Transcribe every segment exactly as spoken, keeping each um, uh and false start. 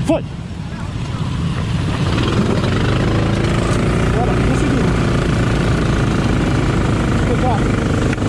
Foi! Bora, conseguiu! Pessoal!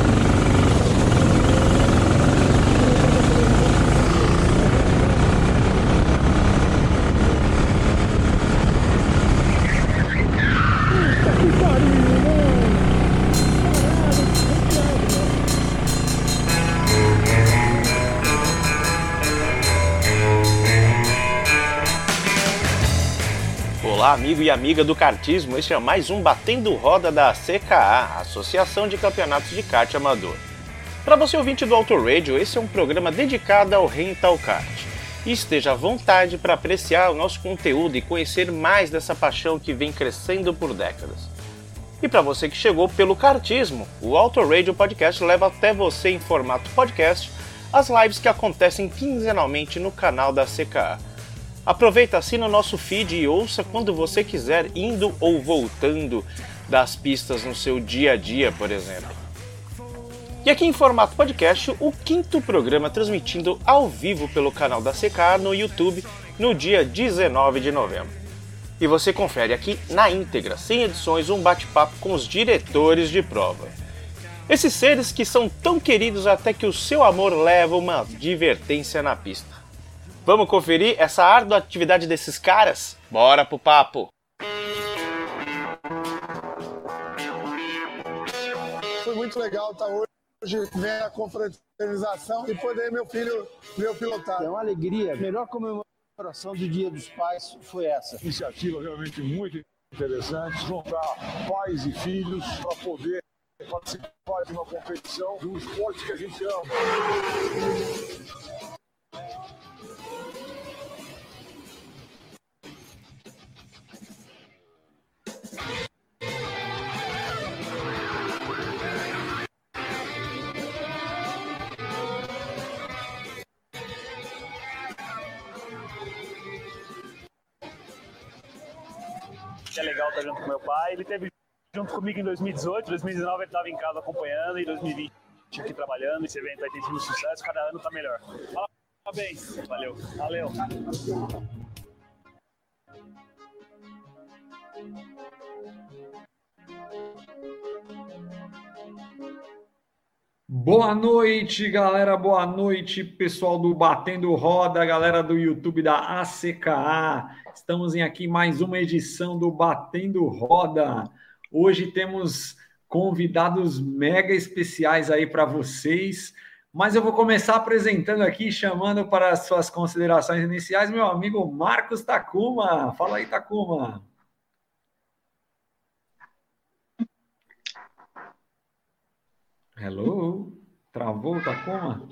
Olá, amigo e amiga do kartismo, este é mais um Batendo Roda da A C K A, Associação de Campeonatos de Kart Amador. Para você ouvinte do Auto Radio, esse é um programa dedicado ao rental kart. E esteja à vontade para apreciar o nosso conteúdo e conhecer mais dessa paixão que vem crescendo por décadas. E para você que chegou pelo kartismo, o Auto Radio Podcast leva até você em formato podcast as lives que acontecem quinzenalmente no canal da A C K A. Aproveita, assina o nosso feed e ouça quando você quiser, indo ou voltando das pistas no seu dia a dia, por exemplo. E aqui em formato podcast, o quinto programa transmitindo ao vivo pelo canal da A C K A no YouTube no dia dezenove de novembro. E você confere aqui na íntegra, sem edições, um bate-papo com os diretores de prova. Esses seres que são tão queridos até que o seu amor leva uma advertência na pista. Vamos conferir essa árdua atividade desses caras? Bora pro papo! Foi muito legal estar hoje vendo a confraternização e poder meu filho meu pilotar. É uma alegria. A melhor comemoração do Dia dos Pais foi essa. Iniciativa realmente muito interessante, juntar pais e filhos para poder participar de uma competição de um esporte que a gente ama. É legal estar junto com meu pai. Ele esteve junto comigo em dois mil e dezoito, dois mil e dezenove ele estava em casa acompanhando, e dois mil e vinte aqui trabalhando. Esse evento aí tem sido um sucesso, cada ano está melhor. Parabéns, valeu, valeu. Boa noite, galera, boa noite, pessoal do Batendo Roda, galera do YouTube da A C K A. Estamos em aqui mais uma edição do Batendo Roda. Hoje temos convidados mega especiais aí para vocês, mas eu vou começar apresentando aqui, chamando para as suas considerações iniciais, meu amigo Marcos Takuma. Fala aí, Takuma. Hello? Travou, Takuma?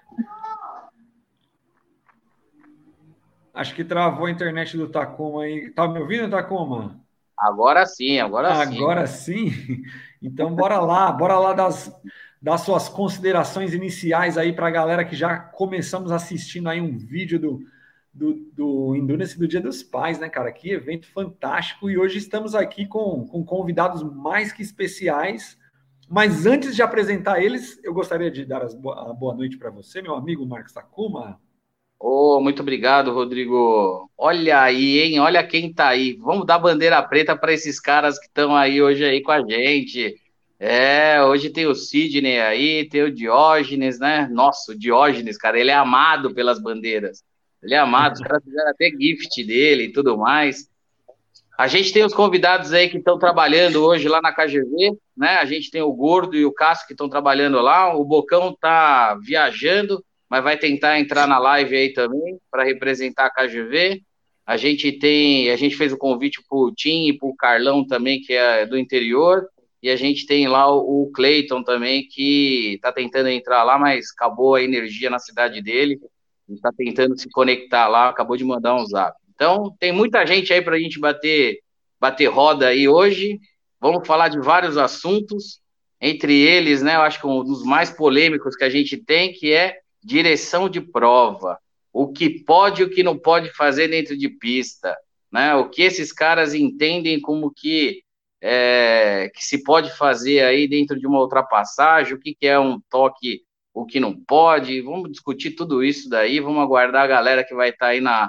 Acho que travou a internet do Takuma aí. Tá me ouvindo, Takuma? Agora sim, agora, agora sim. Agora sim? Então bora lá, bora lá das, das suas considerações iniciais aí para a galera que já começamos assistindo aí um vídeo do, do, do Endurance do Dia dos Pais, né, cara? Que evento fantástico, e hoje estamos aqui com, com convidados mais que especiais. Mas antes de apresentar eles, eu gostaria de dar as boa, a boa noite para você, meu amigo Marcos Takuma. Oh, muito obrigado, Rodrigo. Olha aí, hein? Olha quem tá aí. Vamos dar bandeira preta para esses caras que estão aí hoje aí com a gente. É, hoje tem o Sidney aí, tem o Diógenes, né? Nossa, o Diógenes, cara, ele é amado pelas bandeiras. Ele é amado, os caras fizeram até gift dele e tudo mais. A gente tem os convidados aí que estão trabalhando hoje lá na K G V, né? A gente tem o Gordo e o Cássio que estão trabalhando lá. O Bocão tá viajando, mas vai tentar entrar na live aí também para representar a K G V. A gente tem, a gente fez o convite pro Tim e pro Carlão também, que é do interior. E a gente tem lá o, o Cleiton também, que tá tentando entrar lá, mas acabou a energia na cidade dele. Ele tá tentando se conectar lá, acabou de mandar um zap. Então, tem muita gente aí para a gente bater, bater roda aí hoje. Vamos falar de vários assuntos, entre eles, né, eu acho que um dos mais polêmicos que a gente tem, que é direção de prova. O que pode e o que não pode fazer dentro de pista, né? O que esses caras entendem como que, é, que se pode fazer aí dentro de uma ultrapassagem, o que, que é um toque, o que não pode. Vamos discutir tudo isso daí, vamos aguardar a galera que vai estar aí na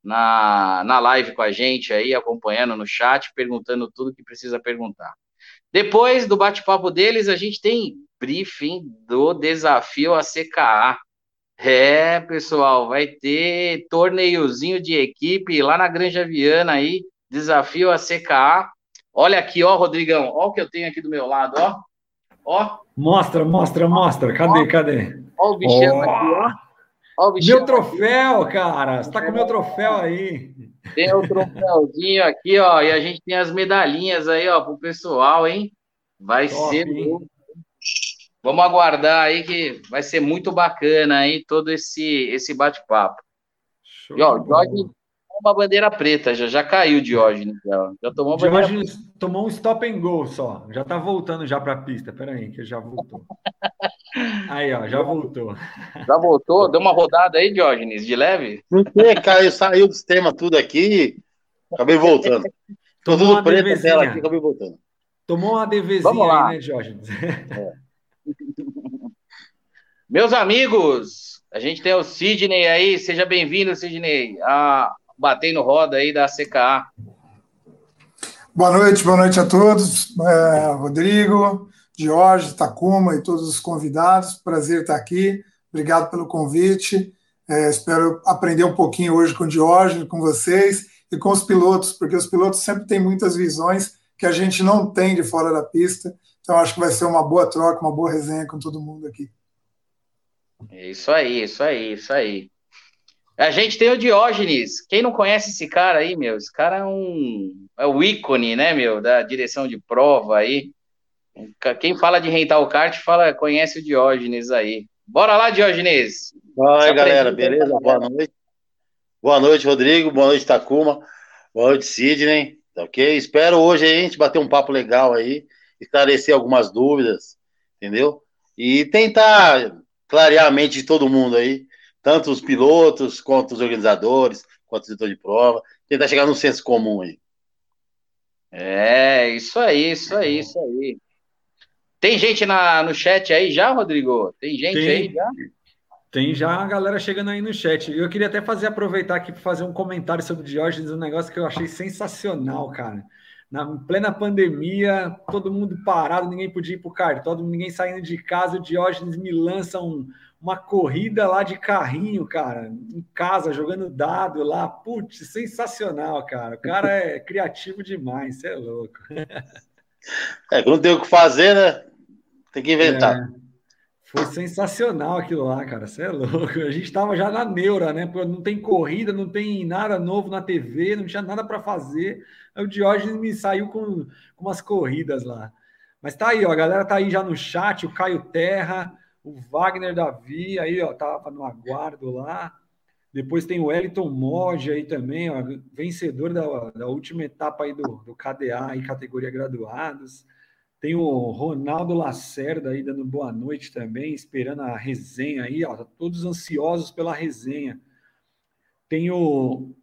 na, na live com a gente aí, acompanhando no chat, perguntando tudo que precisa perguntar. Depois do bate-papo deles, a gente tem briefing do desafio A C K A. É, pessoal, vai ter torneiozinho de equipe lá na Granja Viana aí, desafio A C K A. Olha aqui, ó, Rodrigão, ó o que eu tenho aqui do meu lado, ó. Ó. Mostra, mostra, mostra. Cadê, ó, cadê? Ó o bichão oh. aqui, ó. ó o bichão meu troféu, aqui. Cara. Você tá com o meu troféu aí. Tem o troféuzinho aqui, ó, e a gente tem as medalhinhas aí, ó, pro pessoal, hein? Vai Top, ser hein? Vamos aguardar aí que vai ser muito bacana aí todo esse, esse bate-papo. E ó, o Diógenes tomou uma bandeira preta, já, já caiu o Diógenes. Já, já tomou uma bandeira Diógenes tomou um stop and go só. Já tá voltando já pra pista. Pera aí, que já voltou. Aí, ó, já voltou. Já voltou? Deu uma rodada aí, Diógenes, de leve? Não sei, caiu, saiu do sistema tudo aqui, acabei voltando. Tô Tomou tudo preto a tela aqui, acabei voltando. Tomou uma DVzinha aí, né, Diógenes? É. Meus amigos, a gente tem o Sidney aí, seja bem-vindo, Sidney, a bater no roda aí da A C K A. Boa noite, boa noite a todos, é, Rodrigo, Jorge, Takuma e todos os convidados, prazer estar aqui, obrigado pelo convite, é, espero aprender um pouquinho hoje com o Jorge, com vocês e com os pilotos, porque os pilotos sempre têm muitas visões que a gente não tem de fora da pista, então acho que vai ser uma boa troca, uma boa resenha com todo mundo aqui. Isso aí, isso aí, isso aí. A gente tem o Diógenes. Quem não conhece esse cara aí, meu? Esse cara é um é o ícone, né, meu, da direção de prova aí. Quem fala de rental kart fala, conhece o Diógenes aí. Bora lá, Diógenes. Oi, galera, beleza? Boa noite. Boa noite, Rodrigo. Boa noite, Takuma. Boa noite, Sidney. Ok? Espero hoje a gente bater um papo legal aí, esclarecer algumas dúvidas, entendeu? E tentar clarear a mente de todo mundo aí, tanto os pilotos, quanto os organizadores, quanto o diretor de prova, tentar chegar num senso comum aí. É, isso aí, isso aí, isso aí. Tem gente na, no chat aí já, Rodrigo? Tem gente tem, aí já? Tem já a galera chegando aí no chat. Eu queria até fazer, aproveitar aqui para fazer um comentário sobre o Diógenes, um negócio que eu achei sensacional, cara. Na plena pandemia, todo mundo parado, ninguém podia ir para o cartódromo, ninguém saindo de casa, o Diógenes me lança um, uma corrida lá de carrinho, cara, em casa, jogando dado lá. Putz, sensacional, cara. O cara é criativo demais, você é louco. É, não tem o que fazer, né? Tem que inventar. É, foi sensacional aquilo lá, cara, você é louco. A gente estava já na neura, né? Porque não tem corrida, não tem nada novo na T V, não tinha nada para fazer. Aí o Diógenes me saiu com, com umas corridas lá. Mas tá aí, ó, a galera tá aí já no chat, o Caio Terra, o Wagner Davi, aí, ó, tava no aguardo lá. Depois tem o Wellington Mod aí também, ó, vencedor da, da última etapa aí do, do K D A, aí, categoria graduados. Tem o Ronaldo Lacerda aí dando boa noite também, esperando a resenha aí, ó, todos ansiosos pela resenha. Tem o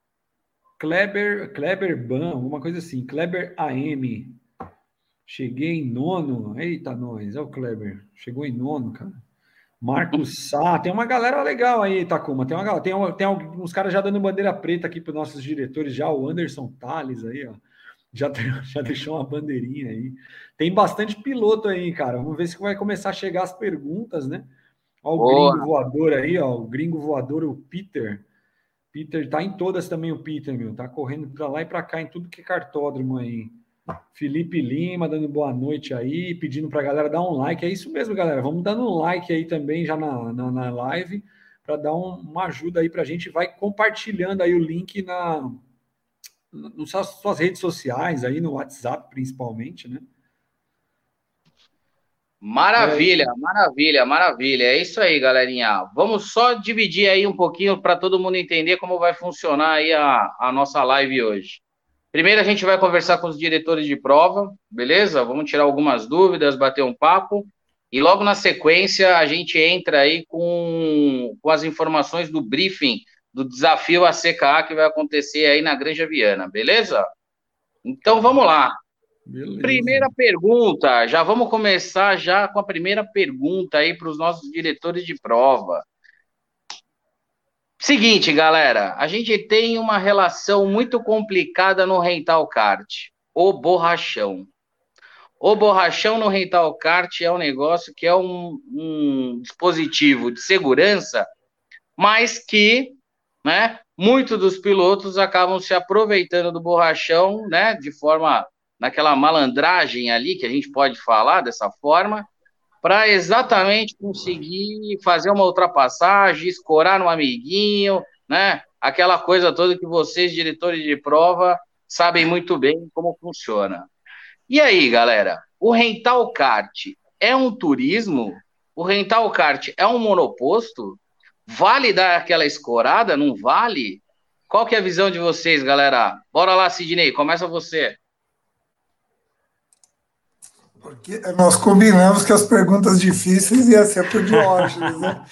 Kleber, Kleber Ban, alguma coisa assim, Kleber A M. Cheguei em nono. Eita, nós, é o Kleber. Chegou em nono, cara. Marcos Sá, tem uma galera legal aí, Takuma. Tem, uma galera, tem, um, tem uns caras já dando bandeira preta aqui para os nossos diretores, já o Anderson Tales aí, ó. Já, já deixou uma bandeirinha aí. Tem bastante piloto aí, cara. Vamos ver se vai começar a chegar as perguntas, né? Ó, o Boa. gringo voador aí, ó. O gringo voador, o Peter. Peter tá em todas também, o Peter, meu. Tá correndo para lá e para cá em tudo que é cartódromo aí. Felipe Lima dando boa noite aí, pedindo para a galera dar um like. É isso mesmo, galera. Vamos dando um like aí também já na, na, na live para dar um, uma ajuda aí para a gente. Vai compartilhando aí o link na, nas suas, suas redes sociais, aí no WhatsApp principalmente, né? Maravilha, é. maravilha, maravilha. É isso aí, galerinha. Vamos só dividir aí um pouquinho para todo mundo entender como vai funcionar aí a, a nossa live hoje. Primeiro a gente vai conversar com os diretores de prova, beleza? Vamos tirar algumas dúvidas, bater um papo. E logo na sequência a gente entra aí com, com as informações do briefing do desafio A C K A que vai acontecer aí na Granja Viana, beleza? Então vamos lá. Beleza. Primeira pergunta, já vamos começar já com a primeira pergunta aí para os nossos diretores de prova. Seguinte, galera, a gente tem uma relação muito complicada no rental kart, o borrachão. O borrachão no rental kart é um negócio que é um, um dispositivo de segurança, mas que, né, muitos dos pilotos acabam se aproveitando do borrachão, né, de forma, naquela malandragem ali, que a gente pode falar dessa forma, para exatamente conseguir fazer uma ultrapassagem, escorar no amiguinho, né? Aquela coisa toda que vocês, diretores de prova, sabem muito bem como funciona. E aí, galera, o rental kart é um turismo? O rental kart é um monoposto? Vale dar aquela escorada? Não vale? Qual que é a visão de vocês, galera? Bora lá, Sidney, começa você. Porque nós combinamos que as perguntas difíceis iam ser por Diógenes, né?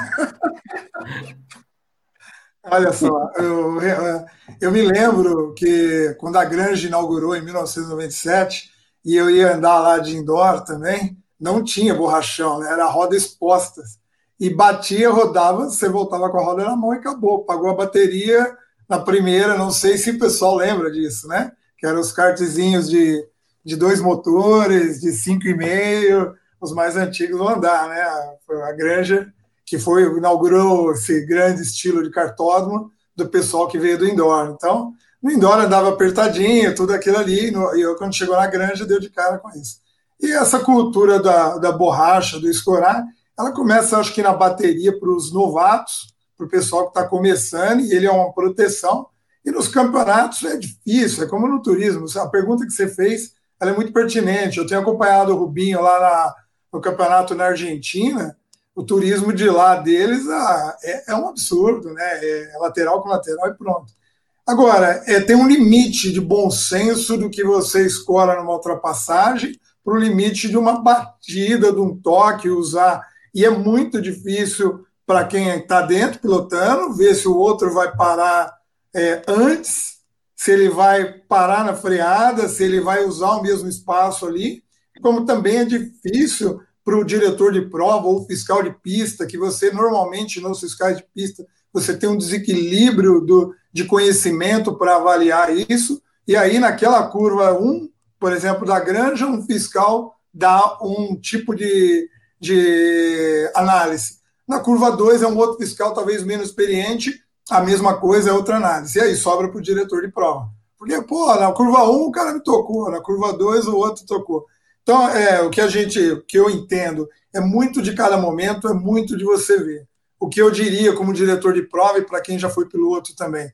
Olha só, eu, eu me lembro que quando a Grange inaugurou em mil novecentos e noventa e sete, e eu ia andar lá de indoor também, não tinha borrachão, né? Era roda expostas. E batia, rodava, você voltava com a roda na mão e acabou. Pagou a bateria na primeira, não sei se o pessoal lembra disso, né? Que eram os kartzinhos de... de dois motores, de cinco e meio, os mais antigos vão andar, né? A, a Granja, que foi, inaugurou esse grande estilo de kartódromo do pessoal que veio do indoor. Então, no indoor andava apertadinho, tudo aquilo ali, no, e eu, quando chegou na Granja, deu de cara com isso. E essa cultura da, da borracha, do escorar, ela começa, acho que na bateria para os novatos, para o pessoal que está começando, e ele é uma proteção. E nos campeonatos é difícil, é como no turismo. A pergunta que você fez, ela é muito pertinente. Eu tenho acompanhado o Rubinho lá na, no campeonato na Argentina. O turismo de lá deles ah, é, é um absurdo, né? É lateral com lateral e pronto. Agora, é, tem um limite de bom senso do que você escora numa ultrapassagem para o limite de uma batida, de um toque, usar. E é muito difícil para quem está dentro pilotando ver se o outro vai parar é, antes, se ele vai parar na freada, se ele vai usar o mesmo espaço ali, como também é difícil para o diretor de prova ou fiscal de pista, que você normalmente nos fiscais de pista, você tem um desequilíbrio do, de conhecimento para avaliar isso, e aí naquela curva um, por exemplo, da Granja, um fiscal dá um tipo de, de análise. Na curva dois é um outro fiscal talvez menos experiente, a mesma coisa é outra análise. E aí sobra para o diretor de prova. Porque, pô, na curva um o cara me tocou, na curva dois o outro tocou. Então, é, o que a gente, o que eu entendo, é muito de cada momento, é muito de você ver. O que eu diria como diretor de prova, e para quem já foi piloto também,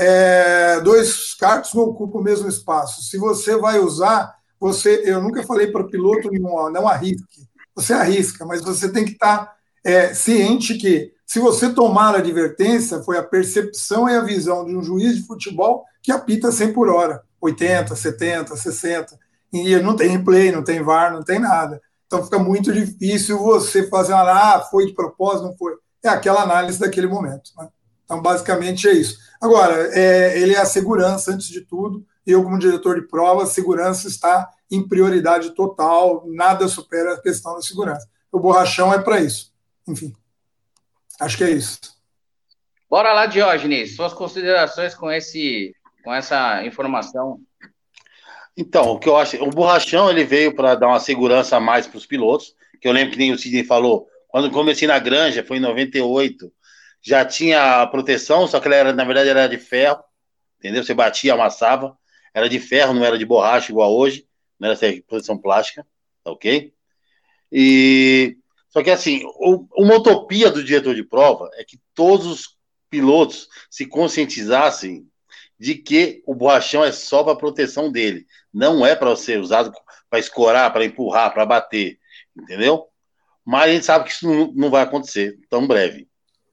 é, dois karts não ocupam o mesmo espaço. Se você vai usar, você, eu nunca falei para piloto nenhum, não arrisque. Você arrisca, mas você tem que estar é, ciente que se você tomar a advertência, foi a percepção e a visão de um juiz de futebol que apita cem por hora, oitenta, setenta, sessenta, e não tem replay, não tem V A R, não tem nada. Então fica muito difícil você fazer uma, ah, foi de propósito, não foi. É aquela análise daquele momento. Né? Então, basicamente é isso. Agora, é, ele é a segurança antes de tudo, e eu, como diretor de prova, a segurança está em prioridade total, nada supera a questão da segurança. O borrachão é para isso. Enfim. Acho que é isso. Bora lá, Diógenes, suas considerações com, esse, com essa informação. Então, o que eu acho, o borrachão ele veio para dar uma segurança a mais para os pilotos, que eu lembro que nem o Sidney falou, quando comecei na Granja, foi em noventa e oito, já tinha a proteção, só que ela era, na verdade, era de ferro, entendeu? Você batia, amassava, era de ferro, não era de borracha igual hoje, não era essa proteção plástica, tá ok? E... Só que, assim, o, uma utopia do diretor de prova é que todos os pilotos se conscientizassem de que o borrachão é só para proteção dele. Não é para ser usado para escorar, para empurrar, para bater, entendeu? Mas a gente sabe que isso não, não vai acontecer tão breve.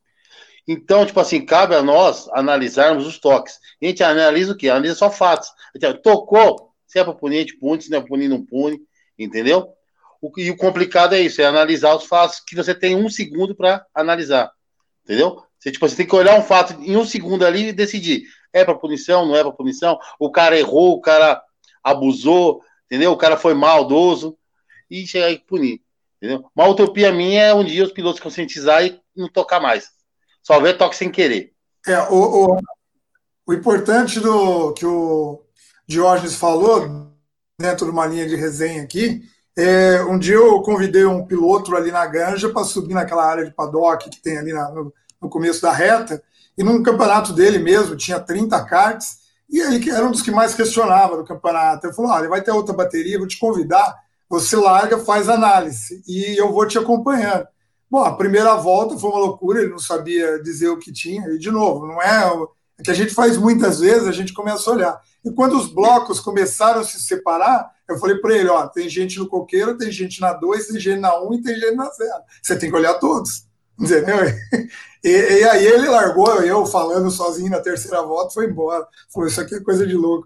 Então, tipo assim, cabe a nós analisarmos os toques. A gente analisa o quê? Analisa só fatos. A gente, tocou, se é para punir, a gente pune, se não é para punir, não pune, entendeu? O, e o complicado é isso, é analisar os fatos que você tem um segundo para analisar, entendeu? Você, tipo, você tem que olhar um fato em um segundo ali e decidir, é para punição, não é para punição, o cara errou, o cara abusou, entendeu? O cara foi maldoso e chegar e punir, entendeu? Uma utopia minha é um dia os pilotos conscientizar e não tocar mais, só ver toque sem querer, É, o, o, o importante do que o Diógenes falou, dentro de uma linha de resenha aqui, é, um dia eu convidei um piloto ali na Granja para subir naquela área de paddock que tem ali na, no, no começo da reta, e num campeonato dele mesmo, tinha trinta karts, e ele que era um dos que mais questionava do campeonato. Eu falei, olha, vai ter outra bateria, vou te convidar, você larga, faz análise, e eu vou te acompanhando. Bom, a primeira volta foi uma loucura, ele não sabia dizer o que tinha, e de novo, não é o é que a gente faz muitas vezes, a gente começa a olhar. E quando os blocos começaram a se separar, eu falei para ele, ó, tem gente no coqueiro, tem gente na dois, tem gente na um e tem gente na zero. Você tem que olhar todos, entendeu? E, e aí ele largou, eu falando sozinho na terceira volta, foi embora. Falou, isso aqui é coisa de louco.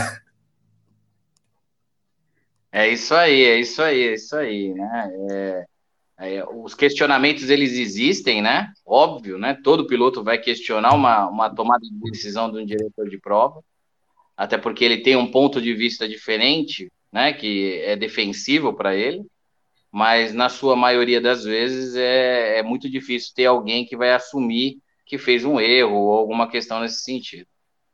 É isso aí, é isso aí, é isso aí, né? É... É, os questionamentos, eles existem, né? Óbvio, né? Todo piloto vai questionar uma, uma tomada de decisão de um diretor de prova, até porque ele tem um ponto de vista diferente, né? Que é defensivo para ele, mas na sua maioria das vezes é, é muito difícil ter alguém que vai assumir que fez um erro ou alguma questão nesse sentido.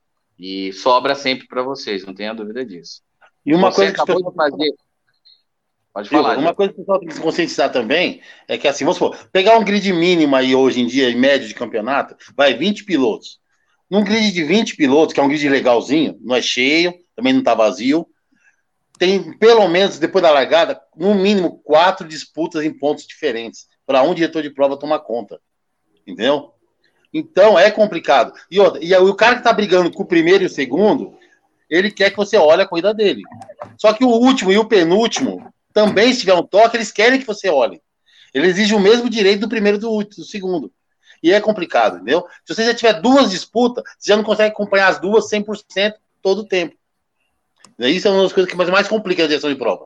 E sobra sempre para vocês, não tenha dúvida disso. E uma Você coisa que acabou você... de fazer... Pode falar. Uma coisa que o pessoal tem que se conscientizar também é que, assim, vamos supor, pegar um grid mínimo aí hoje em dia, em médio de campeonato, vai vinte pilotos. Num grid de vinte pilotos, que é um grid legalzinho, não é cheio, também não está vazio, tem pelo menos, depois da largada, no mínimo quatro disputas em pontos diferentes, para um diretor de prova tomar conta. Entendeu? Então, é complicado. E, outra, e o cara que está brigando com o primeiro e o segundo, ele quer que você olhe a corrida dele. Só que o último e o penúltimo... também, se tiver um toque, eles querem que você olhe. Eles exigem o mesmo direito do primeiro e do, do segundo. E é complicado, entendeu? Se você já tiver duas disputas, você já não consegue acompanhar as duas cem por cento todo o tempo. Isso é uma das coisas que mais, mais complica a direção de prova.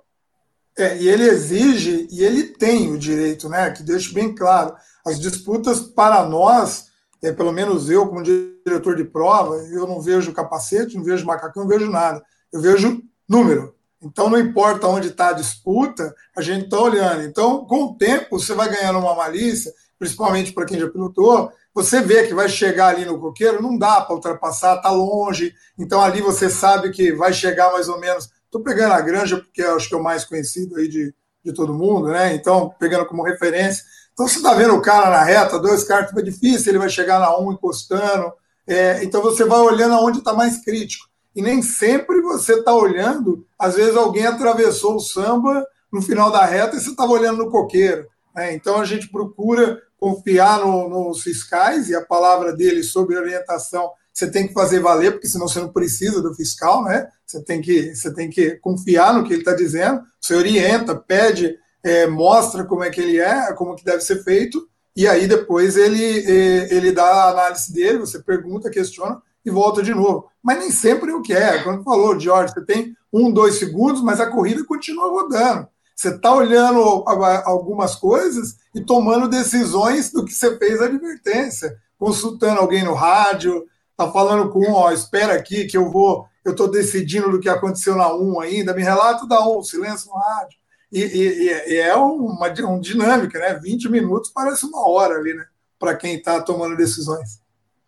É, e ele exige, e ele tem o direito, né? Que deixe bem claro. As disputas para nós, é, pelo menos eu, como diretor de prova, eu não vejo capacete, não vejo macacão, não vejo nada. Eu vejo número. Então, não importa onde está a disputa, a gente está olhando. Então, com o tempo, você vai ganhando uma malícia, principalmente para quem já pilotou, você vê que vai chegar ali no coqueiro, não dá para ultrapassar, está longe. Então, ali você sabe que vai chegar mais ou menos... Estou pegando a Granja, porque eu acho que é o mais conhecido aí de, de todo mundo, né? Então, pegando como referência. Então, você está vendo o cara na reta, dois karts, é difícil, ele vai chegar na um encostando. É, então, você vai olhando aonde está mais crítico. E nem sempre você está olhando, às vezes alguém atravessou o samba no final da reta e você estava olhando no coqueiro. Né? Então a gente procura confiar no, nos fiscais e a palavra deles sobre orientação você tem que fazer valer, porque senão você não precisa do fiscal, né? Você tem que, você tem que confiar no que ele está dizendo, você orienta, pede, é, mostra como é que ele é, como que deve ser feito, e aí depois ele, ele dá a análise dele, você pergunta, questiona, e volta de novo. Mas nem sempre é o que é. Quando falou, Jorge, você tem um, dois segundos, mas a corrida continua rodando. Você está olhando algumas coisas e tomando decisões do que você fez a advertência, consultando alguém no rádio, está falando com um, ó, espera aqui que eu vou, eu estou decidindo do que aconteceu na um ainda, me relata da um, silêncio no rádio. E, e, e é uma, uma dinâmica, né? vinte minutos parece uma hora ali, né? Para quem está tomando decisões.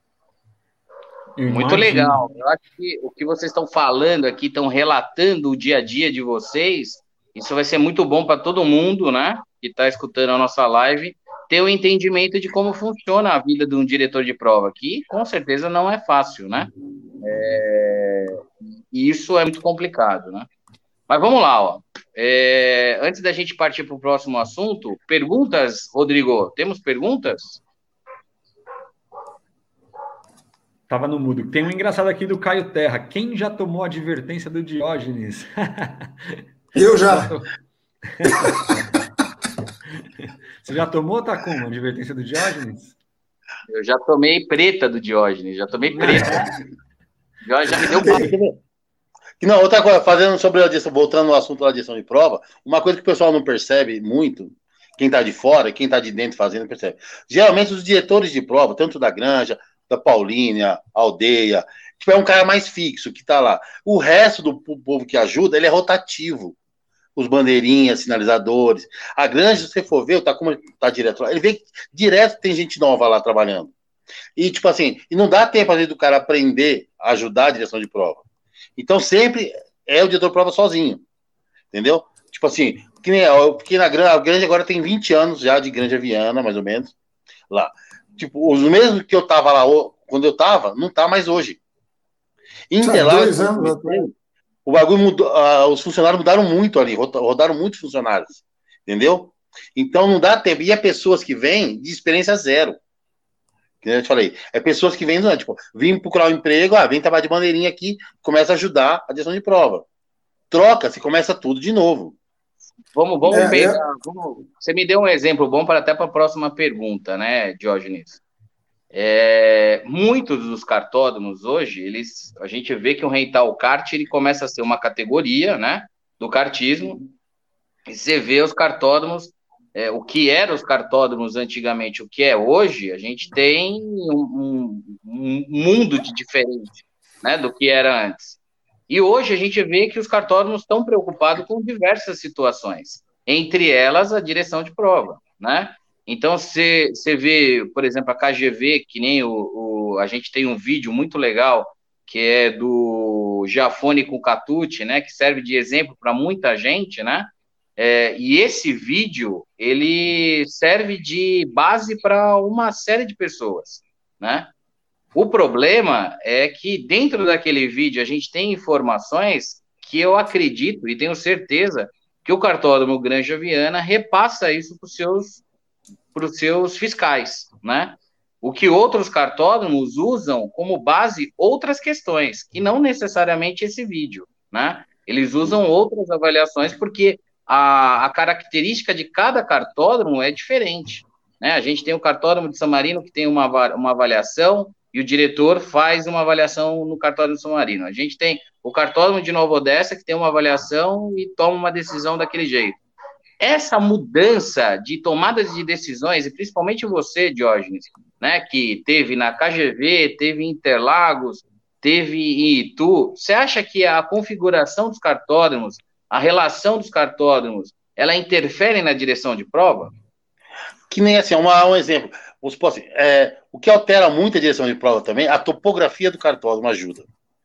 Muito legal. Eu acho que o que vocês estão falando aqui, estão relatando o dia a dia de vocês, isso vai ser muito bom para todo mundo, né, que está escutando a nossa live, ter o um entendimento de como funciona a vida de um diretor de prova, que com certeza não é fácil, né? É... E isso é muito complicado, né? Mas vamos lá, ó. É... Antes da gente partir para o próximo assunto, perguntas, Rodrigo? Temos perguntas? Tava no mudo. Tem um engraçado aqui do Caio Terra. Quem já tomou a advertência do Diógenes? Eu já. Você já tomou, Takuma, a advertência do Diógenes? Eu já tomei preta do Diógenes. Já tomei preta. O Diógenes já me deu mal. Não, outra coisa, fazendo sobre a direção, voltando ao assunto da direção de prova, uma coisa que o pessoal não percebe muito, quem está de fora, quem está de dentro fazendo, percebe. Geralmente os diretores de prova, tanto da Granja, da Paulínia, Aldeia, tipo, é um cara mais fixo que tá lá. O resto do povo que ajuda, ele é rotativo. Os bandeirinhas, sinalizadores. A Granja, se você for ver, tá como tá direto lá, ele vê que direto tem gente nova lá trabalhando. E, tipo assim, e não dá tempo, às vezes, do cara aprender a ajudar a direção de prova. Então, sempre é o diretor de prova sozinho. Entendeu? Tipo assim, que nem, porque na Granja, a Granja agora tem vinte anos já de Granja Viana, mais ou menos, lá. Tipo, os mesmos que eu tava lá, quando eu tava, não tá mais hoje. Interlagos, o bagulho mudou, uh, os funcionários mudaram muito ali, rodaram muitos funcionários, entendeu? Então não dá tempo. E é pessoas que vêm de experiência zero. Que eu te falei, é pessoas que vêm, não, tipo, vêm procurar um emprego, ah, vem trabalhar de bandeirinha aqui, começa a ajudar a direção de prova. Troca, se começa tudo de novo. Vamos, vamos é, pegar. É... Vamos, você me deu um exemplo bom para até para a próxima pergunta, né, Diógenes? É, muitos dos cartódromos hoje, eles, a gente vê que o rental kart ele começa a ser uma categoria, né, do kartismo, e você vê os cartódromos, é, o que eram os cartódromos antigamente, o que é hoje, a gente tem um, um, um mundo de diferente, né, do que era antes. E hoje a gente vê que os cartódromos estão preocupados com diversas situações, entre elas a direção de prova, né? Então, você vê, por exemplo, a K G V, que nem o, o... A gente tem um vídeo muito legal, que é do Jafone com Catucci, né? Que serve de exemplo para muita gente, né? É, e esse vídeo, ele serve de base para uma série de pessoas, né? O problema é que dentro daquele vídeo a gente tem informações que eu acredito e tenho certeza que o cartódromo Granja Viana repassa isso para os seus, pros seus fiscais, né? O que outros cartódromos usam como base outras questões, e não necessariamente esse vídeo, né? Eles usam outras avaliações porque a, a característica de cada cartódromo é diferente, né? A gente tem o cartódromo de San Marino que tem uma, uma avaliação e o diretor faz uma avaliação no cartódromo de San Marino. A gente tem o cartódromo de Nova Odessa que tem uma avaliação e toma uma decisão daquele jeito. Essa mudança de tomadas de decisões, e principalmente você, Diógenes, né, que teve na K G V, teve em Interlagos, teve em Itu, você acha que a configuração dos cartódromos, a relação dos cartódromos, ela interfere na direção de prova? Que nem assim, uma, um exemplo. Assim, é, o que altera muito a direção de prova também, a topografia do cartódromo ajuda.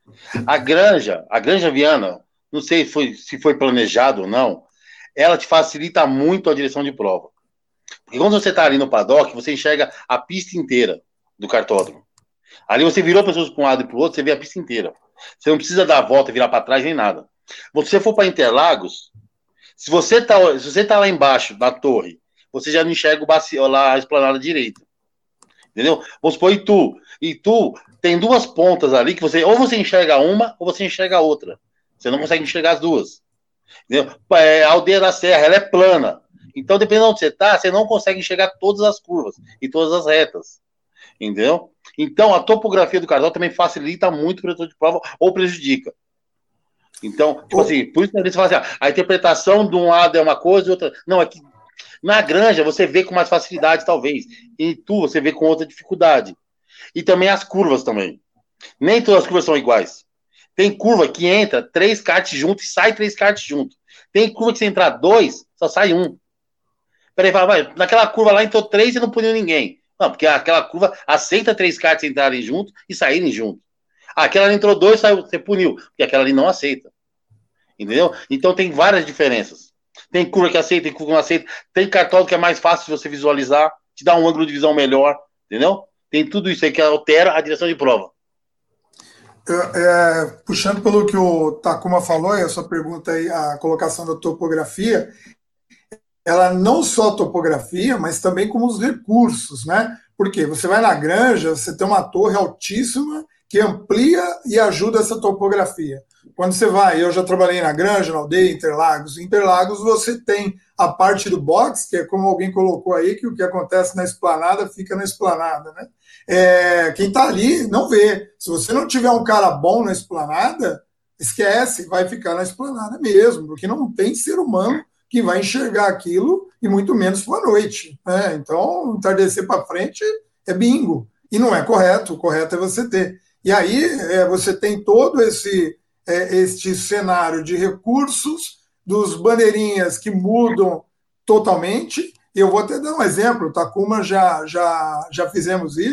A Granja, a Granja Viana, não sei se foi, se foi planejado ou não, ela te facilita muito a direção de prova. Porque quando você está ali no paddock, você enxerga a pista inteira do cartódromo. Ali você virou pessoas para um lado e para o outro, você vê a pista inteira. Você não precisa dar a volta, virar para trás, nem nada. Se você for para Interlagos, se você está se você tá lá embaixo, na torre, você já não enxerga o bacio, lá, a esplanada direita. Entendeu? Vamos supor Itu. Itu tem duas pontas ali que você, ou você enxerga uma, ou você enxerga a outra. Você não consegue enxergar as duas. Entendeu? É, a Aldeia da Serra, ela é plana. Então, dependendo de onde você está, você não consegue enxergar todas as curvas e todas as retas. Entendeu? Então, a topografia do cartódromo também facilita muito o diretor de prova ou prejudica. Então, tipo oh. assim, por isso que você fala assim, a interpretação de um lado é uma coisa e outra... Não, é que na Granja você vê com mais facilidade, talvez. E tu, você vê com outra dificuldade. E também as curvas também. Nem todas as curvas são iguais. Tem curva que entra três karts juntos e sai três karts juntos. Tem curva que se entrar dois, só sai um. Peraí, vai, vai. Naquela curva lá entrou três e não puniu ninguém. Não, porque aquela curva aceita três karts entrarem juntos e saírem juntos. Ah, aquela ali entrou dois, saiu, você puniu. Porque aquela ali não aceita. Entendeu? Então tem várias diferenças. Tem curva que aceita, tem curva que não aceita. Tem cartódromo que é mais fácil de você visualizar, te dá um ângulo de visão melhor. Entendeu? Tem tudo isso aí que altera a direção de prova. É, puxando pelo que o Takuma falou, e a sua pergunta aí, a colocação da topografia, ela não só a topografia, mas também como os recursos, né? Porque você vai na Granja, você tem uma torre altíssima que amplia e ajuda essa topografia. Quando você vai, eu já trabalhei na Granja, na Aldeia, Interlagos. Em Interlagos você tem a parte do box, que é como alguém colocou aí, que o que acontece na esplanada fica na esplanada, né? É, quem está ali não vê. Se você não tiver um cara bom na esplanada, esquece, vai ficar na esplanada mesmo, porque não tem ser humano que vai enxergar aquilo, e muito menos para a noite, né? Então, entardecer para frente é bingo. E não é correto, o correto é você ter. E aí é, você tem todo esse, é, este cenário de recursos, dos bandeirinhas que mudam totalmente. Eu vou até dar um exemplo, Takuma já, já, já fizemos isso.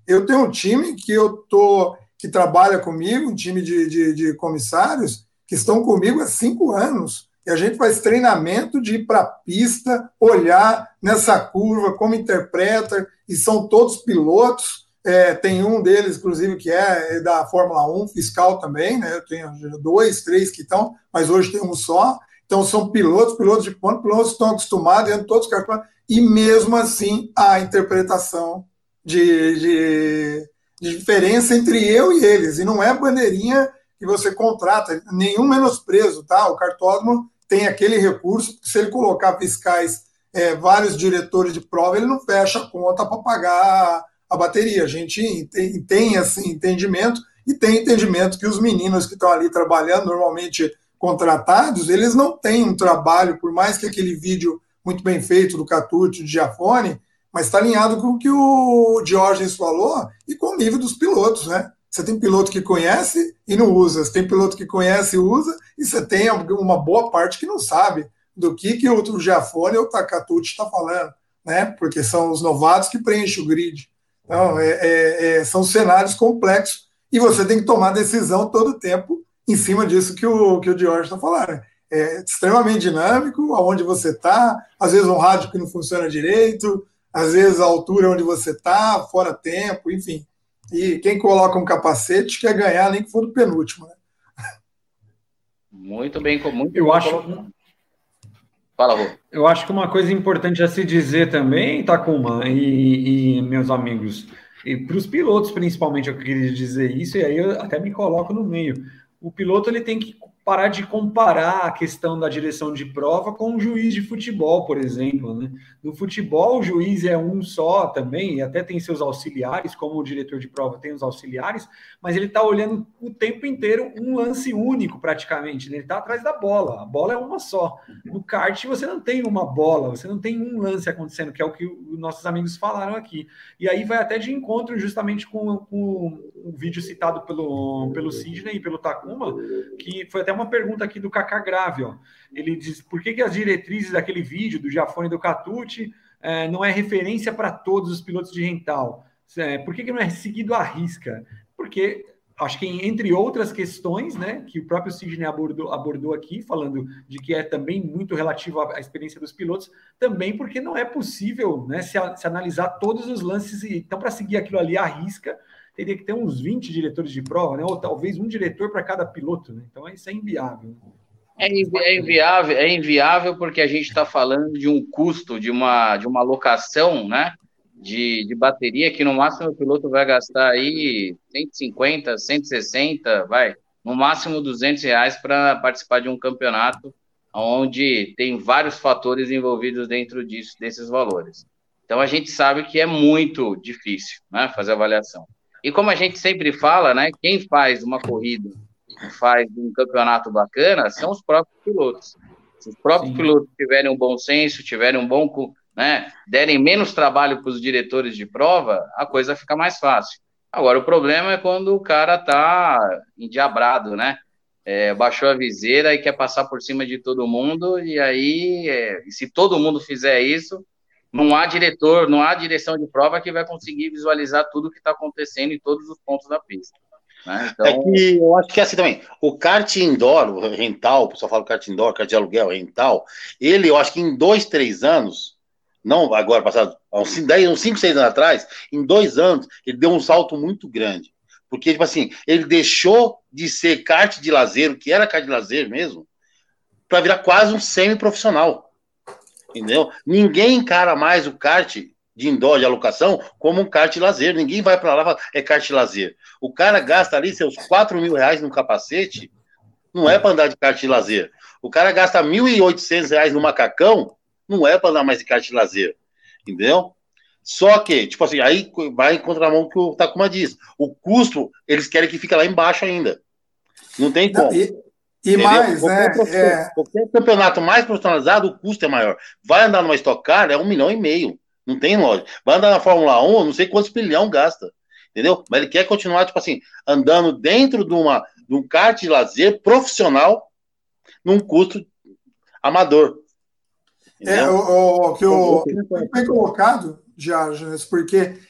Eu tenho um time que eu tô, que trabalha comigo, um time de, de, de comissários que estão comigo há cinco anos. E a gente faz treinamento de ir para a pista, olhar nessa curva, como interpreta, e são todos pilotos. É, tem um deles, inclusive, que é da Fórmula um, fiscal também, né? Eu tenho dois, três que estão, mas hoje tem um só. Então, são pilotos, pilotos de ponto, pilotos que estão acostumados, dentro de todos os cartões, e mesmo assim, a interpretação de, de, de diferença entre eu e eles. E não é bandeirinha que você contrata, nenhum menosprezo, tá? O cartódromo tem aquele recurso, que se ele colocar fiscais, é, vários diretores de prova, ele não fecha a conta para pagar a bateria. A gente tem, tem assim, entendimento, e tem entendimento que os meninos que estão ali trabalhando, normalmente contratados, eles não têm um trabalho, por mais que aquele vídeo muito bem feito do Catucci, do Giafone, mas está alinhado com o que o Diógenes falou e com o nível dos pilotos, né? Você tem piloto que conhece e não usa, você tem piloto que conhece e usa, e você tem uma boa parte que não sabe do que, que o Giafone ou o Catucci está falando, né? Porque são os novatos que preenchem o grid. Então, é, é, é, são cenários complexos e você tem que tomar decisão todo o tempo em cima disso que o, que o Diógenes está falando. É extremamente dinâmico, aonde você está, às vezes um rádio que não funciona direito, às vezes a altura onde você está, fora tempo, enfim. E quem coloca um capacete quer ganhar, nem que for do penúltimo, né? Muito bem, muito Eu bem acho... colocado. Fala, Rô. Eu acho que uma coisa importante a se dizer também, Takuma e, e meus amigos, e para os pilotos principalmente eu queria dizer isso, e aí eu até me coloco no meio. O piloto ele tem que parar de comparar a questão da direção de prova com o juiz de futebol, por exemplo, né? No futebol, o juiz é um só também, e até tem seus auxiliares, como o diretor de prova tem os auxiliares, mas ele está olhando o tempo inteiro um lance único, praticamente, né? Ele está atrás da bola, a bola é uma só. No kart, você não tem uma bola, você não tem um lance acontecendo, que é o que os nossos amigos falaram aqui. E aí vai até de encontro justamente com, com o vídeo citado pelo, pelo Sidney e pelo Takuma, que foi até uma pergunta aqui do Kaká Grave, ó. Ele diz, por que, que as diretrizes daquele vídeo do Giafone e do Catucci eh, não é referência para todos os pilotos de rental? É, por que, que não é seguido à risca? Porque acho que entre outras questões, né, que o próprio Sidney abordou, abordou aqui, falando de que é também muito relativo à, à experiência dos pilotos, também porque não é possível, né, se, a, se analisar todos os lances, e, então para seguir aquilo ali à risca, teria que ter uns vinte diretores de prova, né? Ou talvez um diretor para cada piloto, né? Então isso é inviável. É, invi é inviável, é inviável porque a gente está falando de um custo, de uma, de uma alocação, né? De, de bateria que no máximo o piloto vai gastar aí cento e cinquenta, cento e sessenta, vai, no máximo duzentos reais para participar de um campeonato onde tem vários fatores envolvidos dentro disso, desses valores. Então a gente sabe que é muito difícil, né? Fazer avaliação. E como a gente sempre fala, né, quem faz uma corrida, faz um campeonato bacana, são os próprios pilotos. Se os próprios Sim. pilotos tiverem um bom senso, tiverem um bom, né, derem menos trabalho para os diretores de prova, a coisa fica mais fácil. Agora, o problema é quando o cara tá endiabrado, né, é, baixou a viseira e quer passar por cima de todo mundo, e aí, é, se todo mundo fizer isso, não há diretor, não há direção de prova que vai conseguir visualizar tudo o que está acontecendo em todos os pontos da pista. Né? Então... É que eu acho que é assim também. O kart indoor, o rental, o pessoal fala kart indoor, kart de aluguel, rental, ele, eu acho que em dois, três anos, não agora passado, há uns cinco, seis anos atrás, em dois anos, ele deu um salto muito grande. Porque, tipo assim, ele deixou de ser kart de lazer, o que era kart de lazer mesmo, para virar quase um semi-profissional. Entendeu? Ninguém encara mais o kart de indoor, de alocação, como um kart de lazer. Ninguém vai para lá e fala, é kart de lazer. O cara gasta ali seus quatro mil reais num capacete, não é para andar de kart de lazer. O cara gasta mil e oitocentos reais no macacão, não é para andar mais de kart de lazer. Entendeu? Só que, tipo assim, aí vai em contramão que o Takuma diz. O custo, eles querem que fique lá embaixo ainda. Não tem como. E, e mais, qualquer, né? É... qualquer campeonato mais profissionalizado, o custo é maior. Vai andar numa Stock Car, é um milhão e meio. Não tem lógica. Vai andar na Fórmula um, não sei quantos bilhão gasta. Entendeu? Mas ele quer continuar, tipo assim, andando dentro de, uma, de um kart de lazer profissional num custo amador. Entendeu? É, o, o, que o, bem colocado, Diógenes, porque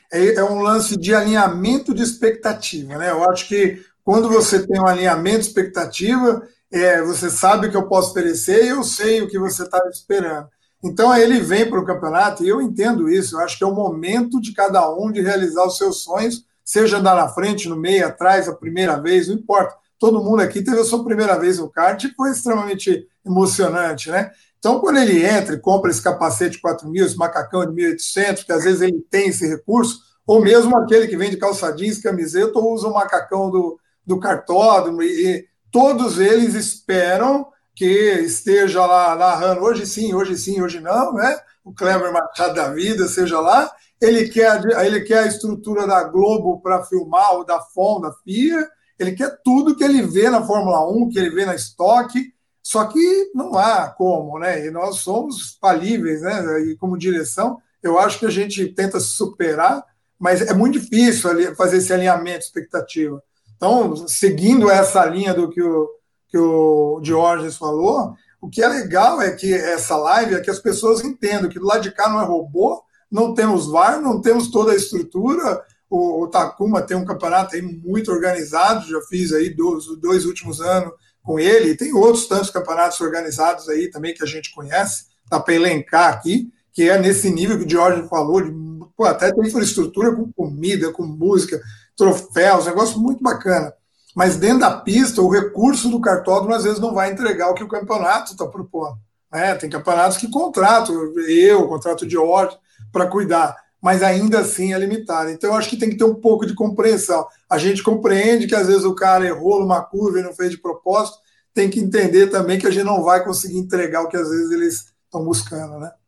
é, é um lance de alinhamento de expectativa, né? Eu acho que quando você tem um alinhamento de expectativa, é, você sabe o que eu posso oferecer e eu sei o que você está esperando. Então, aí ele vem para o campeonato, e eu entendo isso, eu acho que é o momento de cada um de realizar os seus sonhos, seja andar na frente, no meio, atrás, a primeira vez, não importa. Todo mundo aqui teve a sua primeira vez no kart e foi extremamente emocionante, né? Então, quando ele entra e compra esse capacete de quatro mil, esse macacão de mil e oitocentos, que às vezes ele tem esse recurso, ou mesmo aquele que vem de calça jeans, camiseta, ou usa o macacão do, do cartódromo, e, e todos eles esperam que esteja lá narrando, hoje sim, hoje sim, hoje não, né? O Kleber Machado da vida, seja lá, ele quer, ele quer a estrutura da Globo para filmar, ou da F O M, da F I A, ele quer tudo que ele vê na Fórmula um, que ele vê na Stock, só que não há como, né? E nós somos falíveis, né? E como direção, eu acho que a gente tenta se superar, mas é muito difícil fazer esse alinhamento de expectativa. Então, seguindo essa linha do que o, que o Diógenes falou, o que é legal é que essa live é que as pessoas entendam que do lado de cá não é robô, não temos V A R, não temos toda a estrutura. O, o Takuma tem um campeonato aí muito organizado, já fiz aí dois, dois últimos anos com ele, e tem outros tantos campeonatos organizados aí também que a gente conhece, dá para elencar aqui, que é nesse nível que o Diógenes falou, de, pô, até tem infraestrutura com comida, com música, troféus, negócio muito bacana. Mas dentro da pista, o recurso do cartódromo às vezes não vai entregar o que o campeonato está propondo. Né? Tem campeonatos que contratam, eu, contrato o Diógenes, para cuidar, mas ainda assim é limitado. Então, eu acho que tem que ter um pouco de compreensão. A gente compreende que, às vezes, o cara errou numa curva e não fez de propósito, tem que entender também que a gente não vai conseguir entregar o que, às vezes, eles estão buscando, né?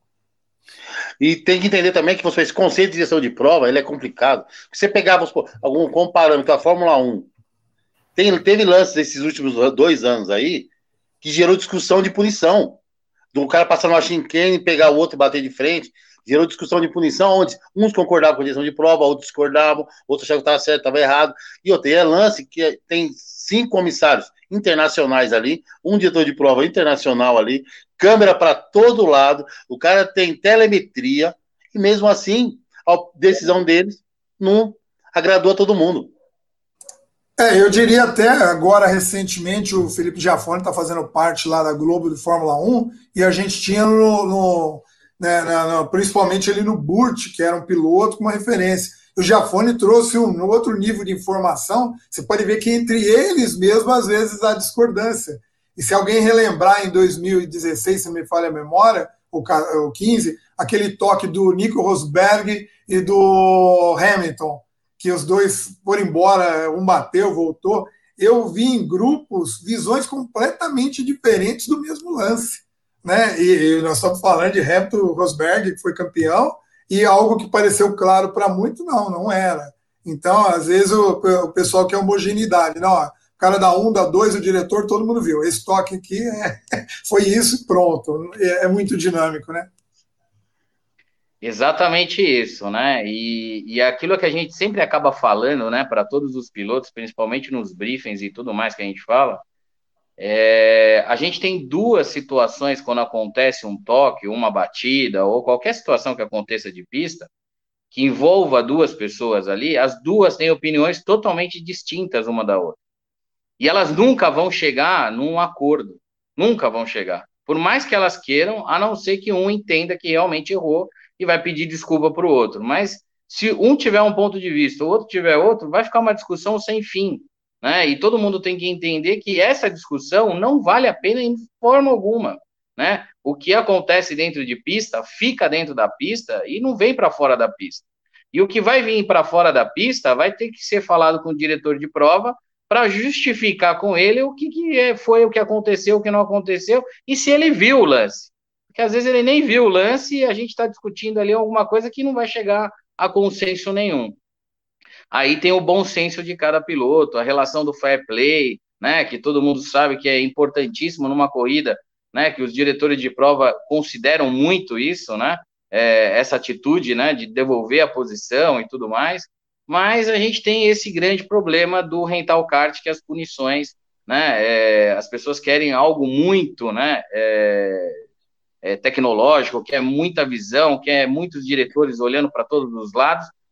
E tem que entender também que você, esse conceito de direção de prova, ele é complicado. Você pegava, algum comparâmetro, a Fórmula um, tem, teve lances esses últimos dois anos aí, que gerou discussão de punição. Do cara passar no chicane, pegar o outro e bater de frente, gerou discussão de punição, onde uns concordavam com a direção de prova, outros discordavam, outros achavam que estava certo, estava errado. E outra, e é lance que tem cinco comissários internacionais ali, um diretor de prova internacional ali, câmera para todo lado, o cara tem telemetria, e mesmo assim, a decisão deles não agradou a todo mundo. É, eu diria até agora, recentemente, o Felipe Giafone está fazendo parte lá da Globo de Fórmula um, e a gente tinha no... no Né, na, na, principalmente ali no Burt, que era um piloto com uma referência. O Giafone trouxe um outro nível de informação. Você pode ver que entre eles mesmo, às vezes, há discordância. E se alguém relembrar em dois mil e dezesseis, se me falha a memória, ou quinze, aquele toque do Nico Rosberg e do Hamilton, que os dois foram embora, um bateu, voltou. Eu vi em grupos visões completamente diferentes do mesmo lance. Né? E, e nós estamos falando de Hamilton Rosberg, que foi campeão, e algo que pareceu claro para muito, não, não era. Então, às vezes, o, o pessoal quer homogeneidade. Não, ó, o cara dá um, dá dois, o diretor, todo mundo viu. Esse toque aqui é, foi isso e pronto. É, é muito dinâmico, né? Exatamente isso, né? E, e aquilo que a gente sempre acaba falando, né, para todos os pilotos, principalmente nos briefings e tudo mais que a gente fala, É, a gente tem duas situações quando acontece um toque, uma batida, ou qualquer situação que aconteça de pista, que envolva duas pessoas ali, as duas têm opiniões totalmente distintas uma da outra. E elas nunca vão chegar num acordo. Nunca vão chegar. Por mais que elas queiram, a não ser que um entenda que realmente errou e vai pedir desculpa para o outro. Mas se um tiver um ponto de vista, o outro tiver outro, vai ficar uma discussão sem fim. Né? E todo mundo tem que entender que essa discussão não vale a pena em forma alguma, né? O que acontece dentro de pista fica dentro da pista e não vem para fora da pista. E o que vai vir para fora da pista vai ter que ser falado com o diretor de prova para justificar com ele o que, que foi, o que aconteceu, o que não aconteceu e se ele viu o lance. Porque às vezes ele nem viu o lance e a gente está discutindo ali alguma coisa que não vai chegar a consenso nenhum. Aí tem o bom senso de cada piloto, a relação do fair play, né, que todo mundo sabe que é importantíssimo numa corrida, né, que os diretores de prova consideram muito isso, né, é, essa atitude, né, de devolver a posição e tudo mais, mas a gente tem esse grande problema do rental kart, que as punições, né, é, as pessoas querem algo muito, né, é, é, tecnológico, quer muita visão, quer muitos diretores olhando para todos os lados,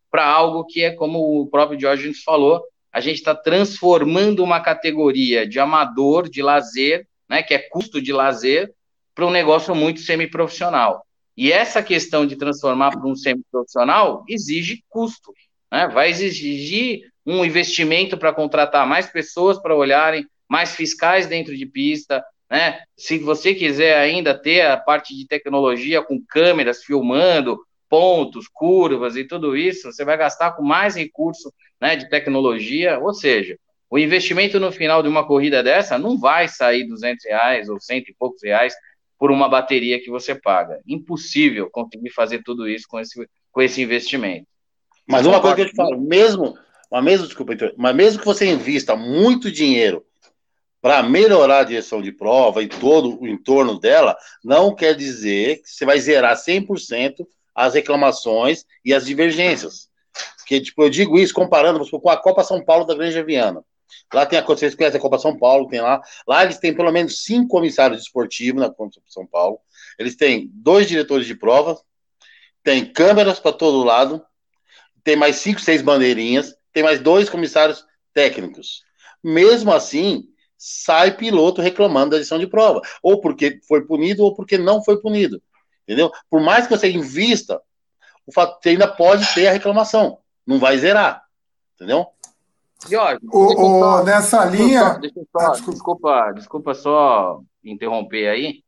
para algo que é, como o próprio Diógenes falou, a gente está transformando uma categoria de amador, de lazer, né, que é custo de lazer, para um negócio muito semiprofissional. E essa questão de transformar para um semiprofissional exige custo, né? Vai exigir um investimento para contratar mais pessoas para olharem, mais fiscais dentro de pista, né? Se você quiser ainda ter a parte de tecnologia com câmeras filmando pontos, curvas e tudo isso, você vai gastar com mais recurso, né, de tecnologia, ou seja, o investimento no final de uma corrida dessa não vai sair duzentos reais ou cento e poucos reais por uma bateria que você paga. Impossível conseguir fazer tudo isso com esse, com esse investimento. Mas uma coisa que eu te falo, mesmo, mas mesmo, desculpa, mas mesmo que você invista muito dinheiro para melhorar a direção de prova e todo o entorno dela, não quer dizer que você vai zerar cem por cento as reclamações e as divergências. Porque, tipo, eu digo isso comparando com a Copa São Paulo da Granja Viana. Lá tem a, vocês conhecem a Copa São Paulo, tem lá. Lá eles têm pelo menos cinco comissários esportivos na Copa São Paulo. Eles têm dois diretores de prova, tem câmeras para todo lado, tem mais cinco, seis bandeirinhas, tem mais dois comissários técnicos. Mesmo assim, sai piloto reclamando da edição de prova. Ou porque foi punido, ou porque não foi punido. Entendeu? Por mais que você invista, o fato, você ainda pode ter a reclamação. Não vai zerar. Entendeu? Jorge, o, o, nessa linha... Só, deixa eu só, ah, desculpa. desculpa, desculpa só interromper aí.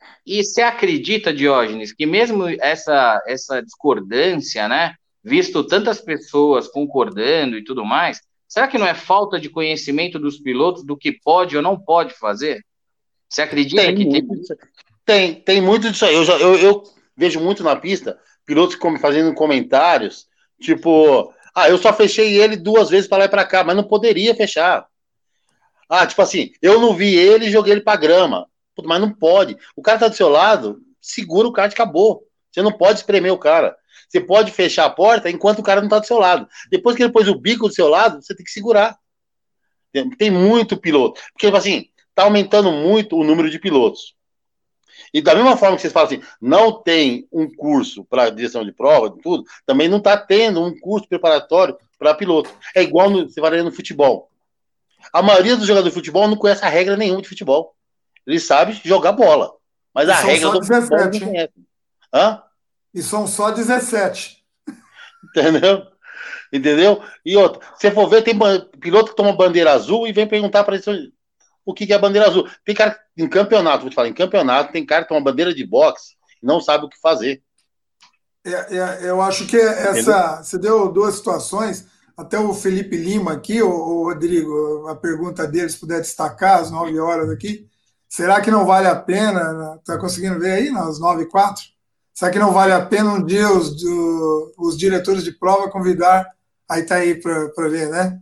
E você acredita, Diógenes, que mesmo essa, essa discordância, né, visto tantas pessoas concordando e tudo mais, será que não é falta de conhecimento dos pilotos do que pode ou não pode fazer? Você acredita tem que muito, tem... Tem, tem muito disso aí. Eu, já, eu, eu vejo muito na pista pilotos fazendo comentários, tipo... Ah, eu só fechei ele duas vezes para lá e para cá, mas não poderia fechar. Ah, tipo assim, eu não vi ele e joguei ele para grama. Puta, mas não pode. O cara tá do seu lado, segura o kart e acabou. Você não pode espremer o cara. Você pode fechar a porta enquanto o cara não tá do seu lado. Depois que ele pôs o bico do seu lado, você tem que segurar. Tem, tem muito piloto. Porque, assim, tá aumentando muito o número de pilotos. E da mesma forma que vocês falam assim, não tem um curso para direção de prova, de tudo, também não está tendo um curso preparatório para piloto. É igual no, você vai no futebol. A maioria dos jogadores de futebol não conhece a regra nenhuma de futebol. Eles sabem jogar bola. Mas e a regra do dezessete, futebol não conhece. Hã? E são só dezessete. Entendeu? Entendeu? E outra, se você for ver, tem piloto que toma bandeira azul e vem perguntar para eles o que é a bandeira azul. Tem cara em campeonato, vou te falar, em campeonato, tem cara que toma bandeira de boxe e não sabe o que fazer. É, é, eu acho que essa. Entendeu? Você deu duas situações, até o Felipe Lima aqui, o, o Rodrigo, a pergunta dele, se puder destacar, às nove horas aqui. Será que não vale a pena? Está conseguindo ver aí, às nove e quatro? Será que não vale a pena um dia os, do, os diretores de prova convidar? Aí está aí para ver, né?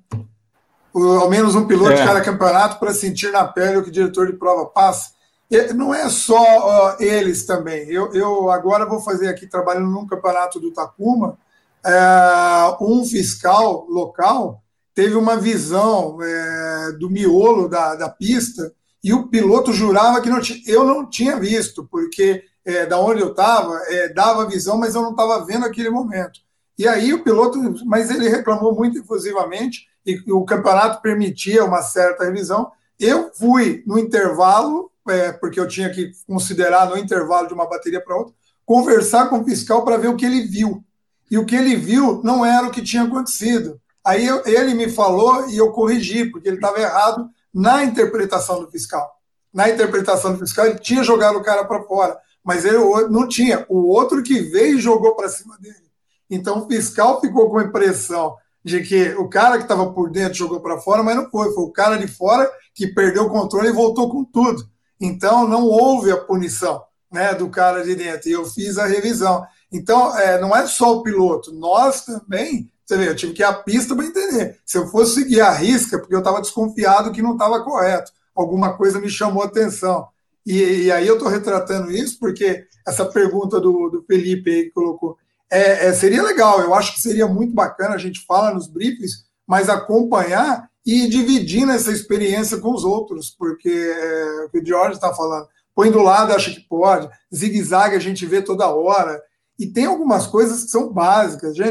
Ao menos um piloto é. de cada campeonato para sentir na pele o que o diretor de prova passa. E não é só ó, eles também. Eu, eu agora vou fazer aqui, trabalhando num campeonato do Takuma, é, um fiscal local teve uma visão é, do miolo da, da pista e o piloto jurava que não tinha. Eu não tinha visto, porque é, da onde eu estava, é, dava visão, mas eu não estava vendo aquele momento. E aí o piloto, mas ele reclamou muito efusivamente, e o campeonato permitia uma certa revisão. Eu fui no intervalo, é, porque eu tinha que considerar no intervalo de uma bateria para outra, conversar com o fiscal para ver o que ele viu. E o que ele viu não era o que tinha acontecido. Aí eu, ele me falou e eu corrigi, porque ele estava errado na interpretação do fiscal. Na interpretação do fiscal, ele tinha jogado o cara para fora, mas ele não tinha. O outro que veio e jogou para cima dele. Então o fiscal ficou com a impressão de que o cara que estava por dentro jogou para fora, mas não foi. Foi o cara de fora que perdeu o controle e voltou com tudo. Então não houve a punição, né, do cara de dentro. E eu fiz a revisão. Então é, não é só o piloto. Nós também, você vê, eu tive que ir à pista para entender. Se eu fosse seguir a risca, porque eu estava desconfiado que não estava correto. Alguma coisa me chamou a atenção. E, e aí eu estou retratando isso porque essa pergunta do, do Felipe aí que colocou, É, é, seria legal, eu acho que seria muito bacana, a gente fala nos briefings, mas acompanhar e dividindo essa experiência com os outros, porque é, o que o Jorge está falando, põe do lado, acha que pode, zigue-zague a gente vê toda hora, e tem algumas coisas que são básicas, gente,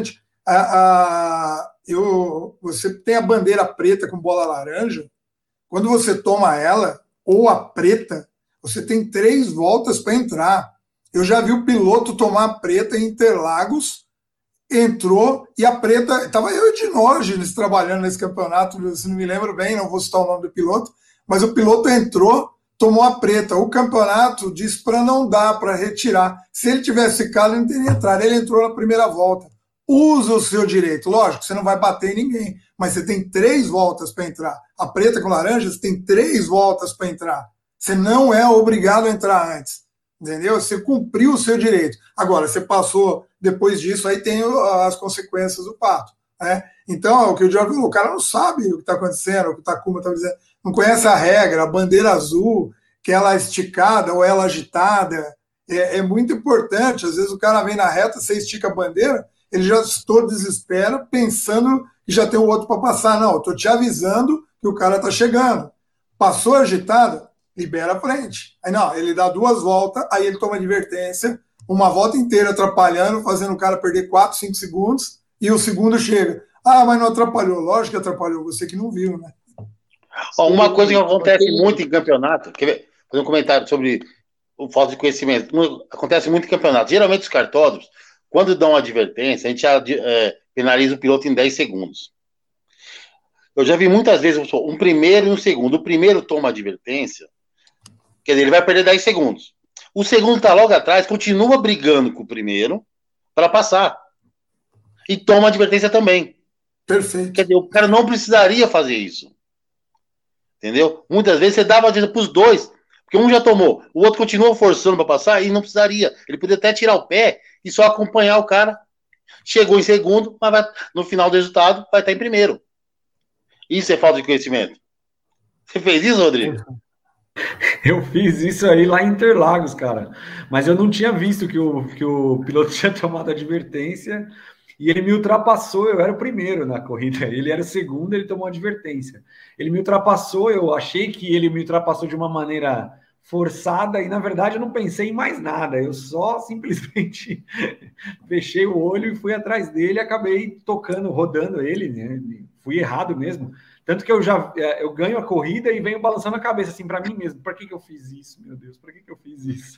a, a, eu, você tem a bandeira preta com bola laranja, quando você toma ela, ou a preta, você tem três voltas para entrar. Eu já vi o piloto tomar a preta em Interlagos, entrou, e a preta, estava eu e Dinógenes trabalhando nesse campeonato, se não me lembro bem, não vou citar o nome do piloto, mas o piloto entrou, tomou a preta. O campeonato disse para não dar, para retirar. Se ele tivesse ficado, ele não teria entrado. Ele entrou na primeira volta. Usa o seu direito. Lógico, você não vai bater em ninguém, mas você tem três voltas para entrar. A preta com laranja, você tem três voltas para entrar. Você não é obrigado a entrar antes. Entendeu? Você cumpriu o seu direito. Agora, você passou depois disso, aí tem as consequências do pato. Né? Então, o que o Diogo falou, o cara não sabe o que está acontecendo, o que o Takuma está dizendo, não conhece a regra, a bandeira azul, que ela esticada ou ela agitada, é, é muito importante. Às vezes o cara vem na reta, você estica a bandeira, ele já todo desespera, pensando que já tem o outro para passar. Não, eu estou te avisando que o cara está chegando. Passou agitada, libera a frente. Aí não, ele dá duas voltas, aí ele toma advertência, uma volta inteira atrapalhando, fazendo o cara perder quatro, cinco segundos, e o segundo chega. Ah, mas não atrapalhou. Lógico que atrapalhou, você que não viu, né? Ó, uma coisa que acontece muito em campeonato, quer ver? Fazer um comentário sobre o falta de conhecimento. Acontece muito em campeonato. Geralmente os cartódromos, quando dão uma advertência, a gente é, penaliza o piloto em dez segundos. Eu já vi muitas vezes um primeiro e um segundo. O primeiro toma advertência, quer dizer, ele vai perder dez segundos. O segundo está logo atrás, continua brigando com o primeiro para passar. E toma advertência também. Perfeito. Quer dizer, o cara não precisaria fazer isso. Entendeu? Muitas vezes você dava advertência para os dois, porque um já tomou, o outro continua forçando para passar e não precisaria. Ele poderia até tirar o pé e só acompanhar o cara. Chegou em segundo, mas vai, no final do resultado vai estar em primeiro. Isso é falta de conhecimento. Você fez isso, Rodrigo? Eu fiz isso aí lá em Interlagos, cara. Mas eu não tinha visto que o, que o piloto tinha tomado advertência e ele me ultrapassou. Eu era o primeiro na corrida, ele era o segundo, ele tomou advertência. Ele me ultrapassou, eu achei que ele me ultrapassou de uma maneira forçada e, na verdade, eu não pensei em mais nada. Eu só simplesmente fechei o olho e fui atrás dele e acabei tocando, rodando ele, né? Fui errado mesmo. Tanto que eu já eu ganho a corrida e venho balançando a cabeça assim para mim mesmo. Por que, que eu fiz isso, meu Deus? Por que, que eu fiz isso?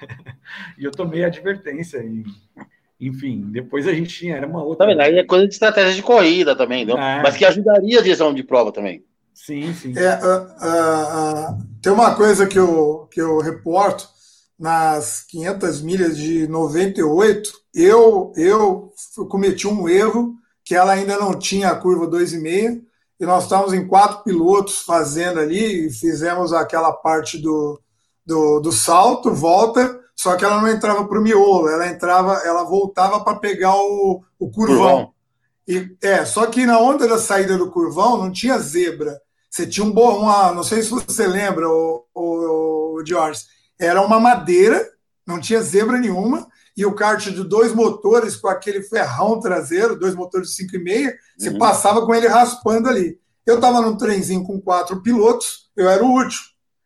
E eu tomei a advertência. E, enfim, depois a gente tinha, era uma outra... Tá vendo? Aí é coisa de estratégia de corrida também, não? É. Mas que ajudaria a direção de prova também. Sim, sim. É, uh, uh, uh, tem uma coisa que eu, que eu reporto nas quinhentas milhas de noventa e oito, eu, eu cometi um erro que ela ainda não tinha a curva dois e meio, e nós estávamos em quatro pilotos fazendo ali, e fizemos aquela parte do, do, do salto, volta, só que ela não entrava para o miolo, ela entrava, ela voltava para pegar o, o curvão. curvão. E, é, só que na onda da saída do curvão não tinha zebra. Você tinha um bom, uma, não sei se você lembra, o, o, o George, era uma madeira, não tinha zebra nenhuma, e o kart de dois motores com aquele ferrão traseiro, dois motores de cinco e meio, você uhum. passava com ele raspando ali. Eu estava num trenzinho com quatro pilotos, eu era o último.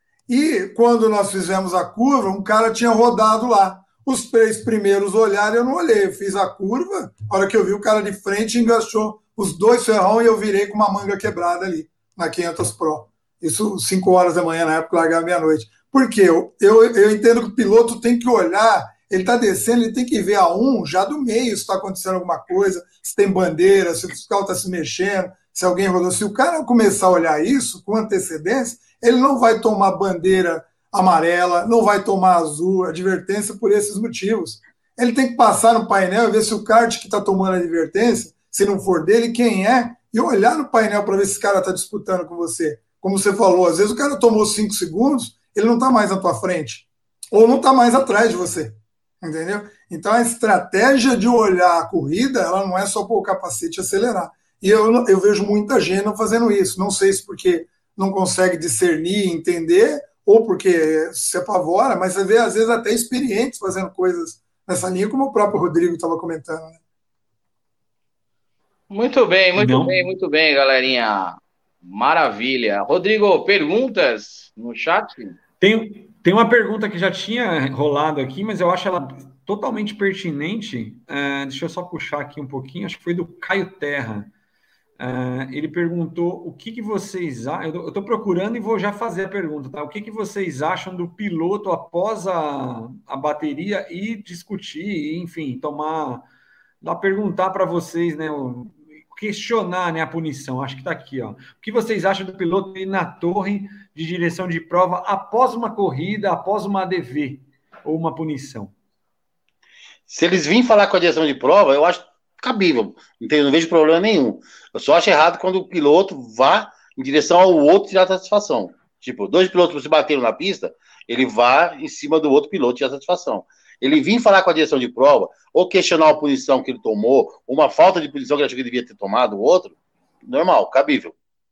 E quando nós fizemos a curva, um cara tinha rodado lá. Os três primeiros olharam, eu não olhei. Eu fiz a curva, a hora que eu vi o cara de frente, enganchou os dois ferrão e eu virei com uma manga quebrada ali, na quinhentos Pro. Isso cinco horas da manhã, na época, largava meia-noite. Por quê? Eu, eu, eu entendo que o piloto tem que olhar, ele está descendo, ele tem que ver a um já do meio se está acontecendo alguma coisa, se tem bandeira, se o fiscal está se mexendo, se alguém rodou. Se o cara começar a olhar isso com antecedência, ele não vai tomar bandeira amarela, não vai tomar azul, advertência por esses motivos. Ele tem que passar no painel e ver se o kart que está tomando a advertência, se não for dele, quem é, e olhar no painel para ver se esse cara está disputando com você. Como você falou, às vezes o cara tomou cinco segundos, ele não está mais na tua frente, ou não está mais atrás de você, entendeu? Então a estratégia de olhar a corrida, ela não é só pôr o capacete e acelerar. E eu, eu vejo muita gente não fazendo isso, não sei se porque não consegue discernir, entender, ou porque se apavora, mas você vê, às vezes, até experientes fazendo coisas nessa linha, como o próprio Rodrigo estava comentando. Né? Muito bem, muito Não. bem, muito bem, galerinha. Maravilha. Rodrigo, perguntas no chat? Tem, tem uma pergunta que já tinha rolado aqui, mas eu acho ela totalmente pertinente. Uh, deixa eu só puxar aqui um pouquinho, acho que foi do Caio Terra. Uh, ele perguntou o que, que vocês acham. Eu estou procurando e vou já fazer a pergunta, tá? O que, que vocês acham do piloto após a, a bateria e discutir, enfim, tomar. Lá perguntar para vocês, né? O, questionar, né, a punição. Acho que está aqui, ó. O que vocês acham do piloto ir na torre de direção de prova após uma corrida, após uma A D V ou uma punição? Se eles virem falar com a direção de prova, eu acho cabível. Não vejo problema nenhum. Eu só acho errado quando o piloto vá em direção ao outro tirar satisfação. Tipo, dois pilotos se bateram na pista, ele vá em cima do outro piloto tirar satisfação. Ele vir falar com a direção de prova, ou questionar a punição que ele tomou, uma falta de punição que ele achou que devia ter tomado, o outro, normal, cabível.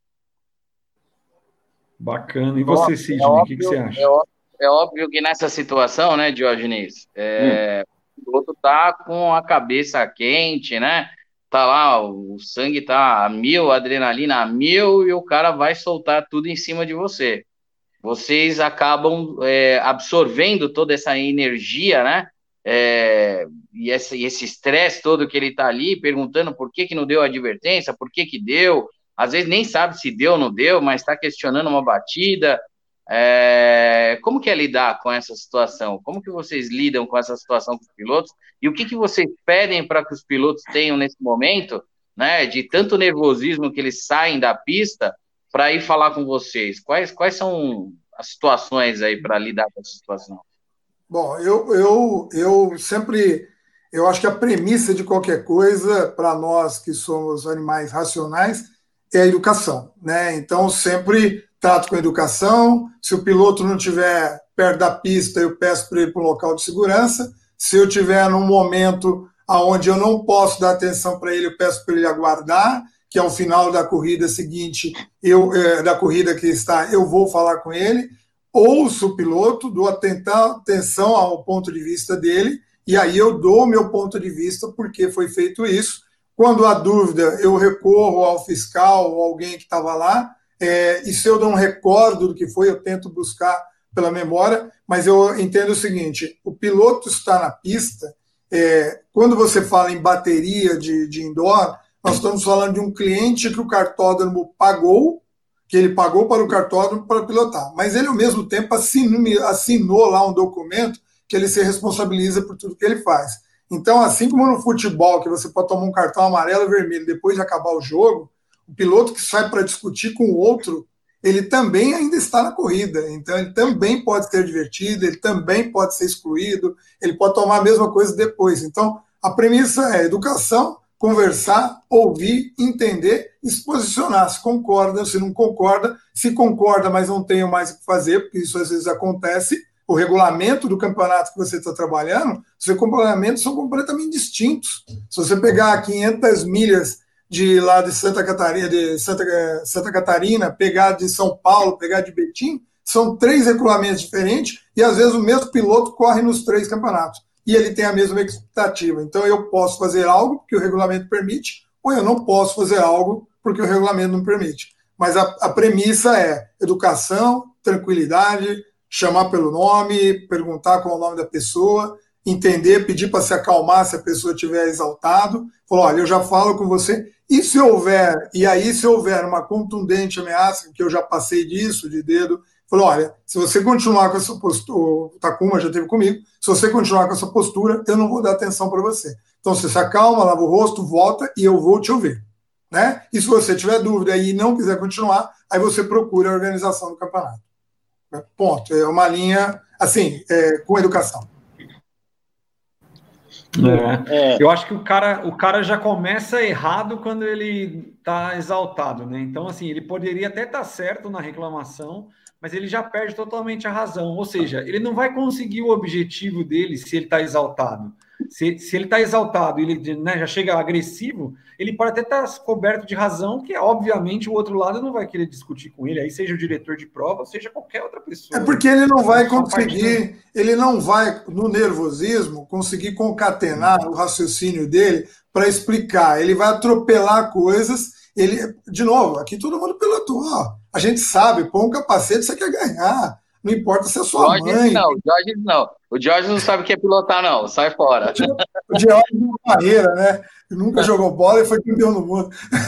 Bacana. E você, Sidney, o que, que você acha? É óbvio, é óbvio que nessa situação, né, Diogenes, é, hum. o piloto tá com a cabeça quente, né? Tá lá, o sangue tá a mil, a adrenalina a mil, e o cara vai soltar tudo em cima de você. Vocês acabam é, absorvendo toda essa energia, né? É, e esse estresse todo que ele está ali, perguntando por que, que não deu a advertência, por que, que deu. Às vezes nem sabe se deu ou não deu, mas está questionando uma batida. É, como que é lidar com essa situação? Como que vocês lidam com essa situação com os pilotos? E o que, que vocês pedem para que os pilotos tenham nesse momento, né? De tanto nervosismo que eles saem da pista para ir falar com vocês? Quais, quais são as situações aí para lidar com essa situação? Bom, eu, eu, eu sempre, eu acho que a premissa de qualquer coisa, para nós que somos animais racionais, é a educação, né? Então, sempre trato com educação. Se o piloto não estiver perto da pista, eu peço para ele para um local de segurança. Se eu estiver num momento onde eu não posso dar atenção para ele, eu peço para ele aguardar, que ao final da corrida seguinte, eu, é, da corrida que está, eu vou falar com ele, ouço o piloto, dou atenção ao ponto de vista dele, e aí eu dou o meu ponto de vista porque foi feito isso. Quando há dúvida, eu recorro ao fiscal ou alguém que estava lá, é, e se eu não recordo do que foi, eu tento buscar pela memória, mas eu entendo o seguinte, o piloto está na pista, é, quando você fala em bateria de, de indoor, nós estamos falando de um cliente que o cartódromo pagou, que ele pagou para o cartódromo para pilotar. Mas ele, ao mesmo tempo, assinou, assinou lá um documento que ele se responsabiliza por tudo que ele faz. Então, assim como no futebol, que você pode tomar um cartão amarelo e vermelho depois de acabar o jogo, o piloto que sai para discutir com o outro, ele também ainda está na corrida. Então, ele também pode ser divertido, ele também pode ser excluído, ele pode tomar a mesma coisa depois. Então, a premissa é educação, conversar, ouvir, entender e se posicionar, se concorda, se não concorda, se concorda, mas não tenho mais o que fazer, porque isso às vezes acontece, o regulamento do campeonato que você está trabalhando, os regulamentos são completamente distintos. Se você pegar quinhentas milhas de lá de Santa Catarina, de Santa, Santa Catarina, pegar de São Paulo, pegar de Betim, são três regulamentos diferentes e às vezes o mesmo piloto corre nos três campeonatos. E ele tem a mesma expectativa. Então, eu posso fazer algo porque o regulamento permite, ou eu não posso fazer algo porque o regulamento não permite. Mas a, a premissa é educação, tranquilidade, chamar pelo nome, perguntar qual é o nome da pessoa, entender, pedir para se acalmar se a pessoa estiver exaltado, falar, olha, eu já falo com você, e se houver, e aí se houver uma contundente ameaça, que eu já passei disso, de dedo, falou, olha, se você continuar com essa postura, o Takuma já esteve comigo, se você continuar com essa postura, eu não vou dar atenção para você. Então você se acalma, lava o rosto, volta e eu vou te ouvir. Né? E se você tiver dúvida e não quiser continuar, aí você procura a organização do campeonato. Ponto. É uma linha, assim, é, com educação. É. Eu acho que o cara, o cara já começa errado quando ele está exaltado, né? Então, assim, ele poderia até estar certo na reclamação, mas ele já perde totalmente a razão. Ou seja, ele não vai conseguir o objetivo dele se ele está exaltado. Se, se ele está exaltado e ele, né, já chega agressivo, ele pode até estar coberto de razão, que obviamente o outro lado não vai querer discutir com ele, aí seja o diretor de prova, seja qualquer outra pessoa. É porque ele não vai conseguir, ele não vai, no nervosismo, conseguir concatenar o raciocínio dele para explicar. Ele vai atropelar coisas. Ele, de novo, aqui todo mundo pilotou. Ó, a gente sabe, põe um capacete, você quer ganhar. não importa se é sua Jorge mãe. não, Jorge não. O Jorge não sabe o que é pilotar, não. Sai fora. O George é uma carreira, né? Nunca jogou bola e foi campeão no mundo.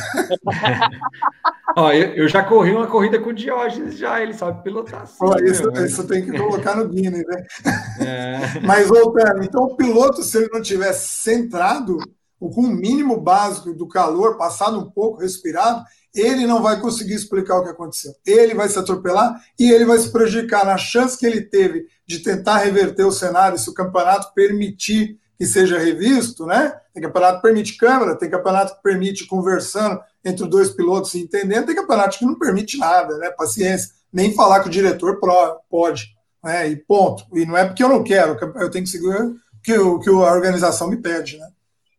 Ó, eu, eu já corri uma corrida com o Diógenes, já, ele sabe pilotar. Sim, Pô, isso, meu, isso tem que colocar no Guinness, né? É. Mas voltando, então o piloto, se ele não tivesse centrado, ou com o mínimo básico do calor, passado um pouco, respirado, ele não vai conseguir explicar o que aconteceu. Ele vai se atropelar e ele vai se prejudicar na chance que ele teve de tentar reverter o cenário, se o campeonato permitir que seja revisto, né? Tem campeonato que permite câmera, tem campeonato que permite conversando entre dois pilotos e entendendo, tem campeonato que não permite nada, né? Paciência, nem falar que o diretor pode, né? E ponto. E não é porque eu não quero, eu tenho que seguir o que, o que a organização me pede, né?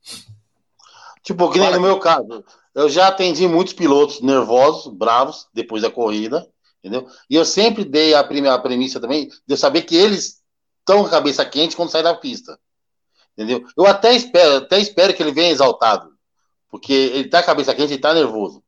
Tipo, que nem no meu caso, eu já atendi muitos pilotos nervosos, bravos, depois da corrida, entendeu? E eu sempre dei a, prime- a premissa também de eu saber que eles estão com a cabeça quente quando saem da pista, entendeu? Eu até espero, até espero que ele venha exaltado, porque ele tá com a cabeça quente, ele tá nervoso.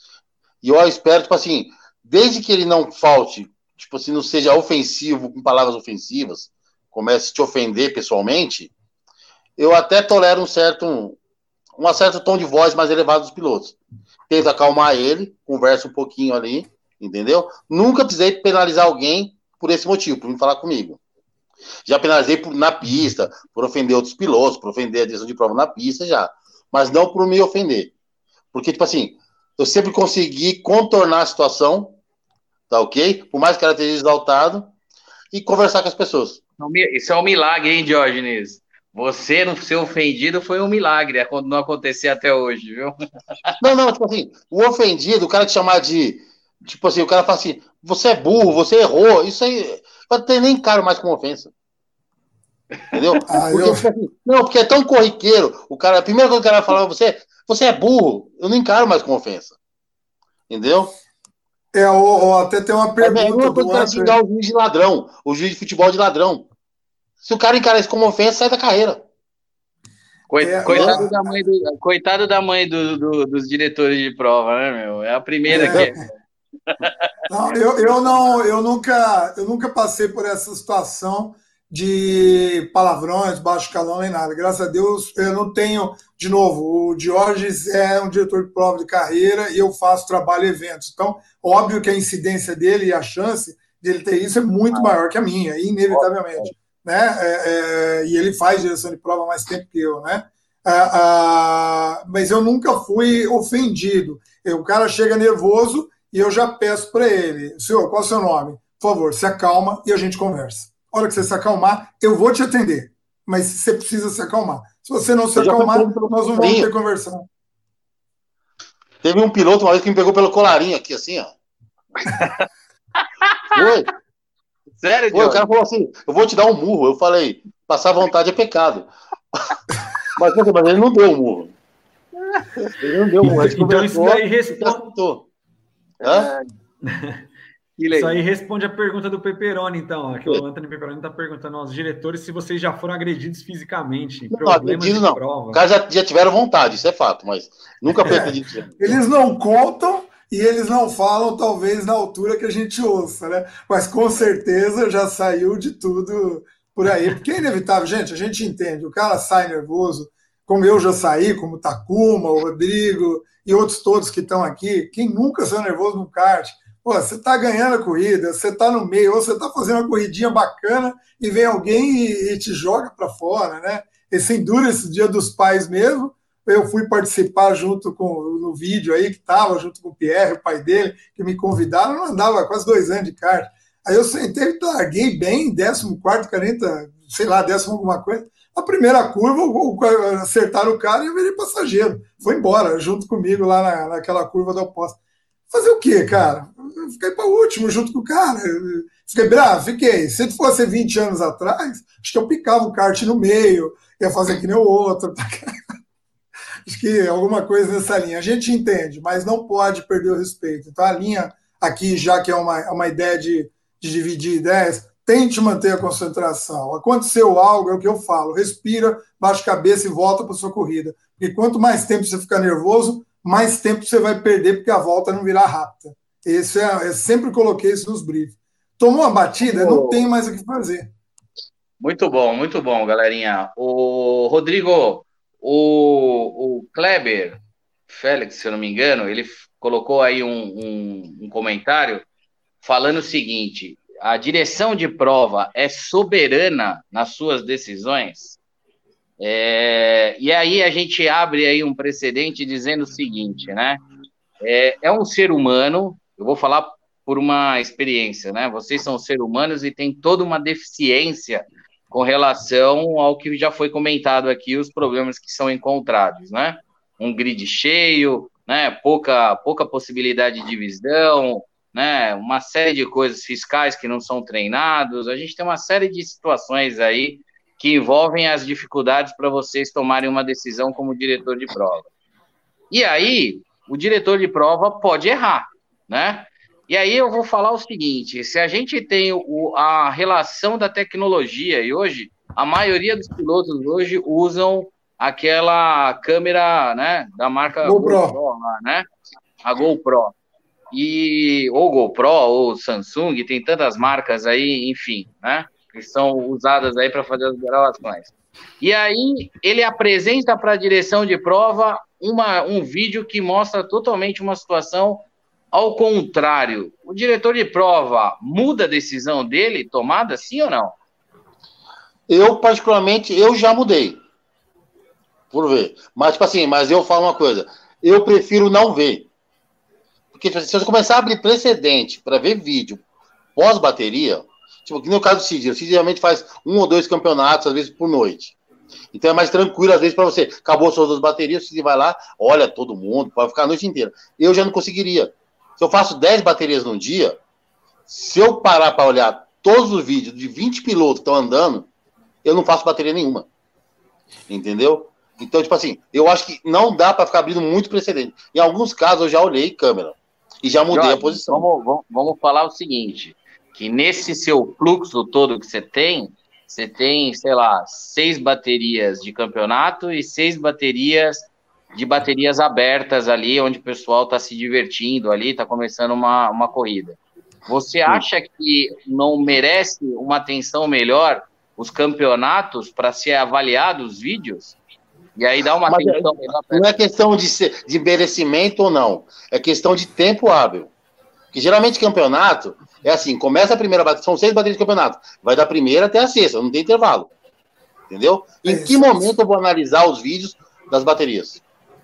E eu espero, tipo assim, desde que ele não falte, tipo assim, não seja ofensivo, com palavras ofensivas, comece a te ofender pessoalmente, eu até tolero um certo... Um, um certo tom de voz mais elevado dos pilotos. Tento acalmar ele, conversa um pouquinho ali, entendeu? Nunca precisei penalizar alguém por esse motivo, por vir falar comigo. Já penalizei por, na pista, por ofender outros pilotos, por ofender a direção de prova na pista, já. Mas não por me ofender. Porque, tipo assim, eu sempre consegui contornar a situação, tá ok? Por mais que ela esteja exaltado, e conversar com as pessoas. Isso é um milagre, hein, Diógenes? Você não ser ofendido foi um milagre, não acontecer até hoje, viu? Não, não, tipo assim, o ofendido, o cara te chamar de, tipo assim, o cara fala assim, você é burro, você errou, isso aí, eu até nem encaro mais como ofensa. Entendeu? Ah, porque, eu... tipo assim, não, porque é tão corriqueiro, o cara, a primeira coisa que o cara vai falar pra você, você é burro, eu não encaro mais como ofensa. Entendeu? É, ou, ou até tem uma pergunta. É a mesma coisa que o cara xingar o juiz de ladrão, o juiz de futebol de ladrão. Se o cara encara isso como ofensa, sai da carreira. Coitado, é, da mãe, do, coitado da mãe do, do, dos diretores de prova, né, meu? É a primeira é. que é. Não, eu, eu, não, eu, nunca, eu nunca passei por essa situação de palavrões, baixo calão nem nada. Graças a Deus, eu não tenho... De novo, o Diógenes é um diretor de prova de carreira e eu faço trabalho e eventos. Então, óbvio que a incidência dele e a chance dele ter isso é muito maior que a minha, inevitavelmente. Né? É, é, e ele faz direção de prova há mais tempo que eu, né? Ah, ah, mas eu nunca fui ofendido. O cara chega nervoso e eu já peço para ele, senhor, qual é o seu nome? Por favor, se acalma e a gente conversa. A hora que você se acalmar, eu vou te atender, mas você precisa se acalmar. Se você não se acalmar, nós não vamos ter conversão. Teve um piloto uma vez que me pegou pelo colarinho aqui, assim, ó. Foi. Sério, Foi, o cara falou assim, eu vou te dar um murro. Eu falei, passar vontade é pecado. mas, mas ele não deu um murro. Ele não deu um murro. Então isso daí responde... Hã? Isso aí responde a pergunta do Pepperoni, então. Aqui o Anthony Pepperoni está perguntando aos diretores se vocês já foram agredidos fisicamente. Não, agredido não. Prova. Os caras já, já tiveram vontade, isso é fato, mas nunca foi agredido. É, eles não contam e eles não falam, talvez, na altura que a gente ouça, né? Mas com certeza já saiu de tudo por aí. Porque é inevitável, gente, a gente entende. O cara sai nervoso, como eu já saí, como o Takuma, o Rodrigo e outros todos que estão aqui. Quem nunca saiu nervoso no kart? Pô, você está ganhando a corrida, você está no meio, ou você está fazendo uma corridinha bacana e vem alguém e, e te joga para fora, né? Esse Endurance Dia dos Pais mesmo, eu fui participar junto com, no vídeo aí, que estava junto com o Pierre, o pai dele, que me convidaram, eu andava quase dois anos de kart. Aí eu sentei e larguei bem, décimo quarto, quarenta, sei lá, décimo alguma coisa. A primeira curva, acertaram o cara e eu virei passageiro. Foi embora, junto comigo lá na, naquela curva da oposta. Fazer o quê, cara? Eu fiquei para o último, junto com o cara. Eu fiquei bravo, fiquei. Se fosse vinte anos atrás, acho que eu picava o kart no meio, ia fazer que nem o outro. Acho que alguma coisa nessa linha. A gente entende, mas não pode perder o respeito. Então, a linha aqui, já que é uma, uma ideia de, de dividir ideias, tente manter a concentração. Aconteceu algo, é o que eu falo. Respira, baixa a cabeça e volta para sua corrida. Porque quanto mais tempo você ficar nervoso, mais tempo você vai perder porque a volta não virá rápida. Esse é, eu sempre coloquei isso nos briefs. Tomou a batida, não tem mais o que fazer. Muito bom, muito bom, galerinha. O Rodrigo, o, o Kleber Félix, se eu não me engano, ele colocou aí um, um, um comentário falando o seguinte: a direção de prova é soberana nas suas decisões? É, e aí a gente abre aí um precedente dizendo o seguinte, né? É, é um ser humano, eu vou falar por uma experiência, né? Vocês são seres humanos e tem toda uma deficiência com relação ao que já foi comentado aqui, os problemas que são encontrados, né? Um grid cheio, né? Pouca, pouca possibilidade de visão, né? Uma série de coisas fiscais que não são treinados. A gente tem uma série de situações aí que envolvem as dificuldades para vocês tomarem uma decisão como diretor de prova. E aí, o diretor de prova pode errar, né? E aí eu vou falar o seguinte: se a gente tem o, a relação da tecnologia, e hoje a maioria dos pilotos hoje usam aquela câmera, né, da marca GoPro, GoPro lá, né? A GoPro. E, ou GoPro, ou Samsung, tem tantas marcas aí, enfim, né? Que são usadas aí para fazer as gravações. E aí ele apresenta para a direção de prova uma, um vídeo que mostra totalmente uma situação ao contrário. O diretor de prova muda a decisão dele, tomada, sim ou não? Eu, particularmente, eu já mudei. Por ver. Mas, tipo assim, mas eu falo uma coisa. Eu prefiro não ver. Porque tipo, se você começar a abrir precedente para ver vídeo pós-bateria, tipo, que no caso do Cid, o Cid realmente faz um ou dois campeonatos, às vezes, por noite. Então é mais tranquilo, às vezes, para você. Acabou suas duas baterias, você vai lá, olha todo mundo, pode ficar a noite inteira. Eu já não conseguiria. Se eu faço dez baterias num dia, se eu parar para olhar todos os vídeos de vinte pilotos que estão andando, eu não faço bateria nenhuma. Entendeu? Então, tipo assim, eu acho que não dá para ficar abrindo muito precedente. Em alguns casos, eu já olhei câmera e já mudei Jorge, a posição. Vamos, vamos, vamos falar o seguinte, que nesse seu fluxo todo que você tem, você tem, sei lá, seis baterias de campeonato e seis baterias de baterias abertas ali, onde o pessoal está se divertindo ali, está começando uma, uma corrida. Você acha que não merece uma atenção melhor os campeonatos para ser avaliados os vídeos? E aí dá uma Mas atenção é, melhor. Não é questão de, ser, de merecimento ou não, é questão de tempo hábil. Porque geralmente campeonato é assim, começa a primeira bateria, são seis baterias de campeonato, vai da primeira até a sexta, não tem intervalo. Entendeu? Em que momento eu vou analisar os vídeos das baterias?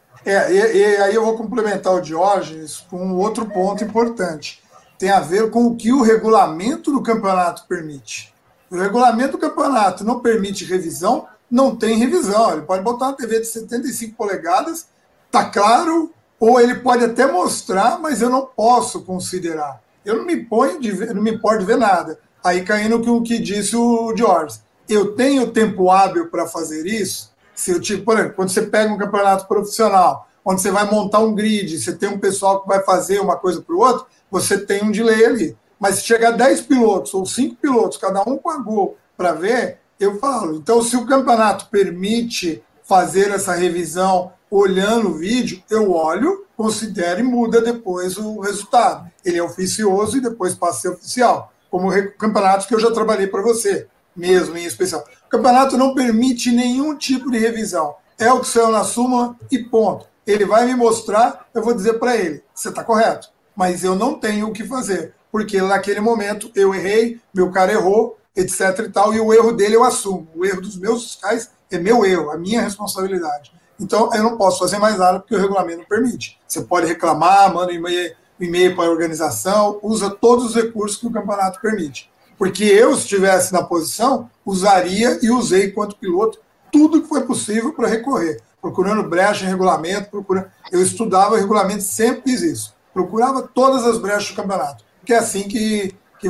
É, e, e aí eu vou complementar o Diógenes com um outro ponto importante. Tem a ver com o que o regulamento do campeonato permite. O regulamento do campeonato não permite revisão, não tem revisão. Ele pode botar uma T V de setenta e cinco polegadas, tá claro, ou ele pode até mostrar, mas eu não posso considerar. Eu não me ponho de ver, não me importo de ver nada. Aí caindo no que disse o Diógenes. Eu tenho tempo hábil para fazer isso? Se eu, tipo, por exemplo, quando você pega um campeonato profissional, onde você vai montar um grid, você tem um pessoal que vai fazer uma coisa para o outro, você tem um delay ali. Mas se chegar dez pilotos ou cinco pilotos, cada um com a Gol para ver, eu falo. Então, se o campeonato permite fazer essa revisão olhando o vídeo, eu olho, considero e muda depois o resultado. Ele é oficioso e depois passa a ser oficial, como campeonatos que eu já trabalhei para você, mesmo em especial. O campeonato não permite nenhum tipo de revisão. É o que saiu na súmula e ponto. Ele vai me mostrar, eu vou dizer para ele, você está correto, mas eu não tenho o que fazer, porque naquele momento eu errei, meu cara errou, etc e tal, e o erro dele eu assumo. O erro dos meus fiscais é meu erro, a minha responsabilidade. Então, eu não posso fazer mais nada porque o regulamento não permite. Você pode reclamar, manda um e-mail, um e-mail para a organização, usa todos os recursos que o campeonato permite. Porque eu, se estivesse na posição, usaria e usei, enquanto piloto, tudo que foi possível para recorrer. Procurando brecha em regulamento, procurando... eu estudava o regulamento, sempre fiz isso. Procurava todas as brechas do campeonato. Que é assim que, que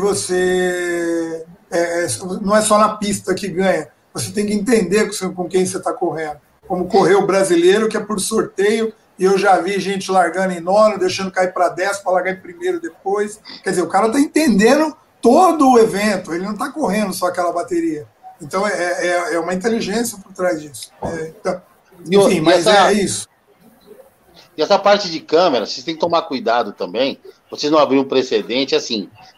você... É, não é só na pista que ganha. Você tem que entender com quem você está correndo. Como correu o brasileiro, que é por sorteio, e eu já vi gente largando em nono, deixando cair para dez, para largar em primeiro depois. Quer dizer, o cara está entendendo todo o evento, ele não está correndo só aquela bateria. Então, é, é, é uma inteligência por trás disso. É, então, enfim, e mas essa, é isso. E essa parte de câmera, vocês têm que tomar cuidado também, vocês não abrirem um precedente, assim,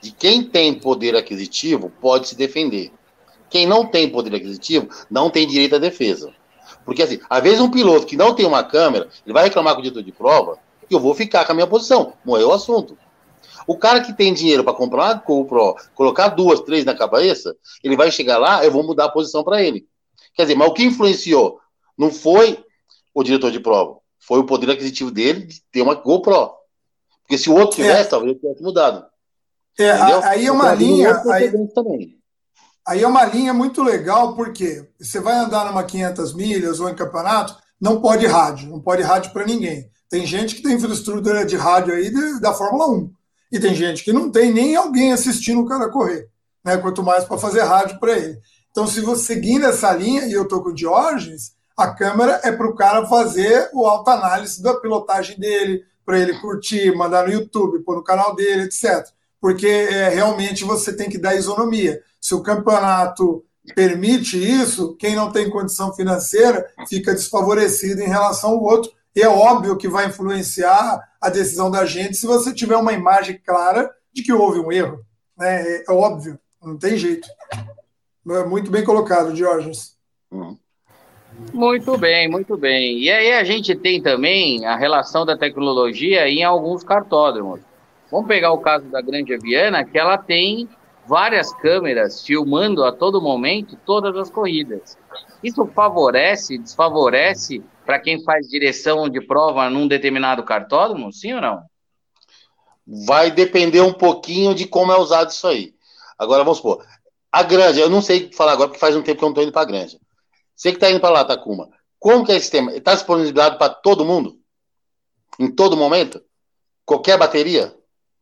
de quem tem poder aquisitivo pode se defender. Quem não tem poder aquisitivo não tem direito à defesa. Porque, assim, às vezes um piloto que não tem uma câmera, ele vai reclamar com o diretor de prova, e eu vou ficar com a minha posição. Morreu o assunto. O cara que tem dinheiro para comprar uma GoPro, colocar duas, três na cabeça, ele vai chegar lá, eu vou mudar a posição para ele. Quer dizer, mas o que influenciou não foi o diretor de prova, foi o poder aquisitivo dele de ter uma GoPro. Porque se o outro tivesse, é. talvez ele tivesse mudado. É, aí é uma linha... Aí, também. aí é uma linha muito legal, porque você vai andar numa quinhentas milhas ou em campeonato, não pode rádio, não pode rádio para ninguém. Tem gente que tem infraestrutura de rádio aí de, da Fórmula um. E tem gente que não tem nem alguém assistindo o cara correr, né? Quanto mais para fazer rádio para ele. Então, se você seguindo essa linha, e eu estou com o Diógenes, a câmera é para o cara fazer o autoanálise da pilotagem dele, para ele curtir, mandar no YouTube, pôr no canal dele, etcétera. Porque é, realmente você tem que dar isonomia. Se o campeonato permite isso, quem não tem condição financeira fica desfavorecido em relação ao outro. E é óbvio que vai influenciar a decisão da gente se você tiver uma imagem clara de que houve um erro. Né? É, é óbvio, não tem jeito. Muito bem colocado, Diógenes. Muito bem, muito bem. E aí a gente tem também a relação da tecnologia em alguns kartódromos. Vamos pegar o caso da Granja Viana, que ela tem várias câmeras filmando a todo momento todas as corridas. Isso favorece, desfavorece para quem faz direção de prova num determinado kartódromo, sim ou não? Vai depender um pouquinho de como é usado isso aí. Agora, vamos supor, a Granja, eu não sei falar agora, porque faz um tempo que eu não estou indo para a Granja. Você que está indo para lá, Takuma, como que é esse sistema? Está disponibilizado para todo mundo? Em todo momento? Qualquer bateria?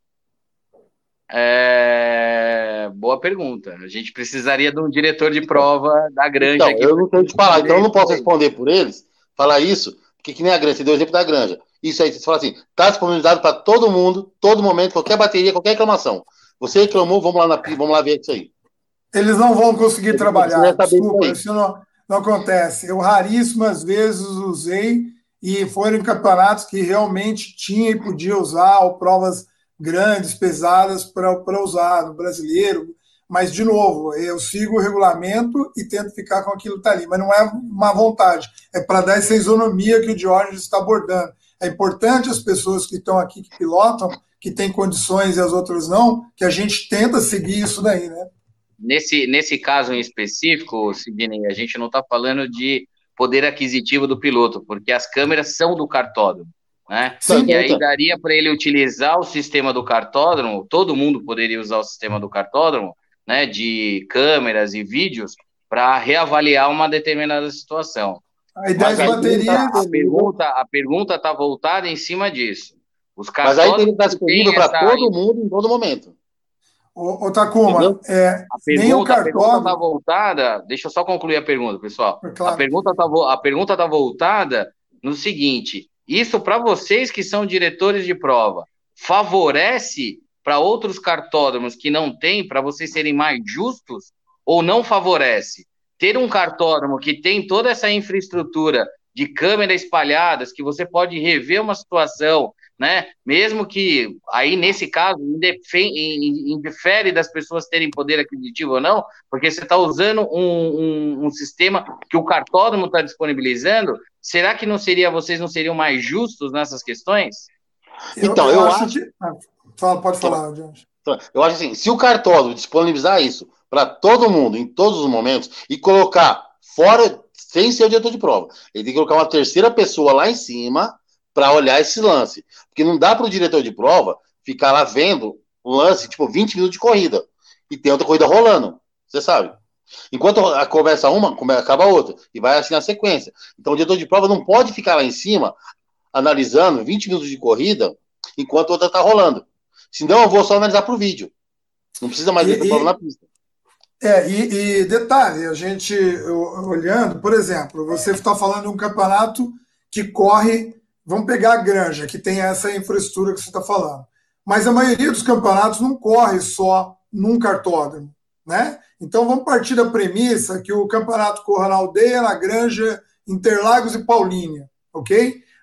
É... Boa pergunta. A gente precisaria de um diretor de prova da Granja. Então, aqui eu não tenho que falar, então eu não posso responder por eles, falar isso, porque que nem a Granja, você deu o exemplo da Granja. Isso aí, você fala assim, está disponibilizado para todo mundo, todo momento, qualquer bateria, qualquer reclamação. Você reclamou, vamos lá, na, vamos lá ver isso aí. Eles não vão conseguir trabalhar, desculpa, isso não, não acontece. Eu raríssimas vezes usei e foram em campeonatos que realmente tinha e podia usar, ou provas grandes, pesadas para usar no brasileiro. Mas, de novo, eu sigo o regulamento e tento ficar com aquilo que está ali. Mas não é uma vontade, é para dar essa isonomia que o Diógenes está abordando. É importante as pessoas que estão aqui, que pilotam, que têm condições e as outras não, que a gente tenta seguir isso daí, né? Nesse, nesse caso em específico, Sidney, a gente não está falando de poder aquisitivo do piloto, porque as câmeras são do kartódromo, né? Sim, e aí daria para ele utilizar o sistema do kartódromo, todo mundo poderia usar o sistema do kartódromo, né, de câmeras e vídeos, para reavaliar uma determinada situação. A ideia de bateria... A pergunta a pergunta está voltada em cima disso. Os Mas aí tem que estar disponível para todo mundo em todo momento. Ô, ô Takuma, é, a pergunta está voltada... Deixa eu só concluir a pergunta, pessoal. É claro. A pergunta está a pergunta tá voltada no seguinte: isso para vocês que são diretores de prova, favorece para outros kartódromos que não têm, para vocês serem mais justos, ou não favorece? Ter um kartódromo que tem toda essa infraestrutura de câmeras espalhadas, que você pode rever uma situação, né? Mesmo que aí nesse caso indifere das pessoas terem poder aquisitivo ou não, porque você está usando um, um, um sistema que o kartódromo está disponibilizando. Será que não seria, vocês não seriam mais justos nessas questões? Então, eu, eu, eu acho, acho... que... Fala, pode falar, Jorge. Eu acho assim, se o cartódromo disponibilizar isso para todo mundo, em todos os momentos, e colocar fora, sem ser o diretor de prova, ele tem que colocar uma terceira pessoa lá em cima para olhar esse lance. Porque não dá para o diretor de prova ficar lá vendo o lance, tipo, vinte minutos de corrida, e tem outra corrida rolando, você sabe. Enquanto começa uma, acaba a outra, e vai assim na sequência. Então o diretor de prova não pode ficar lá em cima, analisando vinte minutos de corrida, enquanto a outra está rolando. Senão eu vou só analisar para o vídeo. Não precisa mais diretor de prova na pista. É, e, e detalhe, a gente olhando, por exemplo, você está falando de um campeonato que corre, vamos pegar a Granja, que tem essa infraestrutura que você está falando, mas a maioria dos campeonatos não corre só num kartódromo, né? Então vamos partir da premissa que o campeonato corra na Aldeia, na Granja, Interlagos e Paulínia, ok?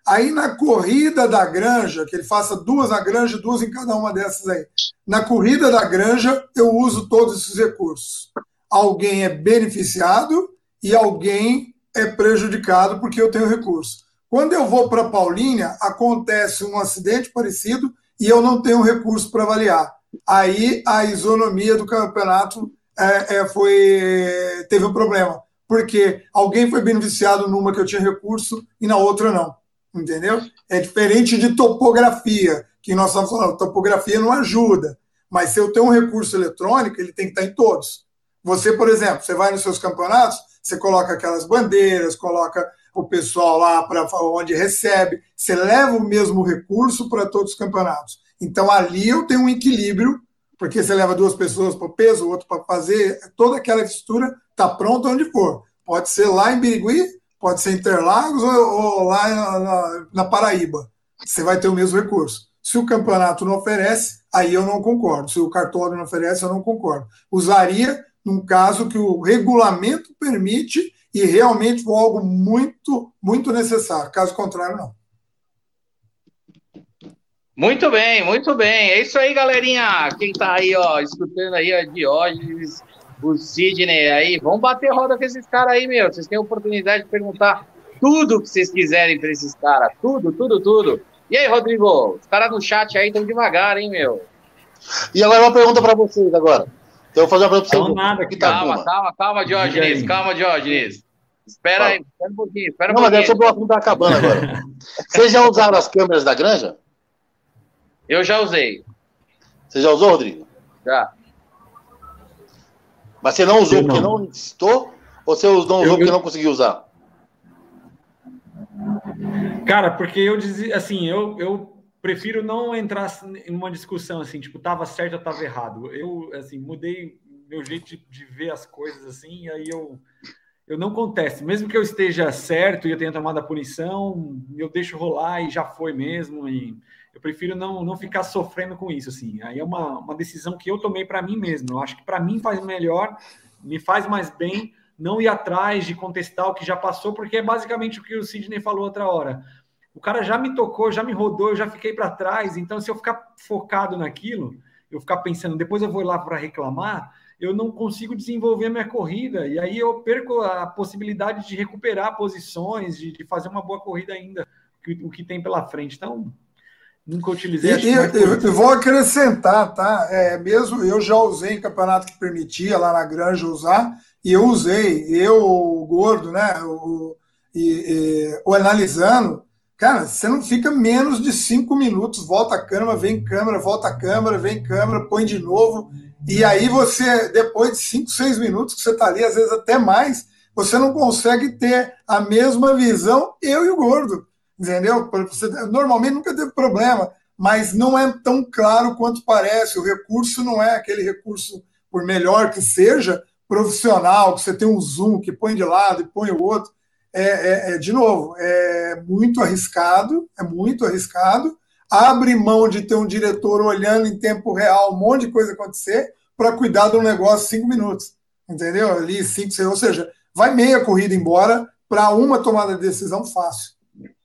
Aí na corrida da granja, que ele faça duas na granja, duas em cada uma dessas aí. Na corrida da granja, eu uso todos esses recursos. Alguém é beneficiado e alguém é prejudicado porque eu tenho recurso. Quando eu vou para Paulínia, acontece um acidente parecido e eu não tenho recurso para avaliar. Aí a isonomia do campeonato é, é, foi, teve um problema, porque alguém foi beneficiado numa que eu tinha recurso e na outra não. Entendeu? É diferente de topografia, que nós estamos falando, topografia não ajuda, mas se eu tenho um recurso eletrônico, ele tem que estar em todos. Você, por exemplo, você vai nos seus campeonatos, você coloca aquelas bandeiras, coloca o pessoal lá para onde recebe, você leva o mesmo recurso para todos os campeonatos. Então ali eu tenho um equilíbrio, porque você leva duas pessoas para o peso, o outro para fazer, toda aquela estrutura está pronta onde for. Pode ser lá em Birigui, pode ser Interlagos ou, ou lá na, na, na Paraíba. Você vai ter o mesmo recurso. Se o campeonato não oferece, aí eu não concordo. Se o cartório não oferece, eu não concordo. Usaria num caso que o regulamento permite e realmente for algo muito, muito necessário. Caso contrário, não. Muito bem, muito bem. É isso aí, galerinha. Quem tá aí, ó, escutando aí, ó, Diógenes, o Sidney aí, vamos bater roda com esses caras aí, meu. Vocês têm a oportunidade de perguntar tudo que vocês quiserem para esses caras. Tudo, tudo, tudo. E aí, Rodrigo? Os caras no chat aí estão devagar, hein, meu? E agora uma pergunta para vocês agora. Então eu vou fazer uma pergunta para vocês. Nada, aqui, calma, calma, calma, Diógenes. Calma, Diógenes. Espera Fala. aí, espera um pouquinho. Espera não, um pouquinho. mas é sobre o assunto da cabana agora. Vocês já usaram as câmeras da granja? Eu já usei. Você já usou, Rodrigo? Já. Mas você não usou não. porque não necessitou? Ou você não usou eu, porque eu... não conseguiu usar? Cara, porque eu dizia assim, eu, eu prefiro não entrar em uma discussão assim, tipo, tava certo ou tava errado. Eu, assim, mudei meu jeito de, de ver as coisas assim, e aí eu, eu não contesto. Mesmo que eu esteja certo e eu tenha tomado a punição, eu deixo rolar e já foi mesmo, e eu prefiro não, não ficar sofrendo com isso, assim. Aí é uma, uma decisão que eu tomei para mim mesmo. Eu acho que para mim faz melhor, me faz mais bem não ir atrás de contestar o que já passou, porque é basicamente o que o Sidney falou outra hora. O cara já me tocou, já me rodou, eu já fiquei para trás. Então, se eu ficar focado naquilo, eu ficar pensando, depois eu vou lá para reclamar, eu não consigo desenvolver a minha corrida. E aí eu perco a possibilidade de recuperar posições, de, de fazer uma boa corrida ainda, o que tem pela frente. Então... Nunca utilizei. E, eu, eu vou acrescentar, tá? É, mesmo eu já usei em campeonato que permitia lá na granja usar, e eu usei, eu, o Gordo, né? O, e, e, o analisando, cara, você não fica menos de cinco minutos, volta a câmera, vem câmera, volta a câmera, vem câmera, põe de novo, e aí você, depois de cinco, seis minutos que você tá ali, às vezes até mais, você não consegue ter a mesma visão, eu e o Gordo. Entendeu? Você, normalmente nunca teve problema, mas não é tão claro quanto parece. O recurso não é aquele recurso, por melhor que seja, profissional, que você tem um zoom que põe de lado e põe o outro. É, é, é, de novo, é muito arriscado, é muito arriscado. Abre mão de ter um diretor olhando em tempo real um monte de coisa acontecer para cuidar de um negócio cinco minutos. Entendeu? Ali, cinco, seis, ou seja, vai meia corrida embora para uma tomada de decisão fácil.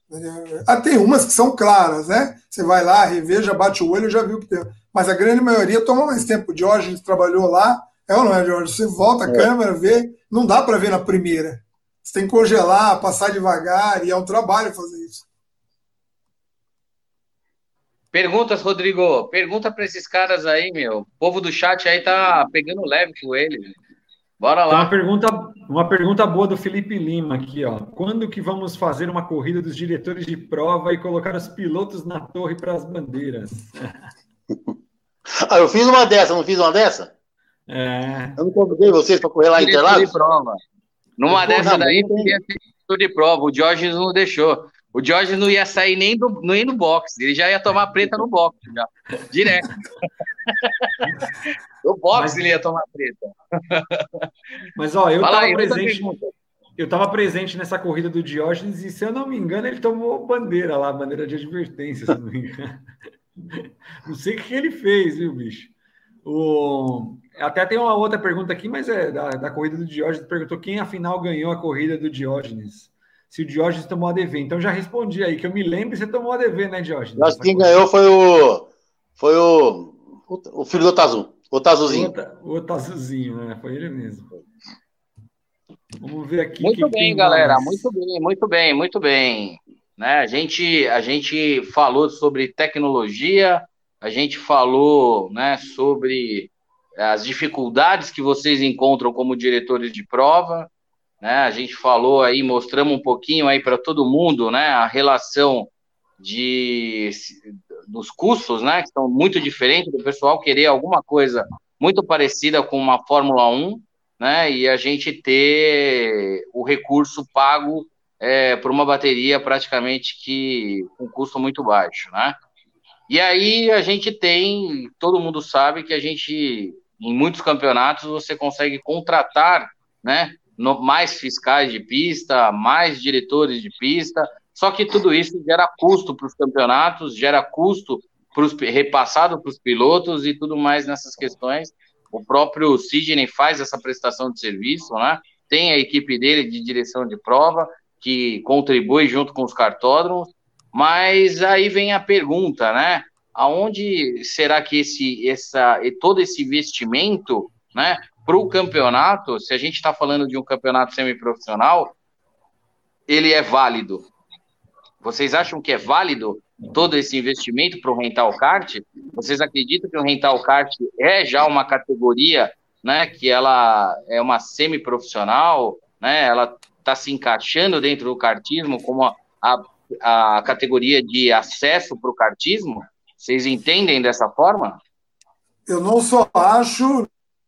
Ah, tem umas que são claras, né? Você vai lá, reveja, bate o olho, já viu que tem. Mas a grande maioria toma mais tempo. O Diógenes trabalhou lá, é ou não é, Diógenes? Você volta a é. câmera, vê, não dá para ver na primeira. Você tem que congelar, passar devagar, e é um trabalho fazer isso. Perguntas, Rodrigo. Pergunta para esses caras aí, meu. O povo do chat aí tá pegando leve com ele. Bora lá. Tem uma pergunta, uma pergunta boa do Felipe Lima aqui, ó. Quando que vamos fazer uma corrida dos diretores de prova e colocar os pilotos na torre para as bandeiras? Ah, eu fiz uma dessa, não fiz uma dessa? É. Eu não convidei vocês para correr lá em Interlagos? De prova. Numa dessa daí, queria ter diretor de prova. O Diógenes não deixou. O Diógenes não ia sair nem do, não ia no box. Ele já ia tomar preta no box, já. Direto. No box Mas... ele ia tomar preta. Mas, ó, eu estava presente... Eu estava presente nessa corrida do Diógenes e, se eu não me engano, ele tomou bandeira lá, bandeira de advertência, se não me engano. Não sei o que ele fez, viu, bicho? O... Até tem uma outra pergunta aqui, mas é da, da corrida do Diógenes. Perguntou quem, afinal, ganhou a corrida do Diógenes. se o Diógenes tomou a dever. Então já respondi aí, que eu me lembro, você tomou a dever, né, Diógenes? Acho que quem ganhou foi o foi o, o, o filho do Otazu, o Otazuzinho. O Otazuzinho, né? Foi ele mesmo. Vamos ver aqui. Muito que bem, tem galera. mais. Muito bem, muito bem, muito bem. Né? A gente, a gente falou sobre tecnologia, a gente falou, né, sobre as dificuldades que vocês encontram como diretores de prova, né? A gente falou aí, mostramos um pouquinho aí para todo mundo, né, a relação de, dos custos, né, que são muito diferentes, do pessoal querer alguma coisa muito parecida com uma Fórmula um, né, e a gente ter o recurso pago é, por uma bateria praticamente que com custo muito baixo, né? E aí a gente tem, todo mundo sabe que a gente, em muitos campeonatos, você consegue contratar, né, no, mais fiscais de pista, mais diretores de pista, só que tudo isso gera custo para os campeonatos, gera custo pros, repassado para os pilotos e tudo mais nessas questões. O próprio Sidney faz essa prestação de serviço, né? Tem a equipe dele de direção de prova, que contribui junto com os cartódromos, mas aí vem a pergunta, né? Aonde será que esse, essa, todo esse investimento, né, para o campeonato, se a gente está falando de um campeonato semiprofissional, ele é válido? Vocês acham que é válido todo esse investimento para o rental kart? Vocês acreditam que o rental kart é já uma categoria, né, que ela é uma semiprofissional, né? Ela está se encaixando dentro do kartismo como a, a, a categoria de acesso para o kartismo? Vocês entendem dessa forma? Eu não só acho,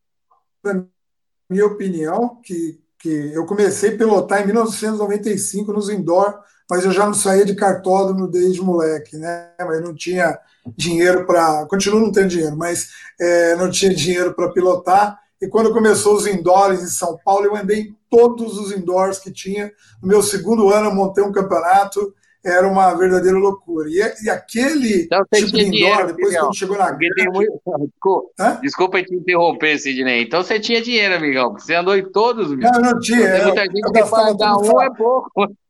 na minha opinião, que, que eu comecei a pilotar em mil novecentos e noventa e cinco nos indoor, mas eu já não saía de kartódromo desde moleque, né? Mas não tinha dinheiro para... Continuo não tendo dinheiro, mas é, não tinha dinheiro para pilotar. E quando começou os indoors em São Paulo, eu andei em todos os indoors que tinha. No meu segundo ano, eu montei um campeonato. Era uma verdadeira loucura. E, e aquele então, tipo de indoor, dinheiro, depois filhão, quando chegou na grande... muito... Desculpa, desculpa te interromper, Sidney. Então você tinha dinheiro, amigão, porque você andou em todos, meu. Não, não tinha. Tem muita eu, gente eu que paga um é pouco.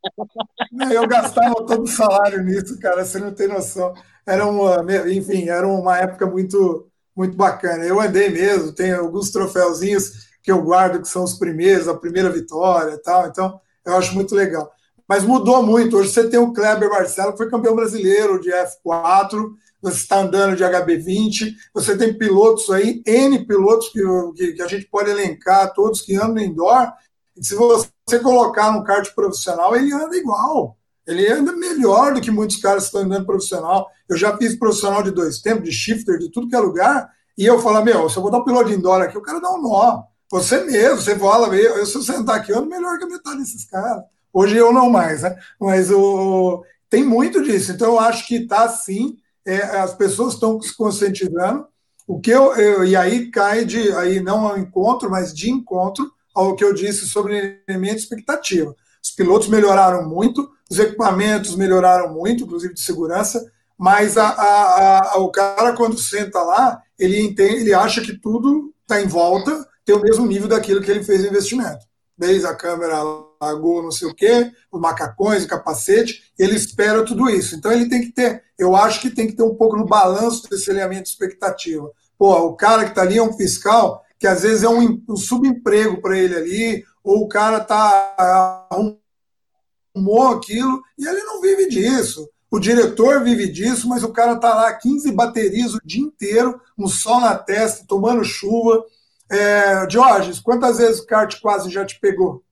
Eu gastava todo o salário nisso, cara, você não tem noção. Era uma, enfim, era uma época muito, muito bacana. Eu andei mesmo, tem alguns troféuzinhos que eu guardo, que são os primeiros, a primeira vitória e tal, então eu acho muito legal. Mas mudou muito. Hoje você tem o Kleber Barcelo, que foi campeão brasileiro de F quatro, você está andando de H B vinte, você tem pilotos aí, N pilotos que, que, que a gente pode elencar, todos que andam indoor, e se você colocar num kart profissional, ele anda igual. Ele anda melhor do que muitos caras que estão andando profissional. Eu já fiz profissional de dois tempos, de shifter, de tudo que é lugar, e eu falo, meu, se eu botar um piloto de indoor aqui, eu quero dar um nó. Você mesmo, você fala, eu, eu se eu sentar aqui, eu ando melhor que a metade desses caras. Hoje eu não mais, né? Mas o, tem muito disso. Então, eu acho que está sim, é, as pessoas estão se conscientizando. O que eu, eu, e aí cai de, aí não ao encontro, mas de encontro ao que eu disse sobre elemento de expectativa. Os pilotos melhoraram muito, os equipamentos melhoraram muito, inclusive de segurança, mas a, a, a, o cara, quando senta lá, ele, entende, ele acha que tudo está em volta, tem o mesmo nível daquilo que ele fez o investimento. Desde a câmera, largou não sei o quê, os macacões, o capacete, ele espera tudo isso. Então ele tem que ter, eu acho que tem que ter um pouco no balanço desse elemento de expectativa. Pô, o cara que está ali é um fiscal, que às vezes é um, um subemprego para ele ali, ou o cara tá, arrumou aquilo e ele não vive disso. O diretor vive disso, mas o cara está lá quinze baterias o dia inteiro, um sol na testa, tomando chuva. É, Diógenes, quantas vezes o kart quase já te pegou?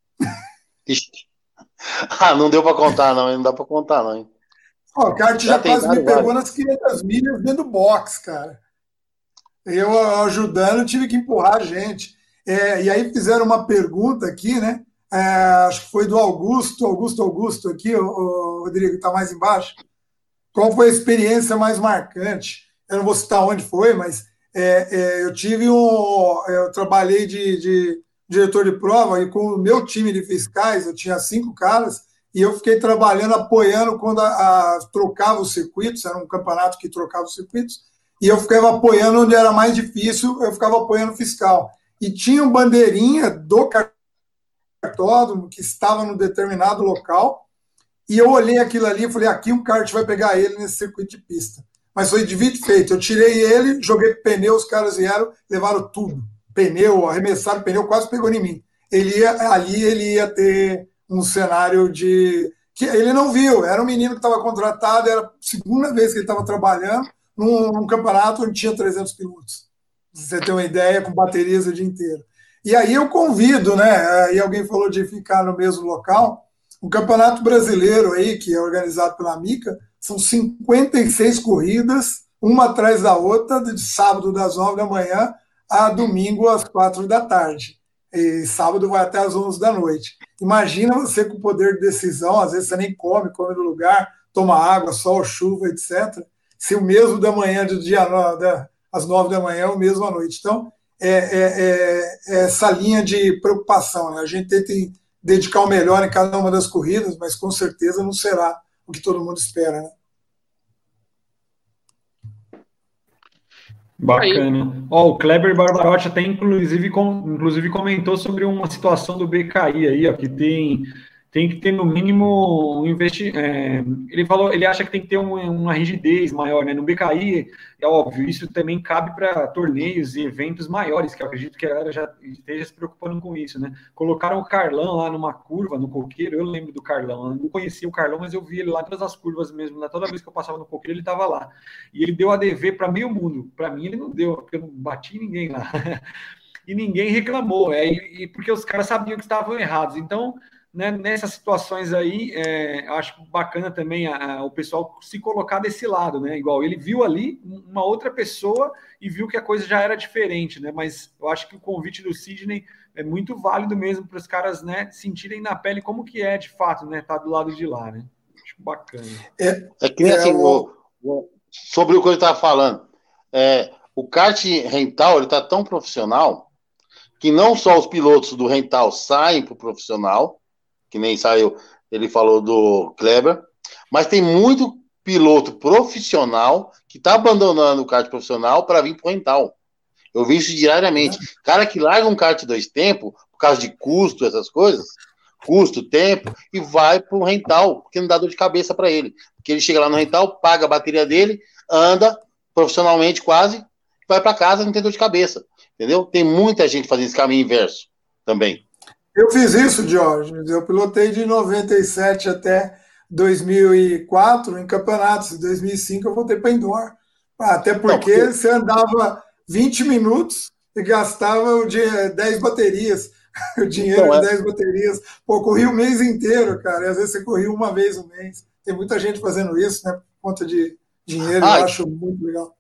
Ah, não deu para contar, não. Não dá para contar, não. Hein? Ó, o kart já, já quase me pegou várias. Nas quinhentas milhas dentro do box, cara. Eu ajudando, tive que empurrar a gente. É, e aí fizeram uma pergunta aqui, né? É, acho que foi do Augusto, Augusto Augusto aqui, o, o Rodrigo está mais embaixo. Qual foi a experiência mais marcante? Eu não vou citar onde foi, mas é, é, eu tive um. Eu trabalhei de, de diretor de prova e com o meu time de fiscais, eu tinha cinco caras, e eu fiquei trabalhando, apoiando quando a, a, trocava os circuitos, era um campeonato que trocava os circuitos, e eu ficava apoiando onde era mais difícil, eu ficava apoiando o fiscal. E tinha um bandeirinha do cartódromo que estava num determinado local, e eu olhei aquilo ali e falei, aqui um kart vai pegar ele nesse circuito de pista. Mas foi de vídeo feito. Eu tirei ele, joguei pneu, os caras vieram, levaram tudo. Pneu, arremessaram pneu, quase pegou em mim. Ele ia, ali ele ia ter um cenário de... que ele não viu, era um menino que estava contratado, era a segunda vez que ele estava trabalhando num, num campeonato onde tinha trezentos pilotos. Pra você ter uma ideia, com baterias o dia inteiro. E aí eu convido, né? Aí alguém falou de ficar no mesmo local. O Campeonato Brasileiro aí, que é organizado pela Mica, são cinquenta e seis corridas, uma atrás da outra, de sábado das nove da manhã a domingo às quatro da tarde. E sábado vai até às onze da noite. Imagina você com o poder de decisão, às vezes você nem come, come no lugar, toma água, sol, chuva, etcétera. Se o mesmo da manhã, do dia às nove da manhã, é o mesmo à noite. Então, é, é, é, é essa linha de preocupação, né? A gente tenta dedicar o melhor em cada uma das corridas, mas com certeza não será o que todo mundo espera, né? Bacana. Ó, o Kleber Barbarotti até inclusive, com, inclusive comentou sobre uma situação do B K I aí, ó, que tem, tem que ter no mínimo um investi é, ele falou, ele acha que tem que ter um, uma rigidez maior, né? No B K I, é óbvio, isso também cabe para torneios e eventos maiores, que eu acredito que a galera já esteja se preocupando com isso, né? Colocaram o Carlão lá numa curva, no coqueiro, eu lembro do Carlão, eu não conhecia o Carlão, mas eu vi ele lá em todas as curvas mesmo, né? Toda vez que eu passava no coqueiro, ele estava lá. E ele deu A D V para meio mundo, para mim ele não deu, porque eu não bati em ninguém lá. E ninguém reclamou, é, e, e porque os caras sabiam que estavam errados, então... Né, nessas situações aí, é, acho bacana também a, a, o pessoal se colocar desse lado, né? Igual ele viu ali uma outra pessoa e viu que a coisa já era diferente, né? Mas eu acho que o convite do Sidney é muito válido mesmo para os caras, né, sentirem na pele como que é de fato, né? Tá do lado de lá, né? Acho bacana. É, é que nem assim, o, o, sobre o que eu estava falando, é, o kart rental ele tá tão profissional que não só os pilotos do rental saem para o profissional, que nem saiu, ele falou do Kleber, mas tem muito piloto profissional que está abandonando o kart profissional para vir para o rental. Eu vi isso diariamente. Cara que larga um kart dois tempos, por causa de custo, essas coisas, custo, tempo, e vai para o rental, porque não dá dor de cabeça para ele. Porque ele chega lá no rental, paga a bateria dele, anda profissionalmente quase, vai para casa, não tem dor de cabeça. Entendeu? Tem muita gente fazendo esse caminho inverso também. Eu fiz isso, Jorge. Eu pilotei de noventa e sete até dois mil e quatro em campeonatos. Em dois mil e cinco eu voltei para indoor. Até porque, não, porque você andava vinte minutos e gastava o dia, dez baterias. O dinheiro então, de dez é... baterias. Pô, corri o mês inteiro, cara. E às vezes você corria uma vez no mês. Tem muita gente fazendo isso, né? Por conta de dinheiro, ah, eu acho muito legal.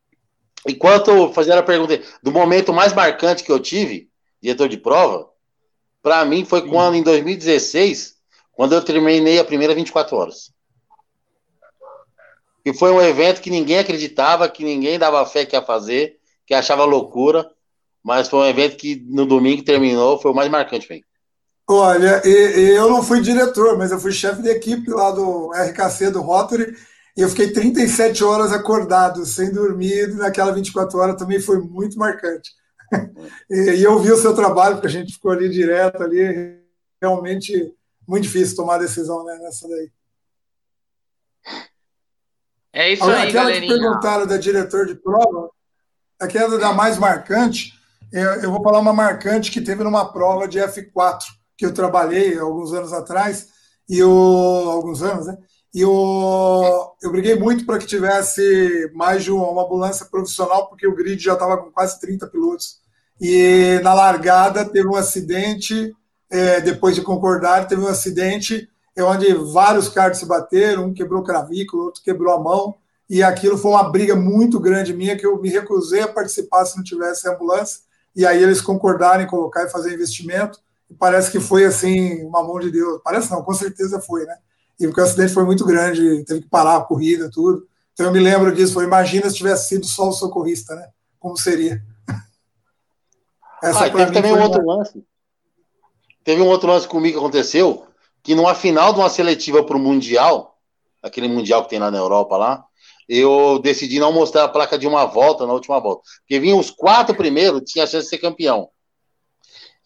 Enquanto fazendo a pergunta do momento mais marcante que eu tive, diretor de prova, para mim foi Sim. quando, em dois mil e dezesseis, quando eu terminei a primeira vinte e quatro horas. Que foi um evento que ninguém acreditava, que ninguém dava fé que ia fazer, que achava loucura, mas foi um evento que no domingo terminou, foi o mais marcante, bem. Olha, eu não fui diretor, mas eu fui chefe de equipe lá do R K C, do Rotary, e eu fiquei trinta e sete horas acordado, sem dormir, naquela vinte e quatro horas também foi muito marcante. E eu vi o seu trabalho, porque a gente ficou ali direto, ali, realmente muito difícil tomar a decisão, né, nessa daí. É isso aí, aquela galerinha. Que perguntaram da diretor de prova, aquela da mais marcante, eu vou falar uma marcante que teve numa prova de F quatro, que eu trabalhei alguns anos atrás, e o, alguns anos, né? E o, eu briguei muito para que tivesse mais de uma, uma ambulância profissional, porque o grid já estava com quase trinta pilotos. E na largada teve um acidente, é, depois de concordar, teve um acidente onde vários karts se bateram, um quebrou o cravículo, outro quebrou a mão, e aquilo foi uma briga muito grande minha, que eu me recusei a participar se não tivesse ambulância, e aí eles concordaram em colocar e fazer investimento, e parece que foi assim, uma mão de Deus. Parece não, com certeza foi, né? E porque o acidente foi muito grande, teve que parar a corrida, tudo. Então eu me lembro disso, foi, imagina se tivesse sido só o socorrista, né? Como seria? Essa ah, teve também um outro uma... lance. Teve um outro lance comigo que aconteceu, que numa final de uma seletiva para o Mundial, aquele Mundial que tem lá na Europa, lá, eu decidi não mostrar a placa de uma volta na última volta. Porque vinham os quatro primeiros, tinha a chance de ser campeão.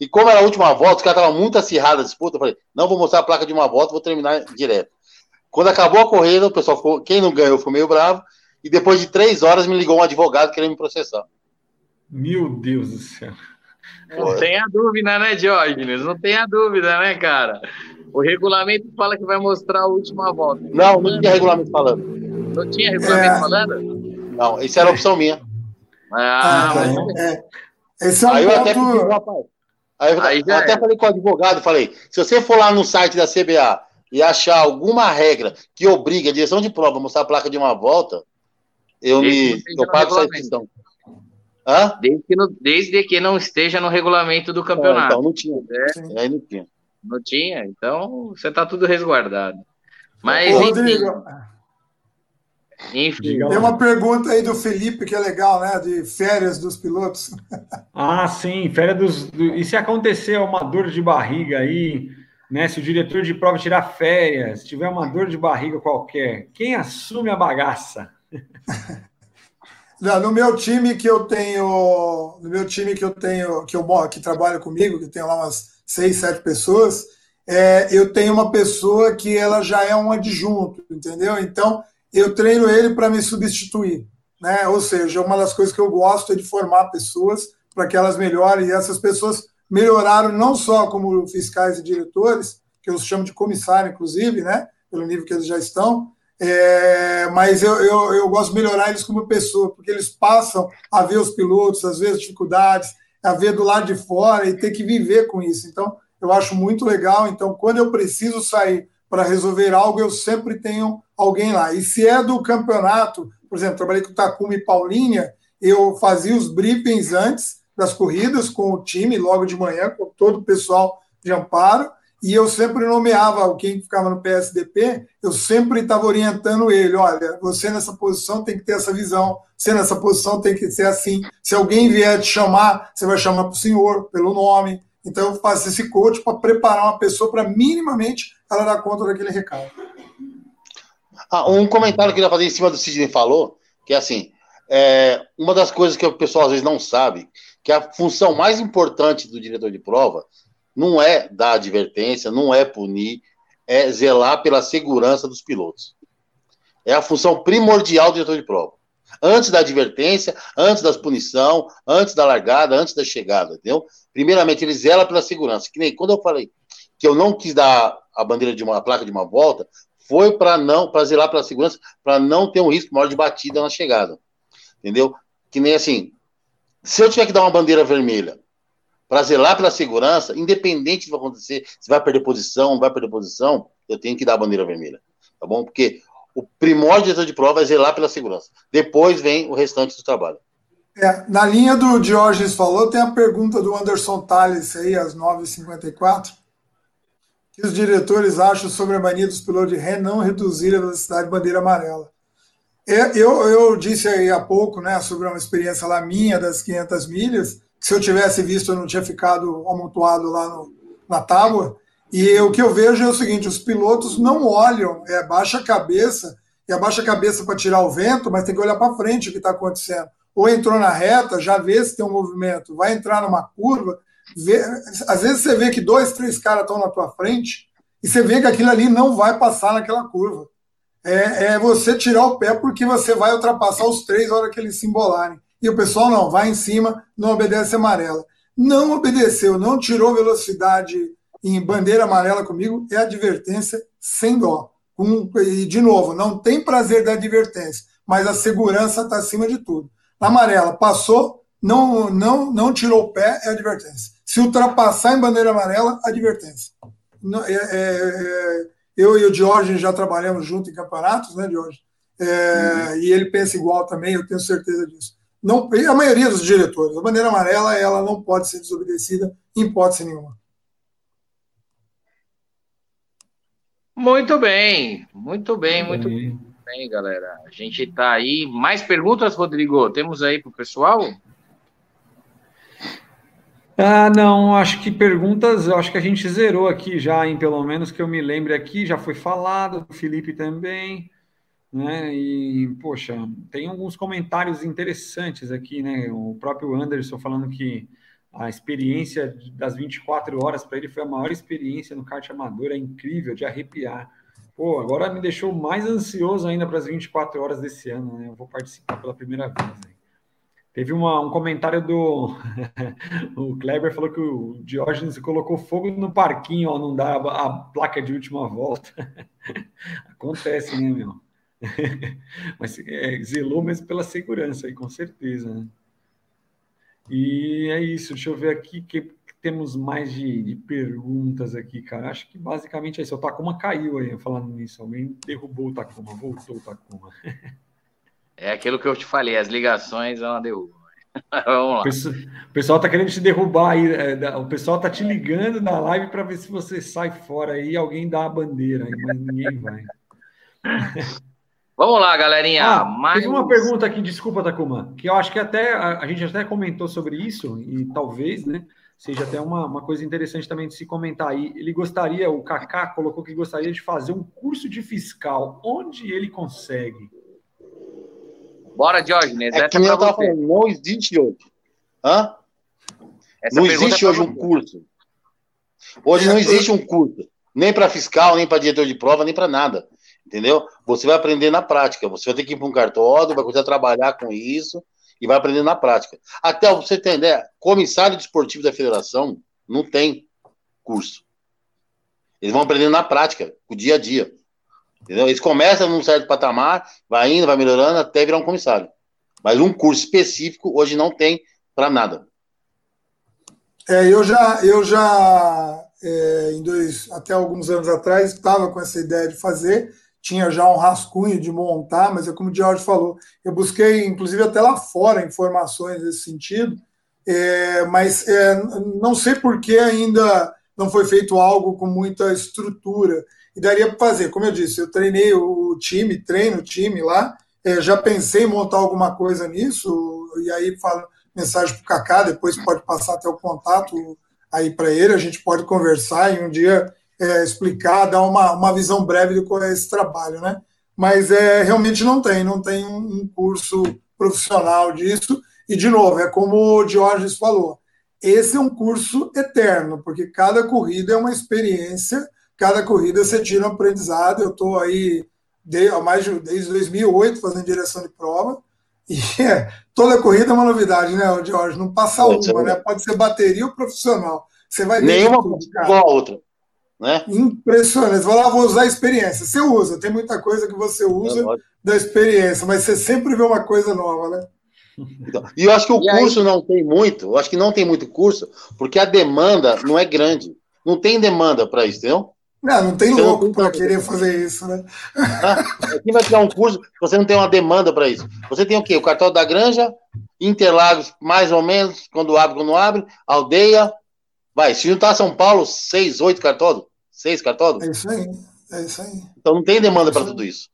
E como era a última volta, os caras estavam muito acirrados a disputa, eu falei, não vou mostrar a placa de uma volta, vou terminar direto. Quando acabou a corrida, o pessoal ficou, quem não ganhou ficou meio bravo, e depois de três horas me ligou um advogado querendo me processar. Meu Deus do céu. Não tenha dúvida, né, Diógenes? Não tenha dúvida, né, cara? O regulamento fala que vai mostrar a última volta. Não, não tinha regulamento falando. Não tinha regulamento É. falando? Não, isso era a opção minha. Ah, Ah, mas... é. Esse é um Aí eu até pedi, ponto. rapaz. Aí eu, Aí eu já até é. falei com o advogado, falei, se você for lá no site da C B A e achar alguma regra que obrigue a direção de prova a mostrar a placa de uma volta, eu Desde que não me esteja eu no pago essa regulamento. inscrição. Hã? Desde que, não, desde que não esteja no regulamento do É, campeonato. então não tinha. Sim. Aí não tinha. Não tinha? Então você tá tudo resguardado. Mas, Ô, enfim, Rodrigo, enfim. Diga tem lá. uma pergunta aí do Felipe que é legal, né? De férias dos pilotos. Ah, sim, férias dos. Do... E se acontecer uma dor de barriga aí, né? Se o diretor de prova tirar férias, tiver uma dor de barriga qualquer, quem assume a bagaça? Não, no meu time que eu tenho, no meu time que eu tenho, que eu moro, que trabalha comigo, que tem lá umas seis, sete pessoas, é, eu tenho uma pessoa que ela já é um adjunto, entendeu? Então eu treino ele para me substituir, né? Ou seja, uma das coisas que eu gosto é de formar pessoas para que elas melhorem, e essas pessoas melhoraram não só como fiscais e diretores, que eu chamo de comissário, inclusive, né? Pelo nível que eles já estão. É, mas eu, eu, eu gosto de melhorar eles como pessoa, porque eles passam a ver os pilotos, às vezes dificuldades, a ver do lado de fora e ter que viver com isso. Então, eu acho muito legal. Então, quando eu preciso sair para resolver algo, eu sempre tenho alguém lá. E se é do campeonato, por exemplo, trabalhei com Takuma e Paulinha, eu fazia os briefings antes das corridas com o time, logo de manhã, com todo o pessoal de amparo, e eu sempre nomeava quem ficava no P S D P, eu sempre estava orientando ele, olha, você nessa posição tem que ter essa visão, você nessa posição tem que ser assim, se alguém vier te chamar, você vai chamar para o senhor, pelo nome. Então eu faço esse coach para preparar uma pessoa para minimamente ela dar conta daquele recado. Ah, um comentário que eu queria fazer em cima do Sidney falou, que é assim, é, uma das coisas que o pessoal às vezes não sabe, que a função mais importante do diretor de prova não é dar advertência, não é punir, é zelar pela segurança dos pilotos. É a função primordial do diretor de prova. Antes da advertência, antes das punição, antes da largada, antes da chegada, entendeu? Primeiramente, ele zela pela segurança. Que nem quando eu falei que eu não quis dar a bandeira de uma a placa de uma volta, foi para não, para zelar pela segurança, para não ter um risco maior de batida na chegada. Entendeu? Que nem assim, se eu tiver que dar uma bandeira vermelha para zelar pela segurança, independente do que vai acontecer, se vai perder posição, não vai perder posição, eu tenho que dar a bandeira vermelha, tá bom? Porque o primórdio do diretor de prova é zelar pela segurança. Depois vem o restante do trabalho. É, na linha do Diógenes falou, tem a pergunta do Anderson Tales aí, às nove e cinquenta e quatro, que os diretores acham sobre a mania dos pilotos de ré não reduzir a velocidade de bandeira amarela. Eu, eu disse aí há pouco, né, sobre uma experiência lá minha das quinhentas milhas, que se eu tivesse visto eu não tinha ficado amontoado lá no, na tábua, e o que eu vejo é o seguinte, os pilotos não olham, é, baixa a cabeça, e abaixa a cabeça para tirar o vento, mas tem que olhar para frente o que está acontecendo. Ou entrou na reta, já vê se tem um movimento, vai entrar numa curva, vê, às vezes você vê que dois, três caras estão na tua frente, e você vê que aquilo ali não vai passar naquela curva. É, é você tirar o pé porque você vai ultrapassar os três na hora que eles se embolarem. E o pessoal não, vai em cima, não obedece a amarela. Não obedeceu, não tirou velocidade em bandeira amarela comigo, é advertência sem dó. Um, e, de novo, não tem prazer da advertência, mas a segurança está acima de tudo. Na amarela, passou, não, não, não tirou o pé, é advertência. Se ultrapassar em bandeira amarela, advertência. Não, é, é, é, eu e o Diógenes já trabalhamos junto em campeonatos, né, Diógenes? É, uhum. E ele pensa igual também, eu tenho certeza disso. Não, a maioria dos diretores, a bandeira amarela, ela não pode ser desobedecida em hipótese nenhuma. Muito bem, muito bem, muito bem, bem, galera. A gente tá aí. Mais perguntas, Rodrigo? Temos aí pro pessoal? Ah, não, acho que perguntas, eu acho que a gente zerou aqui já, hein, pelo menos que eu me lembre aqui, já foi falado, o Felipe também, né, e, poxa, tem alguns comentários interessantes aqui, né, o próprio Anderson falando que a experiência das vinte e quatro horas para ele foi a maior experiência no kart amador, é incrível, de arrepiar. Pô, agora me deixou mais ansioso ainda para as vinte e quatro horas desse ano, né? Eu vou participar pela primeira vez. Né? Teve uma, um comentário do... o Kleber falou que o Diógenes colocou fogo no parquinho, ó, não dá a, a placa de última volta. Acontece, né, meu? Mas é, zelou mesmo pela segurança aí, com certeza, né? E é isso, deixa eu ver aqui que temos mais de, de perguntas aqui, cara. Acho que basicamente é isso. O Takuma caiu aí, falando nisso. Alguém derrubou o Takuma, voltou o Takuma. É aquilo que eu te falei, as ligações é uma derruba. Vamos lá. O pessoal, o pessoal tá querendo te derrubar aí. É, o pessoal tá te ligando na live para ver se você sai fora aí e alguém dá a bandeira aí, mas ninguém vai. Vamos lá, galerinha. Ah, mais... Teve uma pergunta aqui, desculpa, Takuma, que eu acho que até a, a gente até comentou sobre isso, e talvez, né, seja até uma, uma coisa interessante também de se comentar aí. Ele gostaria, o Kaká colocou que gostaria de fazer um curso de fiscal. Onde ele consegue? Bora, Diógenes. É que nem eu estava falando, não existe hoje. Hã? Essa não existe é hoje um curso. Hoje não existe um curso. Nem para fiscal, nem para diretor de prova, nem para nada. Entendeu? Você vai aprender na prática. Você vai ter que ir para um cartódromo, vai começar a trabalhar com isso e vai aprender na prática. Até você entender, comissário desportivo da federação não tem curso. Eles vão aprendendo na prática, o dia a dia. Entendeu? Eles começam num certo patamar, vai indo, vai melhorando até virar um comissário. Mas um curso específico hoje não tem para nada. É, eu já, eu já é, em dois, até alguns anos atrás, estava com essa ideia de fazer, tinha já um rascunho de montar, mas é como o Jorge falou, eu busquei, inclusive até lá fora, informações nesse sentido, é, mas é, não sei por que ainda não foi feito algo com muita estrutura, e daria para fazer, como eu disse, eu treinei o time, treino o time lá, é, já pensei em montar alguma coisa nisso, e aí falo mensagem para o Kaká, depois pode passar até o contato aí para ele, a gente pode conversar e um dia é, explicar, dar uma, uma visão breve do qual é esse trabalho, né? Mas é, realmente não tem, não tem um curso profissional disso, e de novo, é como o Diógenes falou, esse é um curso eterno, porque cada corrida é uma experiência, cada corrida você tira um aprendizado, eu estou aí de, mais de, desde dois mil e oito fazendo direção de prova, e é, toda corrida é uma novidade, né, Jorge? Não passa uma, né? Pode ser bateria ou profissional. Você vai ver nenhuma tudo, igual a outra, né? Impressionante. Você vai lá, vou usar a experiência. Você usa, tem muita coisa que você usa é da experiência, mas você sempre vê uma coisa nova, né? Então, e eu acho que o e curso aí? não tem muito, eu acho que não tem muito curso, porque a demanda não é grande. Não tem demanda para isso, entendeu? Não, não tem você louco para querer fazer isso, né? Ah, quem vai criar um curso você não tem uma demanda para isso? Você tem o quê? O cartódromo da Granja, Interlagos, mais ou menos, quando abre, quando abre, Aldeia. Vai, se juntar São Paulo, seis, oito cartódromos, seis cartódromos. É isso aí, é isso aí. Então não tem demanda é para tudo isso.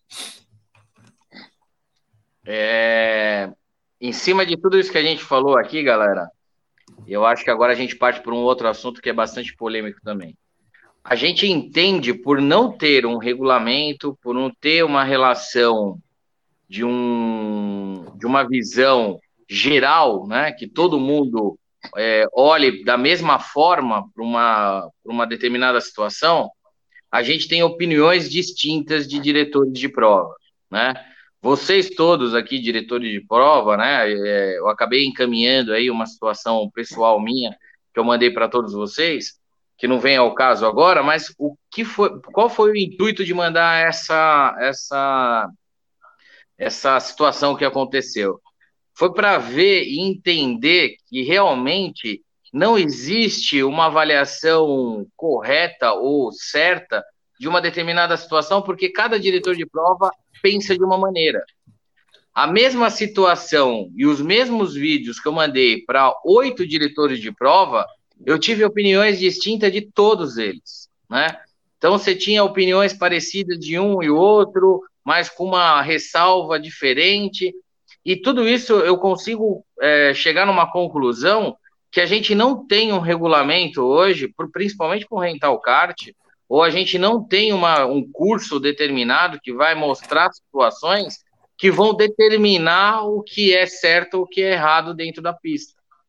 É... Em cima de tudo isso que a gente falou aqui, galera, eu acho que agora a gente parte para um outro assunto que é bastante polêmico também. A gente entende, por não ter um regulamento, por não ter uma relação de, um, de uma visão geral, né, que todo mundo é, olhe da mesma forma para uma, para uma determinada situação, a gente tem opiniões distintas de diretores de prova, né? Vocês todos aqui, diretores de prova, né, é, eu acabei encaminhando aí uma situação pessoal minha que eu mandei para todos vocês, que não vem ao caso agora, mas o que foi, qual foi o intuito de mandar essa, essa, essa situação que aconteceu? Foi para ver e entender que realmente não existe uma avaliação correta ou certa de uma determinada situação, porque cada diretor de prova pensa de uma maneira. A mesma situação e os mesmos vídeos que eu mandei para oito diretores de prova, eu tive opiniões distintas de todos eles, né? Então, você tinha opiniões parecidas de um e outro, mas com uma ressalva diferente, e tudo isso eu consigo é, chegar numa conclusão que a gente não tem um regulamento hoje, por, principalmente com o rental kart, ou a gente não tem uma, um curso determinado que vai mostrar situações que vão determinar o que é certo ou o que é errado dentro da pista.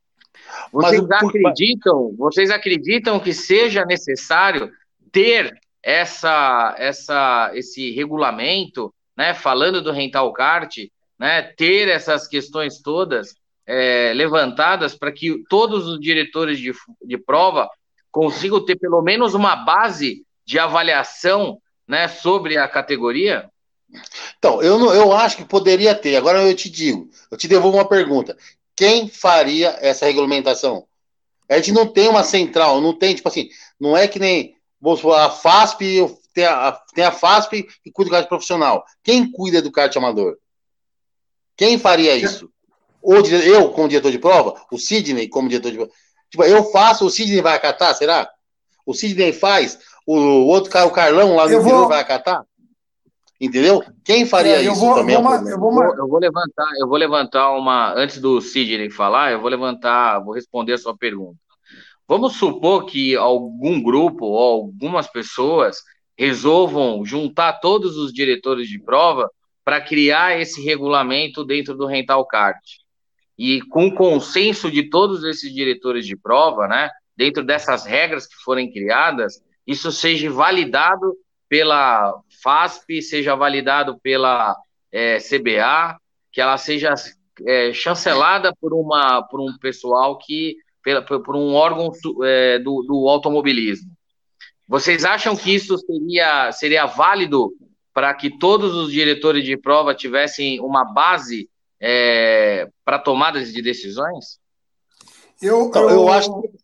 Vocês Mas, acreditam, vocês acreditam que seja necessário ter essa, essa, esse regulamento, né, falando do rental kart, né, ter essas questões todas é, levantadas para que todos os diretores de, de prova consigam ter pelo menos uma base de avaliação, né, sobre a categoria? Então, eu, não, eu acho que poderia ter. Agora eu te digo, eu te devolvo uma pergunta. Quem faria essa regulamentação? A gente não tem uma central, não tem, tipo assim, não é que nem, vamos falar, a FASP, tem a, tem a FASP que cuida do kart profissional. Quem cuida do kart amador? Quem faria isso? Ou eu, como diretor de prova, o Sidney, como diretor de prova. Tipo, eu faço, o Sidney vai acatar, será? O Sidney faz, o outro cara, o Carlão lá no eu interior vou... vai acatar? Entendeu? Quem faria é, eu isso vou, também? Eu vou, eu, vou, eu vou levantar, eu vou levantar uma. Antes do Sidney falar, eu vou levantar, vou responder a sua pergunta. Vamos supor que algum grupo ou algumas pessoas resolvam juntar todos os diretores de prova para criar esse regulamento dentro do rental kart. E com o consenso de todos esses diretores de prova, né, dentro dessas regras que forem criadas, isso seja validado pela FASP, seja validado pela é, C B A, que ela seja é, chancelada por, uma, por um pessoal que, pela, por um órgão é, do, do automobilismo. Vocês acham que isso seria, seria válido para que todos os diretores de prova tivessem uma base é, para tomadas de decisões? Eu, então, eu... eu acho que...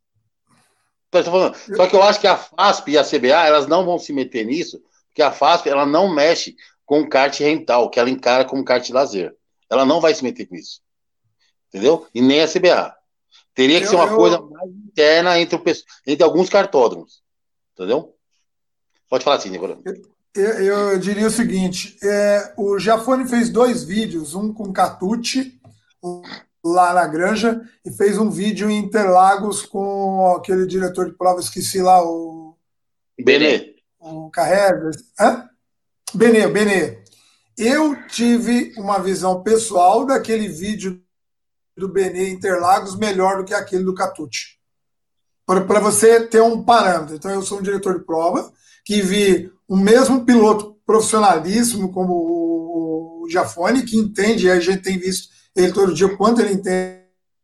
Só que eu acho que a FASP e a C B A, elas não vão se meter nisso, porque a FASP, ela não mexe com o kart rental, que ela encara como kart de lazer. Ela não vai se meter com isso. Entendeu? E nem a C B A. Teria que eu, ser uma eu... coisa mais interna entre, o, entre alguns cartódromos. Entendeu? Pode falar assim, Nicolau. Eu, eu diria o seguinte, é, o Giafone fez dois vídeos, um com Catucci, lá na Granja, e fez um vídeo em Interlagos com aquele diretor de prova, esqueci lá, o... Benê. O Carrega. Hã? Benê, Benê. Eu tive uma visão pessoal daquele vídeo do Benê Interlagos melhor do que aquele do Catucci. Para você ter um parâmetro. Então, eu sou um diretor de prova que vi o mesmo piloto profissionalíssimo como o Giafone, que entende, e a gente tem visto ele todo dia, o quanto ele entende.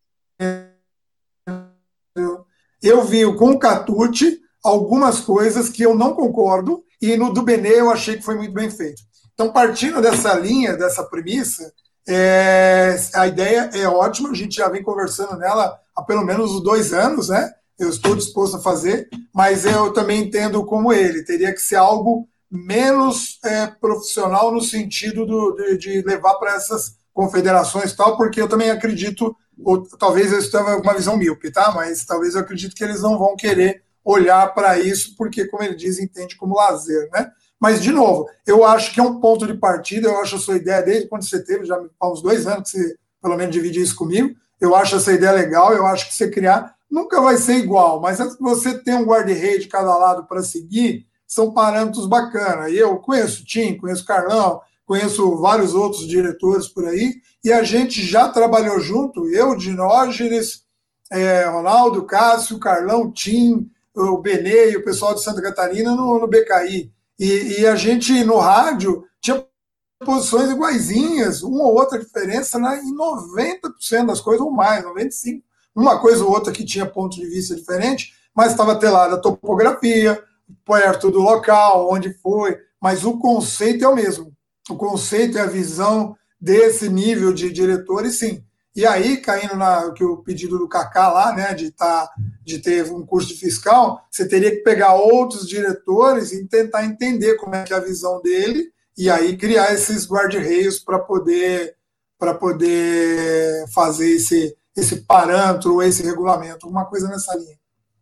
Eu vi com o Catucci algumas coisas que eu não concordo, e no do Benê eu achei que foi muito bem feito. Então, partindo dessa linha, dessa premissa, é, a ideia é ótima, a gente já vem conversando nela há pelo menos uns dois anos, né? Eu estou disposto a fazer, mas eu também entendo como ele, teria que ser algo menos é, profissional no sentido do, de, de levar para essas confederações e tal, porque eu também acredito, ou talvez eu esteja com uma visão míope, tá? Mas talvez eu acredito que eles não vão querer olhar para isso, porque, como ele diz, entende como lazer, né? Mas, de novo, eu acho que é um ponto de partida, eu acho a sua ideia, desde quando você teve, já há uns dois anos que você, pelo menos, divide isso comigo, eu acho essa ideia legal, eu acho que você criar, nunca vai ser igual, mas você tem um guarda-rei de cada lado para seguir, são parâmetros bacanas. E eu conheço o Tim, conheço o Carlão, conheço vários outros diretores por aí, e a gente já trabalhou junto, eu, Diógenes, é, Ronaldo, Cássio, Carlão, Tim, o Benê e o pessoal de Santa Catarina no, no B K I. E, e a gente, no rádio, tinha posições iguaizinhas, uma ou outra diferença, né, em noventa por cento das coisas, ou mais, noventa e cinco por cento. Uma coisa ou outra que tinha ponto de vista diferente, mas estava telada a topografia, perto do local, onde foi, mas o conceito é o mesmo. O conceito é a visão desse nível de diretores, sim. E aí, caindo na que o pedido do Kaká lá, né, de, tá, de ter um curso de fiscal, você teria que pegar outros diretores e tentar entender como é que é a visão dele, e aí criar esses guarda-reios para poder, para poder fazer esse, esse parâmetro, esse regulamento, alguma coisa nessa linha.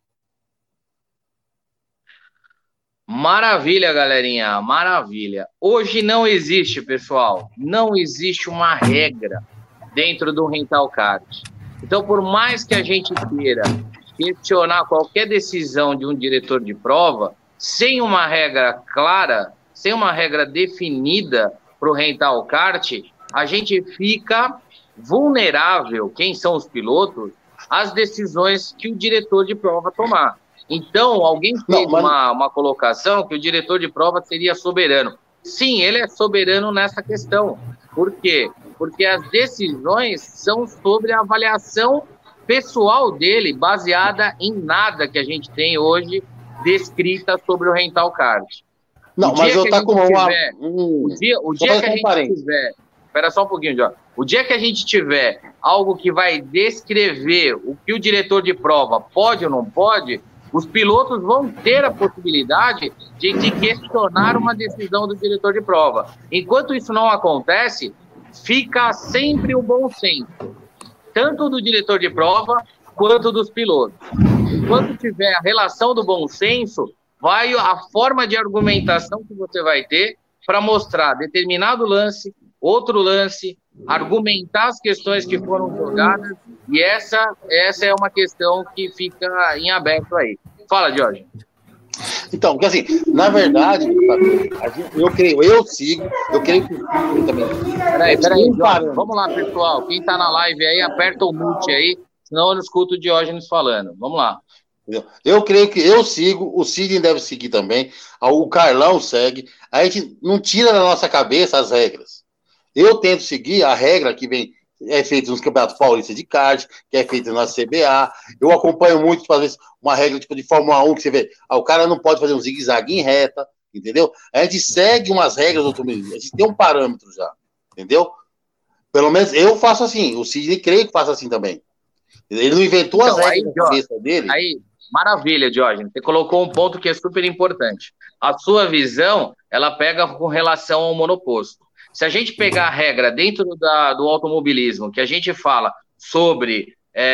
Maravilha, galerinha, maravilha. Hoje não existe, pessoal, não existe uma regra dentro do rental kart. Então, por mais que a gente queira questionar qualquer decisão de um diretor de prova, sem uma regra clara, sem uma regra definida para o rental kart, a gente fica vulnerável, quem são os pilotos, as decisões que o diretor de prova tomar. Então, alguém fez Não, mas... uma, uma colocação que o diretor de prova seria soberano. Sim, ele é soberano nessa questão. Por quê? Porque as decisões são sobre a avaliação pessoal dele, baseada em nada que a gente tem hoje descrita sobre o rental kart. Não, mas eu tá com uma... tiver, hum, o dia, o dia que a gente parente. tiver... Espera só um pouquinho, Jorge. O dia que a gente tiver algo que vai descrever o que o diretor de prova pode ou não pode, os pilotos vão ter a possibilidade de, de questionar uma decisão do diretor de prova. Enquanto isso não acontece, fica sempre o bom senso, tanto do diretor de prova quanto dos pilotos. Enquanto tiver a relação do bom senso, vai a forma de argumentação que você vai ter para mostrar determinado lance, outro lance, argumentar as questões que foram jogadas, e essa, essa é uma questão que fica em aberto aí. Fala, Jorge. Então, porque assim, na verdade, eu creio, eu sigo, eu creio que eu também. Peraí, peraí, Jorge, vamos lá, pessoal. Quem tá na live aí, aperta o mute aí, senão eu não escuto o Diógenes falando. Vamos lá. Eu creio que eu sigo, o Sidney deve seguir também, o Carlão segue, a gente não tira da nossa cabeça as regras. Eu tento seguir a regra que vem, é feita nos Campeonatos Paulistas de kart, que é feita na C B A. Eu acompanho muito, às vezes, uma regra tipo de Fórmula um, que você vê, ah, o cara não pode fazer um zigue-zague em reta, entendeu? A gente segue umas regras do automobilismo, a gente tem um parâmetro já, entendeu? Pelo menos eu faço assim, o Sidney creio que faça assim também. Ele não inventou então, as regras aí, na cabeça dele. Aí, maravilha, Diógenes, você colocou um ponto que é super importante. A sua visão, ela pega com relação ao monoposto. Se a gente pegar a regra dentro da, do automobilismo, que a gente fala sobre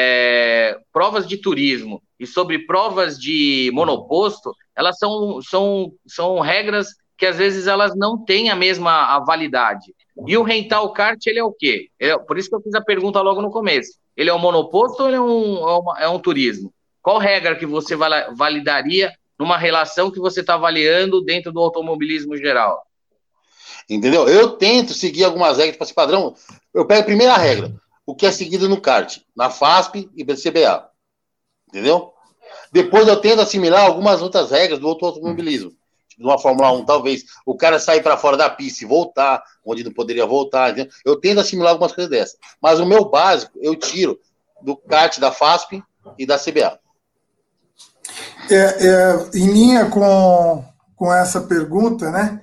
é, provas de turismo e sobre provas de monoposto, elas são, são, são regras que às vezes elas não têm a mesma a validade. E o rental kart, ele é o quê? É, por isso que eu fiz a pergunta logo no começo. Ele é um monoposto ou ele é um, é uma, é um turismo? Qual regra que você validaria numa relação que você está avaliando dentro do automobilismo geral? Entendeu? Eu tento seguir algumas regras para esse padrão. Eu pego a primeira regra, o que é seguido no kart, na FASP e B C B A. Entendeu? Depois eu tento assimilar algumas outras regras do outro automobilismo. Tipo, numa Fórmula um, talvez o cara sair para fora da pista e voltar, onde não poderia voltar. Entendeu? Eu tento assimilar algumas coisas dessas. Mas o meu básico, eu tiro do kart da FASP e da C B A. É, é, em linha com, com essa pergunta, né,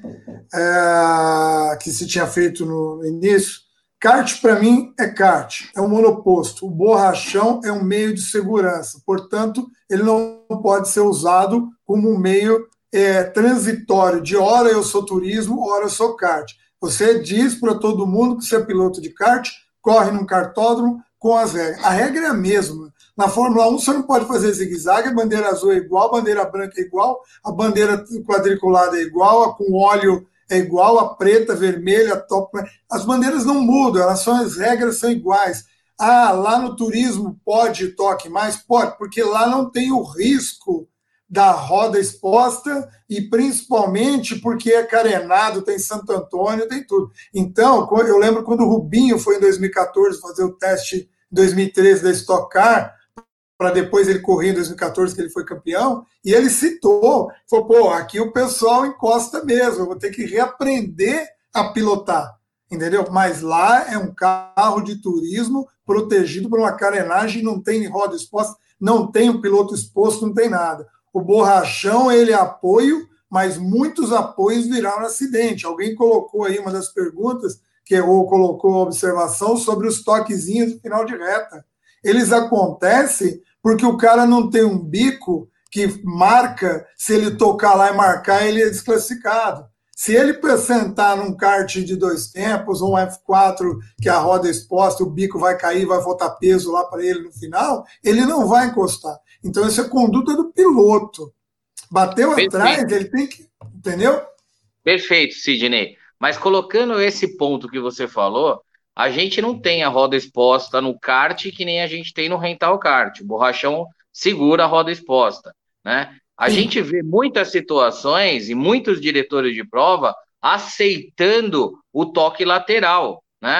é, que se tinha feito no início, kart para mim é kart, é um monoposto. O borrachão é um meio de segurança, portanto, ele não pode ser usado como um meio é, transitório de hora eu sou turismo, hora eu sou kart. Você diz para todo mundo que você é piloto de kart, corre num kartódromo com as regras. A regra é a mesma. Na Fórmula um você não pode fazer zigue-zague, a bandeira azul é igual, a bandeira branca é igual, a bandeira quadriculada é igual, a com óleo é igual, a preta, vermelha, a top. As bandeiras não mudam, elas são, as regras são iguais. Ah, lá no turismo pode toque mais? Pode, porque lá não tem o risco da roda exposta e principalmente porque é carenado, tem Santo Antônio, tem tudo. Então, eu lembro quando o Rubinho foi em dois mil e quatorze fazer o teste em dois mil e treze da Stock Car, para depois ele correr em dois mil e quatorze, que ele foi campeão, e ele citou, falou, pô, aqui o pessoal encosta mesmo, eu vou ter que reaprender a pilotar, entendeu? Mas lá é um carro de turismo protegido por uma carenagem, não tem roda exposta, não tem o piloto exposto, não tem nada. O borrachão, ele é apoio, mas muitos apoios viraram acidente. Alguém colocou aí uma das perguntas, que ou colocou a observação sobre os toquezinhos no final de reta. Eles acontecem porque o cara não tem um bico que marca, se ele tocar lá e marcar, ele é desclassificado. Se ele sentar num kart de dois tempos, um F quatro, que a roda é exposta, o bico vai cair, vai voltar peso lá para ele no final, ele não vai encostar. Então, essa é a conduta do piloto. Bateu Perfeito. Atrás, ele tem que... Entendeu? Perfeito, Sidney. Mas colocando esse ponto que você falou, a gente não tem a roda exposta no kart que nem a gente tem no rental kart. O borrachão segura a roda exposta, né? A Sim. gente vê muitas situações e muitos diretores de prova aceitando o toque lateral, né?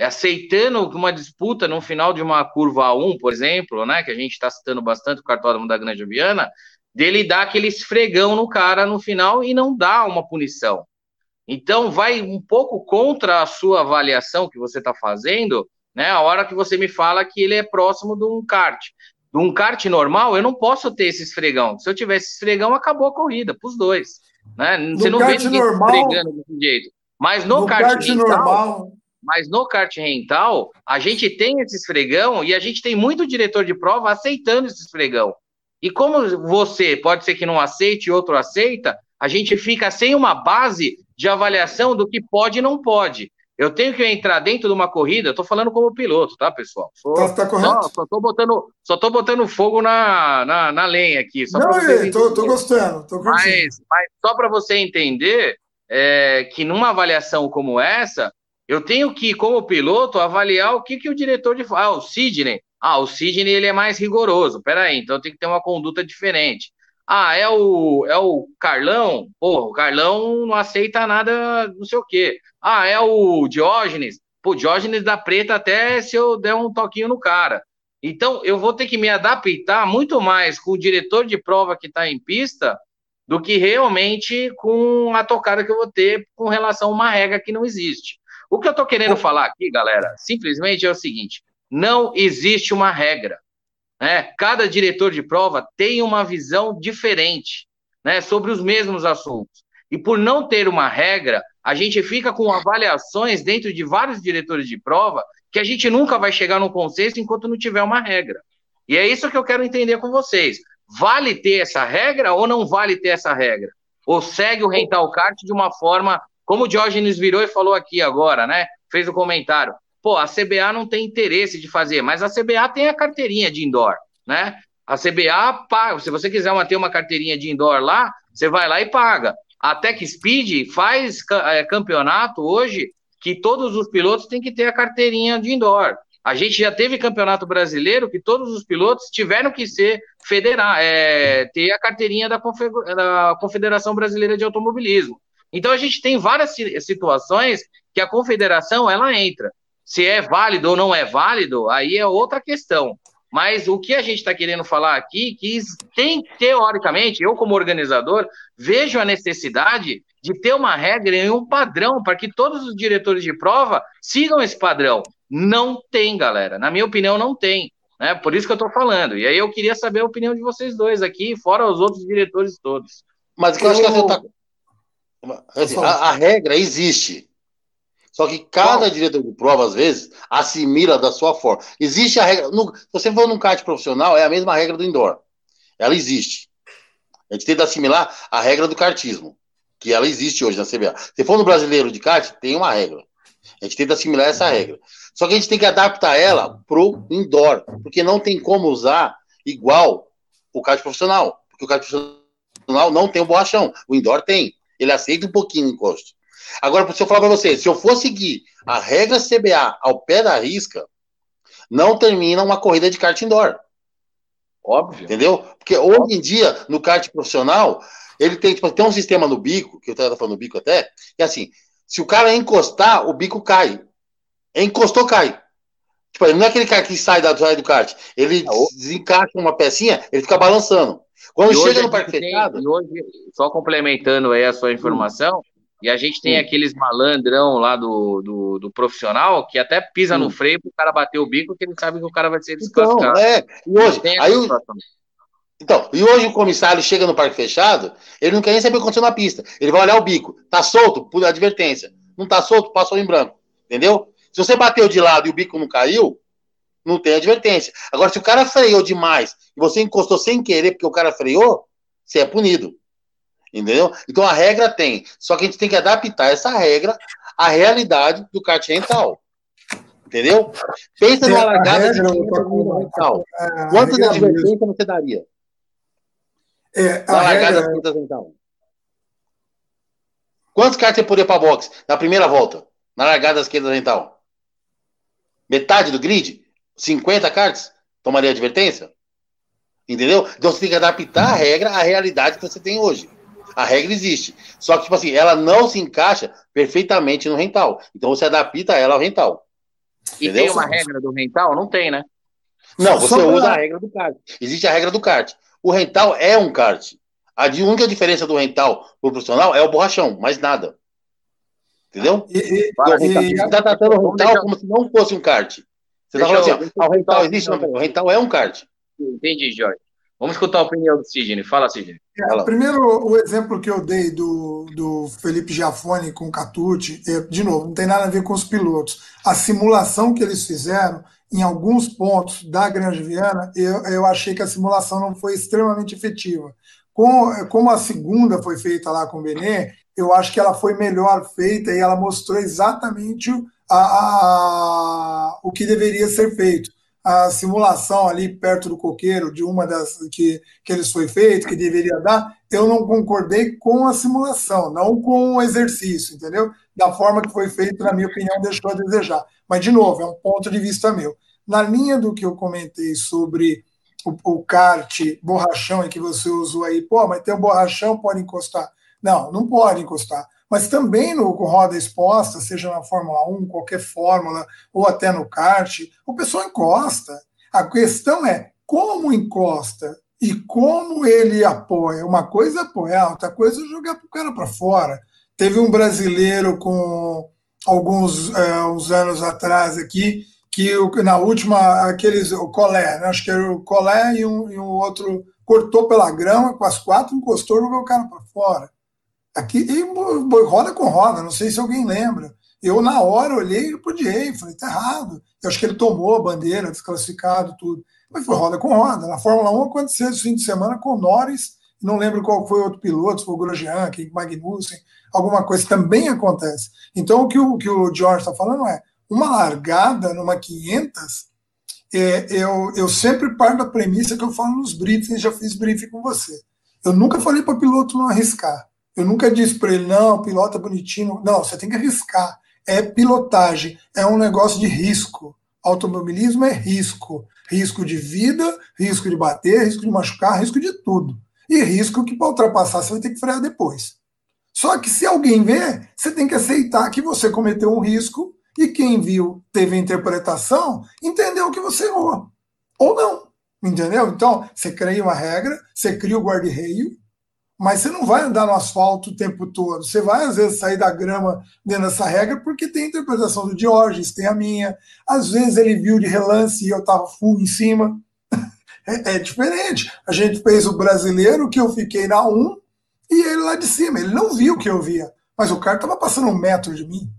é aceitando uma disputa no final de uma curva A um, por exemplo, né, que a gente está citando bastante o cartódromo da Granja Viana, dele dar aquele esfregão no cara no final e não dar uma punição. Então, vai um pouco contra a sua avaliação que você está fazendo, né, a hora que você me fala que ele é próximo de um kart. De um kart normal, eu não posso ter esse esfregão. Se eu tivesse esse esfregão, acabou a corrida, para os dois. Né? Você no não vê kart ninguém normal, esfregando desse jeito. Mas no, no kart, kart rental, normal... Mas no kart rental, a gente tem esse esfregão e a gente tem muito diretor de prova aceitando esse esfregão. E como você pode ser que não aceite e outro aceita, a gente fica sem uma base de avaliação do que pode e não pode. Eu tenho que entrar dentro de uma corrida, eu tô falando como piloto, tá, pessoal? Sou, tá, tá correto. Só, só, tô botando, só tô botando fogo na, na, na lenha aqui. Só não, é, tô, tô gostando, tô mas, mas só para você entender é, que numa avaliação como essa, eu tenho que, como piloto, avaliar o que, que o diretor de... Ah, o Sidney. Ah, o Sidney ele é mais rigoroso. Peraí, então tem que ter uma conduta diferente. Ah, é o, é o Carlão? Pô, o Carlão não aceita nada, não sei o quê. Ah, é o Diógenes? Pô, Diógenes dá preta até se eu der um toquinho no cara. Então, eu vou ter que me adaptar muito mais com o diretor de prova que está em pista do que realmente com a tocada que eu vou ter com relação a uma regra que não existe. O que eu estou querendo falar aqui, galera, simplesmente é o seguinte, não existe uma regra. Né? Cada diretor de prova tem uma visão diferente, né, sobre os mesmos assuntos. E por não ter uma regra, a gente fica com avaliações dentro de vários diretores de prova que a gente nunca vai chegar num consenso enquanto não tiver uma regra. E é isso que eu quero entender com vocês. Vale ter essa regra ou não vale ter essa regra? Ou segue o rental kart de uma forma... Como o Diógenes virou e falou aqui agora, né? Fez o um comentário. Pô, a C B A não tem interesse de fazer, mas a C B A tem a carteirinha de indoor, né? A C B A paga. Se você quiser ter uma carteirinha de indoor lá, você vai lá e paga. A Tech Speed faz é, campeonato hoje que todos os pilotos têm que ter a carteirinha de indoor. A gente já teve campeonato brasileiro que todos os pilotos tiveram que ser federar, é, ter a carteirinha da, da Confederação Brasileira de Automobilismo. Então, a gente tem várias situações que a confederação, ela entra. Se é válido ou não é válido, aí é outra questão. Mas o que a gente está querendo falar aqui, que tem, teoricamente, eu como organizador, vejo a necessidade de ter uma regra e um padrão para que todos os diretores de prova sigam esse padrão. Não tem, galera. Na minha opinião, não tem. Né? Por isso que eu estou falando. E aí eu queria saber a opinião de vocês dois aqui, fora os outros diretores todos. Mas o que eu acho que você está... Assim, a, a regra existe. Só que cada Bom, diretor de prova, às vezes, assimila da sua forma. Existe a regra. No, se você for num kart profissional, é a mesma regra do indoor. Ela existe. A gente tenta assimilar a regra do kartismo, que ela existe hoje na C B A. Se for no brasileiro de kart, tem uma regra. A gente tenta assimilar essa regra. Só que a gente tem que adaptar ela pro indoor, porque não tem como usar igual o kart profissional. Porque o kart profissional não tem o borrachão. O indoor tem. Ele aceita um pouquinho o encosto. Agora, se eu falar para você, se eu for seguir a regra C B A ao pé da risca, não termina uma corrida de kart indoor. Óbvio. Entendeu? Porque hoje em dia, no kart profissional, ele tem, tipo, tem um sistema no bico, que eu estava falando no bico até, que é assim, se o cara encostar, o bico cai. Encostou, cai. Tipo, não é aquele cara que sai, da, sai do kart. Ele oh. desencaixa uma pecinha, ele fica balançando. Quando e chega no parque fechado... E hoje, só complementando aí a sua informação, hum. e a gente tem hum. aqueles malandrão lá do, do, do profissional que até pisa hum. no freio pro cara bater o bico, que ele sabe que o cara vai ser desclassificado. Então, é. E hoje, aí o... então, e hoje o comissário chega no parque fechado, ele não quer nem saber o que aconteceu na pista. Ele vai olhar o bico. Tá solto? Por advertência. Não tá solto? Passou em branco. Entendeu? Se você bateu de lado e o bico não caiu, não tem advertência. Agora, se o cara freou demais e você encostou sem querer porque o cara freou, você é punido. Entendeu? Então a regra tem. Só que a gente tem que adaptar essa regra à realidade do kart rental. Entendeu? Pensa numa largada de rental. Quantas advertências você daria? É, na largada regra... de rental. Quantos karts você poderia para boxe na primeira volta? Na largada das quedas rental? Metade do grid? cinquenta karts? Tomaria advertência? Entendeu? Então você tem que adaptar a regra à realidade que você tem hoje. A regra existe. Só que, tipo assim, ela não se encaixa perfeitamente no rental. Então você adapta ela ao rental. E tem uma regra do rental? Não tem, né? Não, você usa a regra do kart. Existe a regra do kart. O rental é um kart. A de única diferença do rental pro profissional é o borrachão, mais nada. Entendeu? E, e, você está tratando o rental como se não fosse um kart. Você está falando assim, ó, o rental existe, não, o rental é um kart. Entendi, Jorge. Vamos escutar a opinião do Sidney. Fala, Sidney. É, primeiro, o exemplo que eu dei do, do Felipe Giafone com o Catucci, é, de novo, não tem nada a ver com os pilotos. A simulação que eles fizeram, em alguns pontos da Grande Viana, eu, eu achei que a simulação não foi extremamente efetiva. Com, como a segunda foi feita lá com o Benê, eu acho que ela foi melhor feita e ela mostrou exatamente a, a, o que deveria ser feito. A simulação ali perto do coqueiro, de uma das que, que eles foi feito, que deveria dar, eu não concordei com a simulação, não com o exercício, entendeu? Da forma que foi feito, na minha opinião, deixou a desejar. Mas, de novo, é um ponto de vista meu. Na linha do que eu comentei sobre o, o kart borrachão, e que você usou aí, pô, mas tem um borrachão, pode encostar. Não, não pode encostar. Mas também no roda exposta, seja na Fórmula um, qualquer fórmula, ou até no kart, o pessoal encosta. A questão é como encosta e como ele apoia. Uma coisa é apoiar, outra coisa é jogar o cara para fora. Teve um brasileiro com alguns é, uns anos atrás aqui, que na última, aqueles, o Collet, né? Acho que era o Collet e um, e um outro cortou pela grama, com as quatro encostou e jogou o cara para fora. Aqui, e roda com roda, não sei se alguém lembra. Eu, na hora, olhei e repudiei, falei, tá errado. Eu acho que ele tomou a bandeira, desclassificado, tudo. Mas foi roda com roda. Na Fórmula um aconteceu esse fim de semana com o Norris, não lembro qual foi o outro piloto, se foi o Grosjean, Magnussen, alguma coisa também acontece. Então, o que o, que o George está falando é, uma largada numa quinhentas, é, eu, eu sempre parto da premissa que eu falo nos briefings, já fiz briefing com você. Eu nunca falei para o piloto não arriscar. Eu nunca disse para ele, não, pilota bonitinho. Não, você tem que arriscar. É pilotagem, é um negócio de risco. Automobilismo é risco. Risco de vida, risco de bater, risco de machucar, risco de tudo. E risco que para ultrapassar você vai ter que frear depois. Só que se alguém vê, você tem que aceitar que você cometeu um risco e quem viu, teve a interpretação, entendeu que você errou. Ou não, entendeu? Então, você cria uma regra, você cria o guarda-reio, mas você não vai andar no asfalto o tempo todo. Você vai, às vezes, sair da grama dentro dessa regra porque tem a interpretação do Diógenes, tem a minha. Às vezes ele viu de relance e eu estava full em cima. É, é diferente. A gente fez o brasileiro, que eu fiquei na um, e ele lá de cima. Ele não viu o que eu via. Mas o cara estava passando um metro de mim.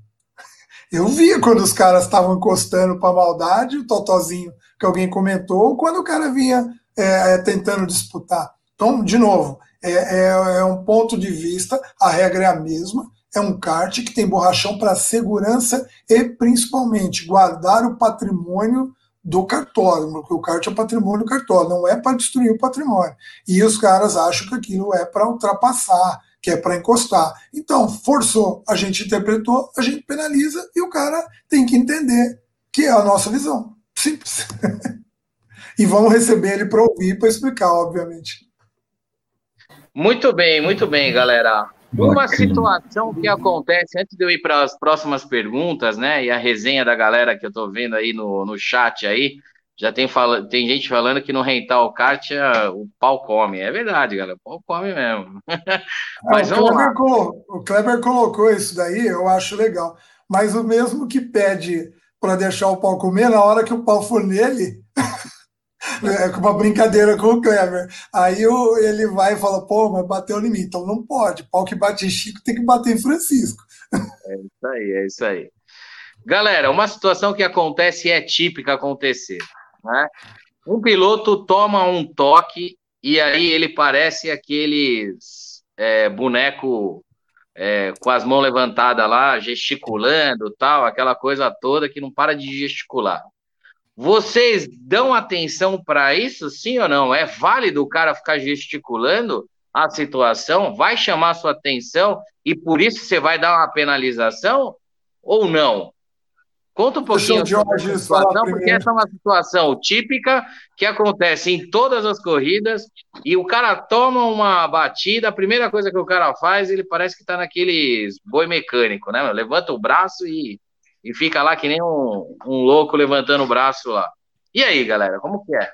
Eu via quando os caras estavam encostando para maldade, o totozinho que alguém comentou, quando o cara vinha é, tentando disputar. Então, de novo, É, é, é um ponto de vista, a regra é a mesma, é um kart que tem borrachão para segurança e, principalmente, guardar o patrimônio do cartório, porque o kart é patrimônio do cartório, não é para destruir o patrimônio. E os caras acham que aquilo é para ultrapassar, que é para encostar. Então, forçou, a gente interpretou, a gente penaliza e o cara tem que entender que é a nossa visão. Simples. E vamos receber ele para ouvir, para explicar, obviamente. Muito bem, muito bem, galera. Uma situação que acontece, antes de eu ir para as próximas perguntas, né, e a resenha da galera que eu tô vendo aí no, no chat aí, já tem, fala, tem gente falando que no rental kart o pau come. É verdade, galera, o pau come mesmo. Mas ah, o, Kleber colocou, o Kleber colocou isso daí, eu acho legal. Mas o mesmo que pede para deixar o pau comer, na hora que o pau for nele... É uma brincadeira com o Kleber. Aí o, ele vai e fala, pô, mas bateu o limite. Então não pode. Pau que bate em Chico tem que bater em Francisco. É isso aí, é isso aí. Galera, uma situação que acontece e é típica acontecer, né? Um piloto toma um toque e aí ele parece aqueles é, boneco é, com as mãos levantadas lá, gesticulando, tal, aquela coisa toda que não para de gesticular. Vocês dão atenção para isso, sim ou não? É válido o cara ficar gesticulando a situação? Vai chamar sua atenção e por isso você vai dar uma penalização ou não? Conta um pouquinho sobre essa situação, porque essa é uma situação típica que acontece em todas as corridas e o cara toma uma batida, a primeira coisa que o cara faz, ele parece que está naqueles boi mecânico, né? Levanta o braço e e fica lá que nem um, um louco levantando o braço lá. E aí, galera, como que é?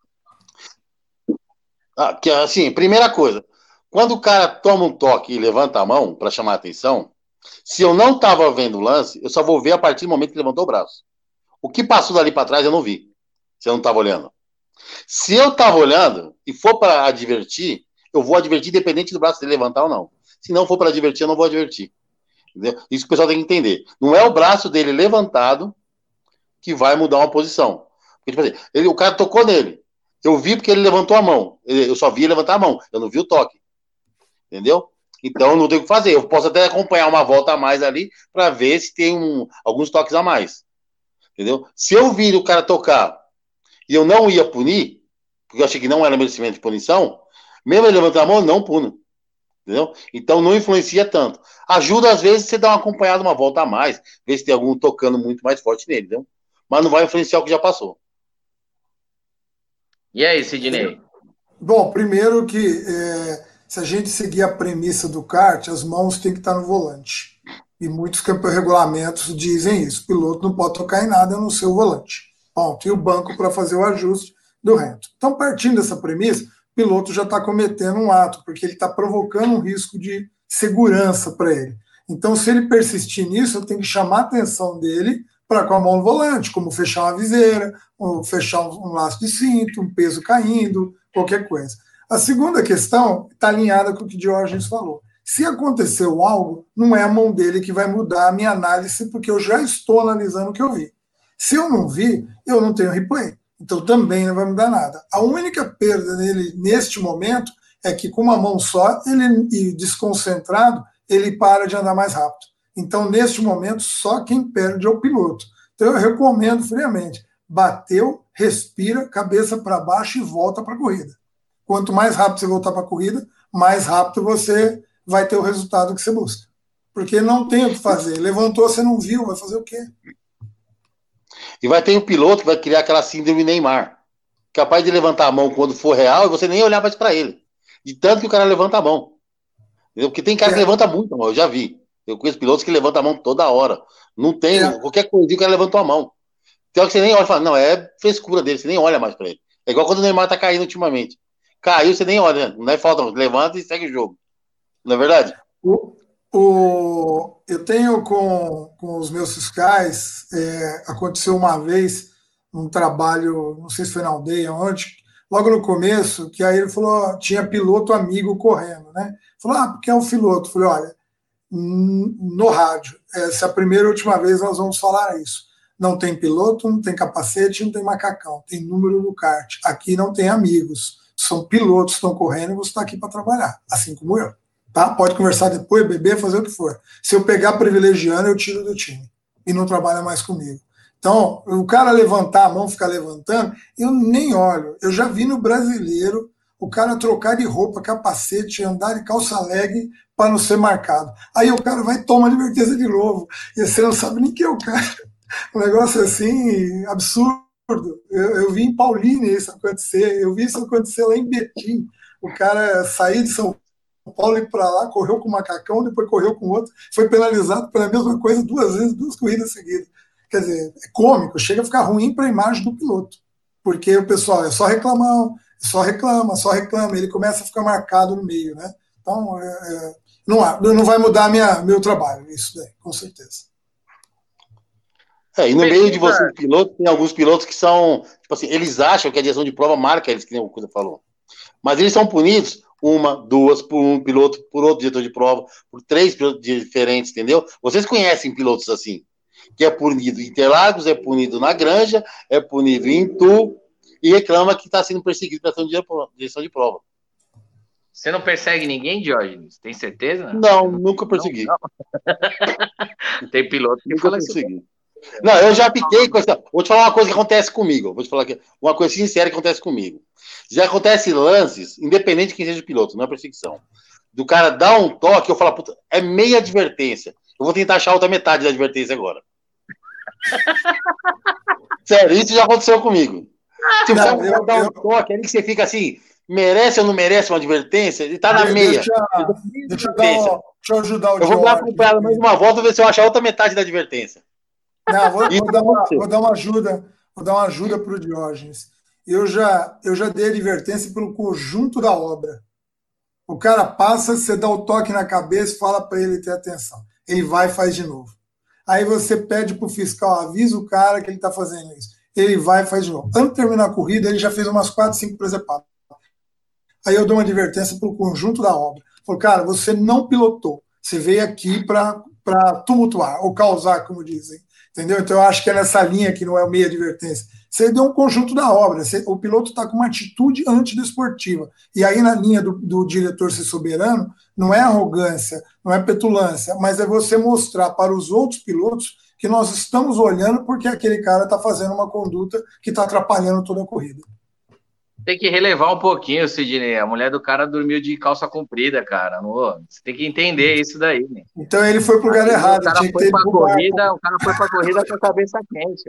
Ah, que, assim, primeira coisa, quando o cara toma um toque e levanta a mão para chamar a atenção, se eu não estava vendo o lance, eu só vou ver a partir do momento que levantou o braço. O que passou dali para trás eu não vi, se eu não estava olhando. Se eu estava olhando e for para advertir, eu vou advertir independente do braço dele levantar ou não. Se não for para advertir, eu não vou advertir. Entendeu? Isso que o pessoal tem que entender. Não é o braço dele levantado que vai mudar uma posição. Porque, tipo assim, ele, o cara tocou nele. Eu vi porque ele levantou a mão. Eu só vi ele levantar a mão. Eu não vi o toque. Entendeu? Então, não tenho o que fazer. Eu posso até acompanhar uma volta a mais ali para ver se tem um, alguns toques a mais. Entendeu? Se eu vir o cara tocar e eu não ia punir, porque eu achei que não era merecimento de punição, mesmo ele levantar a mão, eu não puno. Entendeu? Então, não influencia tanto. Ajuda, às vezes, você dar uma acompanhada, uma volta a mais, ver se tem algum tocando muito mais forte nele. Entendeu? Mas não vai influenciar o que já passou. E aí, Sidney? Bom, primeiro que é, se a gente seguir a premissa do kart, as mãos têm que estar no volante. E muitos regulamentos dizem isso. O piloto não pode tocar em nada no seu volante. Ponto. E o banco para fazer o ajuste do rento. Então, partindo dessa premissa, o piloto já está cometendo um ato, porque ele está provocando um risco de segurança para ele. Então, se ele persistir nisso, eu tenho que chamar a atenção dele para com a mão no volante, como fechar uma viseira, ou fechar um laço de cinto, um peso caindo, qualquer coisa. A segunda questão está alinhada com o que o Diógenes falou. Se aconteceu algo, não é a mão dele que vai mudar a minha análise, porque eu já estou analisando o que eu vi. Se eu não vi, eu não tenho replay. Então também não vai mudar nada. A única perda dele neste momento é que com uma mão só, ele e desconcentrado, ele para de andar mais rápido. Então, neste momento, só quem perde é o piloto. Então, eu recomendo friamente. Bateu, respira, cabeça para baixo e volta para a corrida. Quanto mais rápido você voltar para a corrida, mais rápido você vai ter o resultado que você busca. Porque não tem o que fazer. Levantou, você não viu, vai fazer o quê? E vai ter um piloto que vai criar aquela síndrome Neymar. Capaz de levantar a mão quando for real e você nem olhar mais para ele. De tanto que o cara levanta a mão. Entendeu? Porque tem cara é. que levanta muito a mão, eu já vi. Eu conheço pilotos que levantam a mão toda hora. Não tem, é. qualquer coisa, o cara levantou a mão. Tem hora que você nem olha e fala, não, é frescura dele, você nem olha mais pra ele. É igual quando o Neymar tá caindo ultimamente. Caiu, você nem olha, não é falta, levanta e segue o jogo. Não é verdade? O, o, eu tenho com, com os meus fiscais, é, aconteceu uma vez, um trabalho, não sei se foi na aldeia, onde, logo no começo, que aí ele falou, tinha piloto amigo correndo, né? Falou, ah, porque é um piloto. Eu falei, olha, no rádio, essa é a primeira e última vez nós vamos falar isso. Não tem piloto, não tem capacete, não tem macacão, tem número do kart. Aqui não tem amigos, são pilotos que estão correndo e você está aqui para trabalhar, assim como eu. Tá? Pode conversar depois, beber, fazer o que for. Se eu pegar privilegiando, eu tiro do time e não trabalha mais comigo. Então, o cara levantar a mão, ficar levantando, eu nem olho. Eu já vi no brasileiro o cara trocar de roupa, capacete, andar de calça leg para não ser marcado. Aí o cara vai tomar advertência de novo. E você não sabe nem quem é o cara. Um negócio assim, absurdo. Eu, eu vi em Paulínia isso acontecer. Eu vi isso acontecer lá em Betim. O cara sair de São Paulo e ir para lá, correu com o macacão, depois correu com outro, foi penalizado pela mesma coisa duas vezes, duas corridas seguidas. Quer dizer, é cômico, chega a ficar ruim para a imagem do piloto. Porque o pessoal é só reclamão, só reclama, só reclama, ele começa a ficar marcado no meio, né? Então, é, é, não, há, não vai mudar minha, meu trabalho, isso daí, com certeza. É, e no meio de vocês, pilotos, tem alguns pilotos que são, tipo assim, eles acham que a direção de prova marca eles, que nem o Coisa falou. Mas eles são punidos uma, duas, por um piloto, por outro diretor de prova, por três pilotos diferentes, entendeu? Vocês conhecem pilotos assim, que é punido em Interlagos, é punido na Granja, é punido em Itu, e reclama que está sendo perseguido pela direção de prova. Você não persegue ninguém, Diógenes? Tem certeza? Não, nunca persegui. Não, não. Tem piloto que nunca fala persegui. Assim. Não, eu já fiquei com essa... Vou te falar uma coisa que acontece comigo. Vou te falar aqui, uma coisa sincera que acontece comigo. Já acontece lances, independente de quem seja piloto, não é perseguição. Do cara dar um toque, eu falo, puta, é meia advertência. Eu vou tentar achar a outra metade da advertência agora. Sério, isso já aconteceu comigo. Se o cara eu, dar um eu... toque, aí que você fica assim, merece ou não merece uma advertência? Ele tá na deixa, meia. Deixa, deixa, eu, deixa eu ajudar o Eu vou lá acompanhar mais uma volta e ver se eu achar a outra metade da advertência. Não, vou, vou, dar uma, vou dar uma ajuda, vou dar uma ajuda para o Diógenes. Eu já, eu já dei advertência pelo conjunto da obra. O cara passa, você dá o toque na cabeça e fala para ele ter atenção. Ele vai e faz de novo. Aí você pede para o fiscal, avisa o cara que ele está fazendo isso. Ele vai e faz de novo. Antes de terminar a corrida, ele já fez umas quatro, cinco presepadas. Aí eu dou uma advertência para o conjunto da obra. Falo, cara, você não pilotou. Você veio aqui para tumultuar, ou causar, como dizem. Entendeu? Então eu acho que é nessa linha que não é meia advertência. Você deu um conjunto da obra. Você, o piloto está com uma atitude antidesportiva. E aí, na linha do, do diretor ser soberano, não é arrogância, não é petulância, mas é você mostrar para os outros pilotos que nós estamos olhando porque aquele cara está fazendo uma conduta que está atrapalhando toda a corrida. Tem que relevar um pouquinho, Sidney. A mulher do cara dormiu de calça comprida, cara. Você tem que entender isso daí, né? Então ele foi pro lugar errado. O cara tinha foi que ter pra corrida, o cara foi pra corrida com a cabeça quente.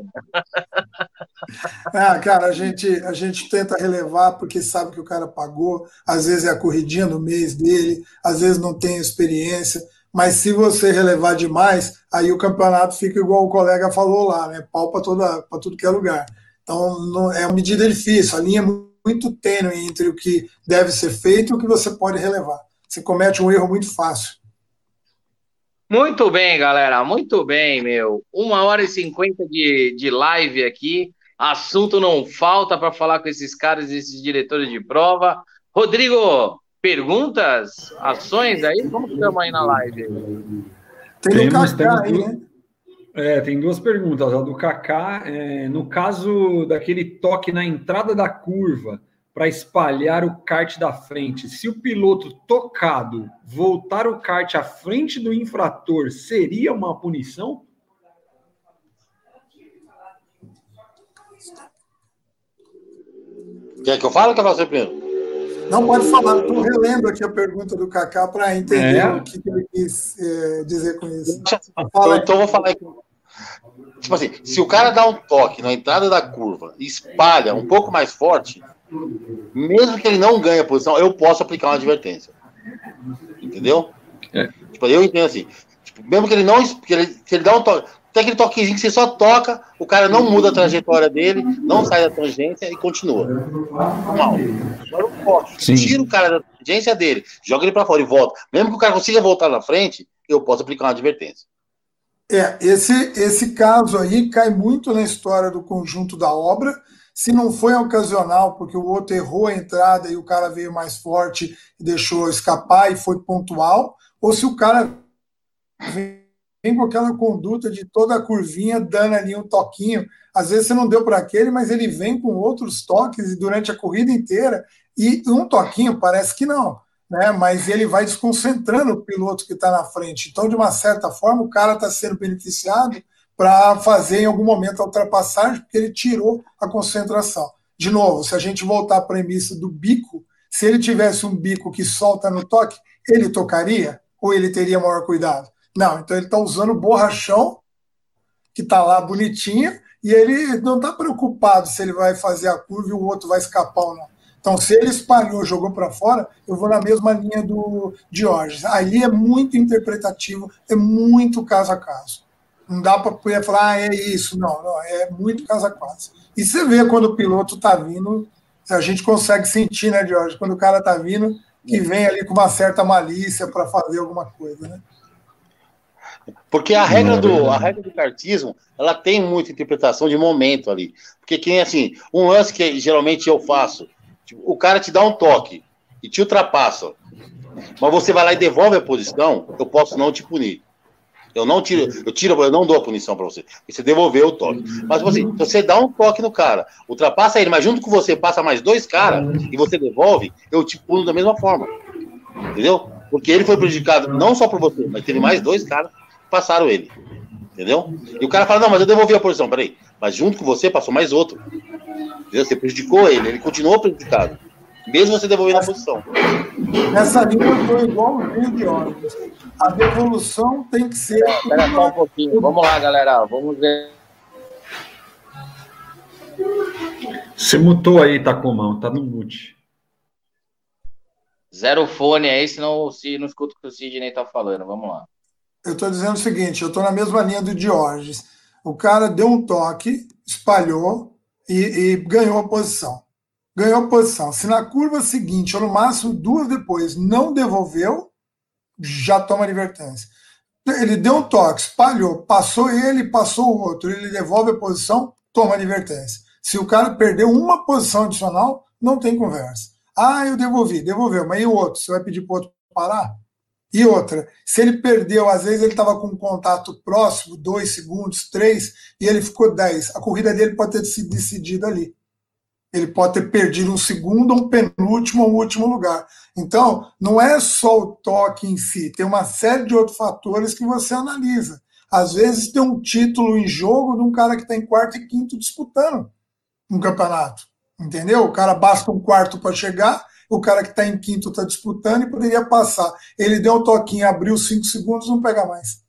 Ah, cara, a gente, a gente tenta relevar porque sabe que o cara pagou. Às vezes é a corridinha do mês dele, às vezes não tem experiência. Mas se você relevar demais, aí o campeonato fica igual o colega falou lá, né? Pau para tudo que é lugar. Então não, é uma medida difícil. A linha é muito muito tênue entre o que deve ser feito e o que você pode relevar. Você comete um erro muito fácil. Muito bem, galera. Muito bem, meu. Uma hora e cinquenta de, de live aqui. Assunto não falta para falar com esses caras, esses diretores de prova. Rodrigo, perguntas, ações aí? Como que estamos aí na live? Tem um Kaká aí, né? É, tem duas perguntas. A do Kaká, é, no caso daquele toque na entrada da curva para espalhar o kart da frente, se o piloto tocado voltar o kart à frente do infrator, seria uma punição? Quer que eu fale ou quer você primeiro? Não, pode falar. Eu relembro aqui a pergunta do Kaká para entender é? o que ele quis é, dizer com isso. Fala. Então eu vou falar aqui. Tipo assim, se o cara dá um toque na entrada da curva e espalha um pouco mais forte, mesmo que ele não ganhe a posição, eu posso aplicar uma advertência. Entendeu? É. Tipo, eu entendo assim. Tipo, mesmo que ele não. Que ele, que ele dá um toque. Tem aquele toquezinho que você só toca, o cara não muda a trajetória dele, não sai da tangência e continua. Normal. Agora o toque, tira o cara da tangência dele, joga ele pra fora e volta. Mesmo que o cara consiga voltar na frente, eu posso aplicar uma advertência. É, esse, esse caso aí cai muito na história do conjunto da obra. Se não foi ocasional, porque o outro errou a entrada e o cara veio mais forte e deixou escapar e foi pontual, ou se o cara vem com aquela conduta de toda a curvinha dando ali um toquinho. Às vezes você não deu para aquele, mas ele vem com outros toques durante a corrida inteira e um toquinho parece que não, né? Mas ele vai desconcentrando o piloto que está na frente. Então, de uma certa forma, o cara está sendo beneficiado para fazer em algum momento a ultrapassagem, porque ele tirou a concentração. De novo, se a gente voltar à premissa do bico, se ele tivesse um bico que solta no toque, ele tocaria ou ele teria maior cuidado? Não, então ele está usando o borrachão, que está lá bonitinho, e ele não está preocupado se ele vai fazer a curva e o outro vai escapar ou não. Então, se ele espalhou, jogou para fora, eu vou na mesma linha do Diógenes. Ali é muito interpretativo, é muito caso a caso. Não dá para falar, ah, é isso, não, não, é muito caso a caso. E você vê quando o piloto está vindo, a gente consegue sentir, né, Diógenes, quando o cara está vindo, que vem ali com uma certa malícia para fazer alguma coisa, né? Porque a regra, do, a regra do kartismo, ela tem muita interpretação de momento ali. Porque quem assim, um lance que geralmente eu faço, tipo, o cara te dá um toque e te ultrapassa, mas você vai lá e devolve a posição, eu posso não te punir. Eu não tiro, eu tiro, eu não dou a punição para você. Você devolveu o toque. Mas tipo assim, você dá um toque no cara, ultrapassa ele, mas junto com você passa mais dois caras e você devolve, eu te puno da mesma forma. Entendeu? Porque ele foi prejudicado não só por você, mas teve mais dois caras passaram ele, entendeu? E o cara fala, não, mas eu devolvi a posição, peraí, mas junto com você passou mais outro, entendeu? Você prejudicou ele, ele continuou prejudicado, mesmo você devolvendo a posição. Nessa linha eu estou igual o Rio de Ônibus. A devolução tem que ser... Espera só um pouquinho, vamos lá, galera, vamos ver. Você mutou aí, Tacomão, tá no mute. Zero fone aí, senão o Cid não escuta o que o Sidney tá falando, vamos lá. Eu estou dizendo o seguinte, eu estou na mesma linha do Diógenes. O cara deu um toque, espalhou e, e ganhou a posição. Ganhou a posição. Se na curva seguinte, ou no máximo duas depois, não devolveu, já toma advertência. Ele deu um toque, espalhou, passou ele, passou o outro, ele devolve a posição, toma advertência. Se o cara perdeu uma posição adicional, não tem conversa. Ah, eu devolvi, devolveu, mas e o outro? Você vai pedir para o outro parar? E outra, se ele perdeu, às vezes ele estava com um contato próximo, dois segundos, três, e ele ficou dez. A corrida dele pode ter sido decidida ali. Ele pode ter perdido um segundo, um penúltimo ou um último lugar. Então, não é só o toque em si, tem uma série de outros fatores que você analisa. Às vezes tem um título em jogo de um cara que está em quarto e quinto disputando um campeonato. Entendeu? O cara basta um quarto para chegar, o cara que está em quinto está disputando e poderia passar. Ele deu um toquinho, abriu cinco segundos, não pega mais.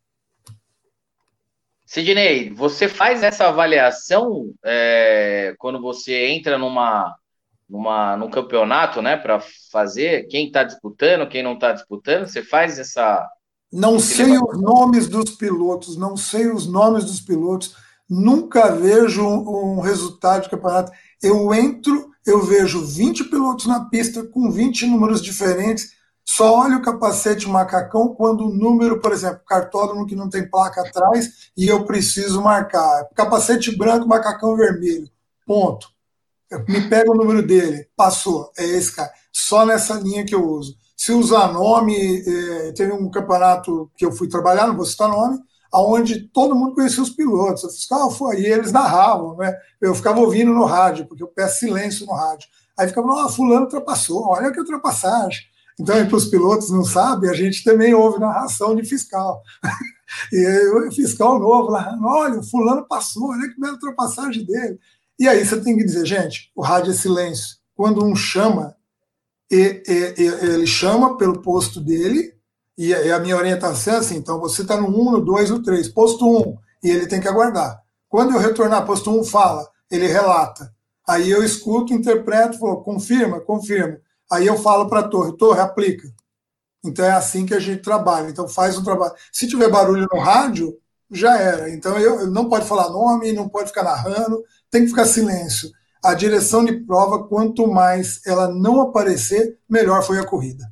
Sidney, você faz essa avaliação é, quando você entra numa, numa, num campeonato, né, para fazer quem está disputando, quem não está disputando? Você faz essa... Não sei os nomes dos pilotos, não sei os nomes dos pilotos, nunca vejo um, um resultado de campeonato. Eu entro, eu vejo vinte pilotos na pista com vinte números diferentes, só olho o capacete macacão quando o número, por exemplo, cartódromo que não tem placa atrás e eu preciso marcar. Capacete branco, macacão vermelho. Ponto. Eu, me pega o número dele. Passou. É esse cara. Só nessa linha que eu uso. Se usar nome, eh, teve um campeonato que eu fui trabalhar, não vou citar nome, onde todo mundo conhecia os pilotos. Eu ficava, foi, e eles narravam, né? Eu ficava ouvindo no rádio, porque eu peço silêncio no rádio. Aí ficava, ah, fulano ultrapassou, olha que ultrapassagem. Então, para os pilotos não sabem, a gente também ouve narração de fiscal. E o fiscal novo lá, olha, o fulano passou, olha que bela ultrapassagem dele. E aí você tem que dizer, gente, o rádio é silêncio. Quando um chama, e, e, e, ele chama pelo posto dele, e a minha orientação é assim, então você está no um, no dois, no três, posto um, e ele tem que aguardar. Quando eu retornar, posto um fala, ele relata. Aí eu escuto, interpreto, falo, confirma, confirma. Aí eu falo para a torre, torre, aplica. Então é assim que a gente trabalha. Então faz um trabalho. Se tiver barulho no rádio, já era. Então eu, eu não pode falar nome, não pode ficar narrando, tem que ficar silêncio. A direção de prova, quanto mais ela não aparecer, melhor foi a corrida.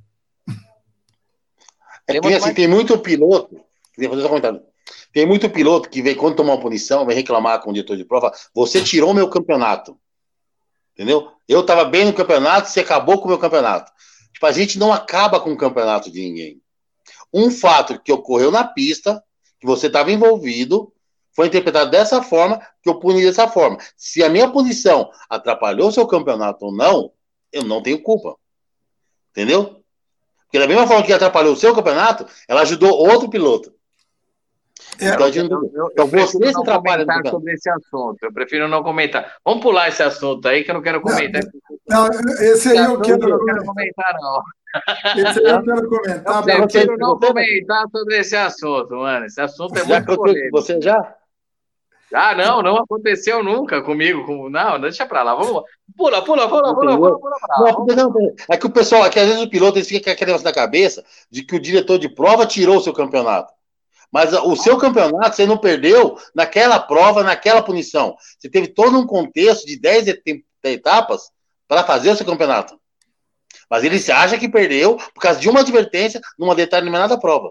É, tem, assim, tem muito piloto, queria fazer um comentário. Tem muito piloto que vem, quando tomar uma punição, vai reclamar com o diretor de prova, você tirou meu campeonato. Entendeu? Eu estava bem no campeonato, você acabou com o meu campeonato. Tipo, a gente não acaba com o campeonato de ninguém. Um fato que ocorreu na pista, que você estava envolvido, foi interpretado dessa forma, que eu puni dessa forma. Se a minha punição atrapalhou o seu campeonato ou não, eu não tenho culpa. Entendeu? Porque da mesma forma que atrapalhou o seu campeonato, ela ajudou outro piloto. É, então, eu, eu, eu então você se atrapalha no sobre esse assunto. Eu prefiro não comentar. Vamos pular esse assunto aí que eu não quero comentar. Não, não esse aí eu quero, não quero comentar, não. Esse aí eu quero comentar. Eu prefiro não comentar sobre esse assunto, mano. Esse assunto é muito polêmico. Você já? Ah, não, não aconteceu nunca comigo. Com... Não, deixa pra lá. Vamos. Pula, pula, pula, pula, pula, pula pra lá. Não, não, é que o pessoal, é que às vezes o piloto fica com aquele negócio na cabeça de que o diretor de prova tirou o seu campeonato. Mas o seu campeonato você não perdeu naquela prova, naquela punição. Você teve todo um contexto de dez etapas para fazer o seu campeonato. Mas ele se acha que perdeu por causa de uma advertência numa determinada prova.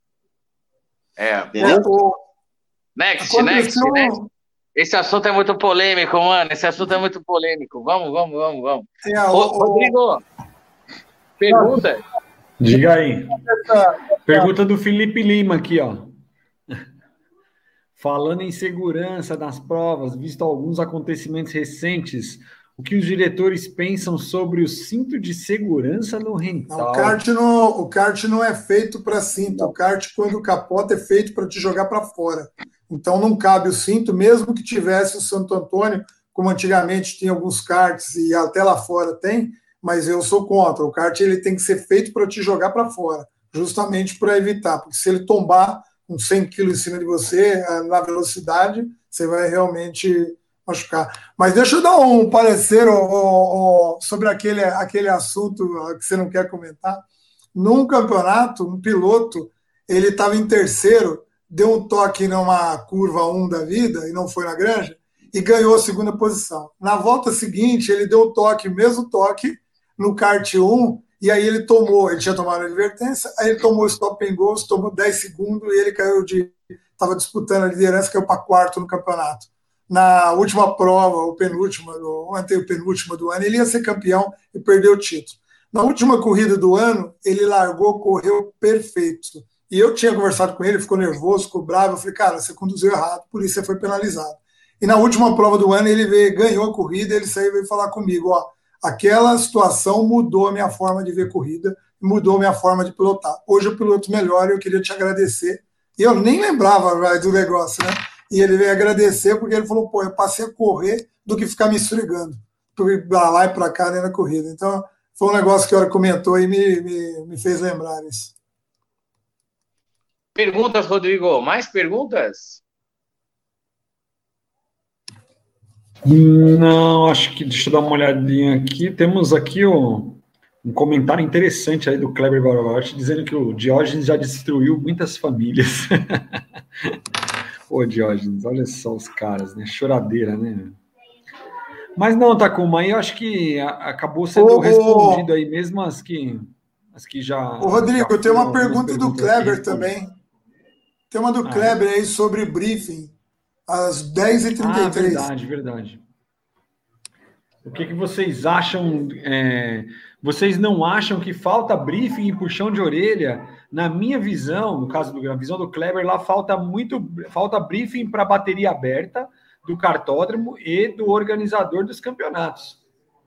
É, entendeu? O... Next, next, next. Esse assunto é muito polêmico, mano. Esse assunto é muito polêmico. Vamos, vamos, vamos, vamos. É, o... Rodrigo, pergunta. Diga aí. Pergunta do Felipe Lima aqui, ó. Falando em segurança das provas, visto alguns acontecimentos recentes, o que os diretores pensam sobre o cinto de segurança no rental? Não, o kart não, o kart não é feito para cinto. O kart, quando capota, é feito para te jogar para fora. Então não cabe o cinto, mesmo que tivesse o Santo Antônio, como antigamente tinha alguns karts e até lá fora tem, mas eu sou contra. O kart ele tem que ser feito para te jogar para fora, justamente para evitar, porque se ele tombar uns cem quilos em cima de você, na velocidade, você vai realmente machucar. Mas deixa eu dar um parecer ó, ó, sobre aquele, aquele assunto que você não quer comentar. Num campeonato, um piloto, ele estava em terceiro deu um toque numa curva um da vida, e não foi na granja, e ganhou a segunda posição. Na volta seguinte, ele deu o toque, o mesmo toque, no kart um, e aí ele tomou, ele tinha tomado a advertência, aí ele tomou stop and go, tomou dez segundos, e ele caiu de, estava disputando a liderança, caiu para quarto no campeonato. Na última prova, ou penúltima, ou antepenúltima do ano, ele ia ser campeão e perdeu o título. Na última corrida do ano, ele largou, correu perfeito. E eu tinha conversado com ele, ficou nervoso, ficou bravo. Eu falei, cara, você conduziu errado, por isso você foi penalizado. E na última prova do ano, ele veio, ganhou a corrida, ele saiu e veio falar comigo, ó, aquela situação mudou a minha forma de ver corrida, mudou a minha forma de pilotar. Hoje eu piloto melhor e eu queria te agradecer. E eu nem lembrava vai, do negócio, né? E ele veio agradecer porque ele falou, pô, eu passei a correr do que ficar me esfregando, para lá e para cá dentro da corrida. Então, foi um negócio que a hora comentou e me, me, me fez lembrar isso. Perguntas, Rodrigo? Mais perguntas? Não, acho que deixa eu dar uma olhadinha aqui. Temos aqui o, um comentário interessante aí do Kleber Barotti, dizendo que o Diógenes já destruiu muitas famílias. Ô, Diógenes, olha só os caras, né? Choradeira, né? Mas não, Takuma, aí eu acho que acabou sendo ô, respondido aí mesmo as que, as que já... Ô, Rodrigo, já tem uma pergunta do Kleber também. Tem uma do ah, Kleber é? aí sobre briefing, às dez e trinta e três. Ah, verdade, verdade. O que, que vocês acham? É, vocês não acham que falta briefing e puxão de orelha? Na minha visão, no caso da visão do Kleber, lá falta muito, falta briefing para bateria aberta do cartódromo e do organizador dos campeonatos.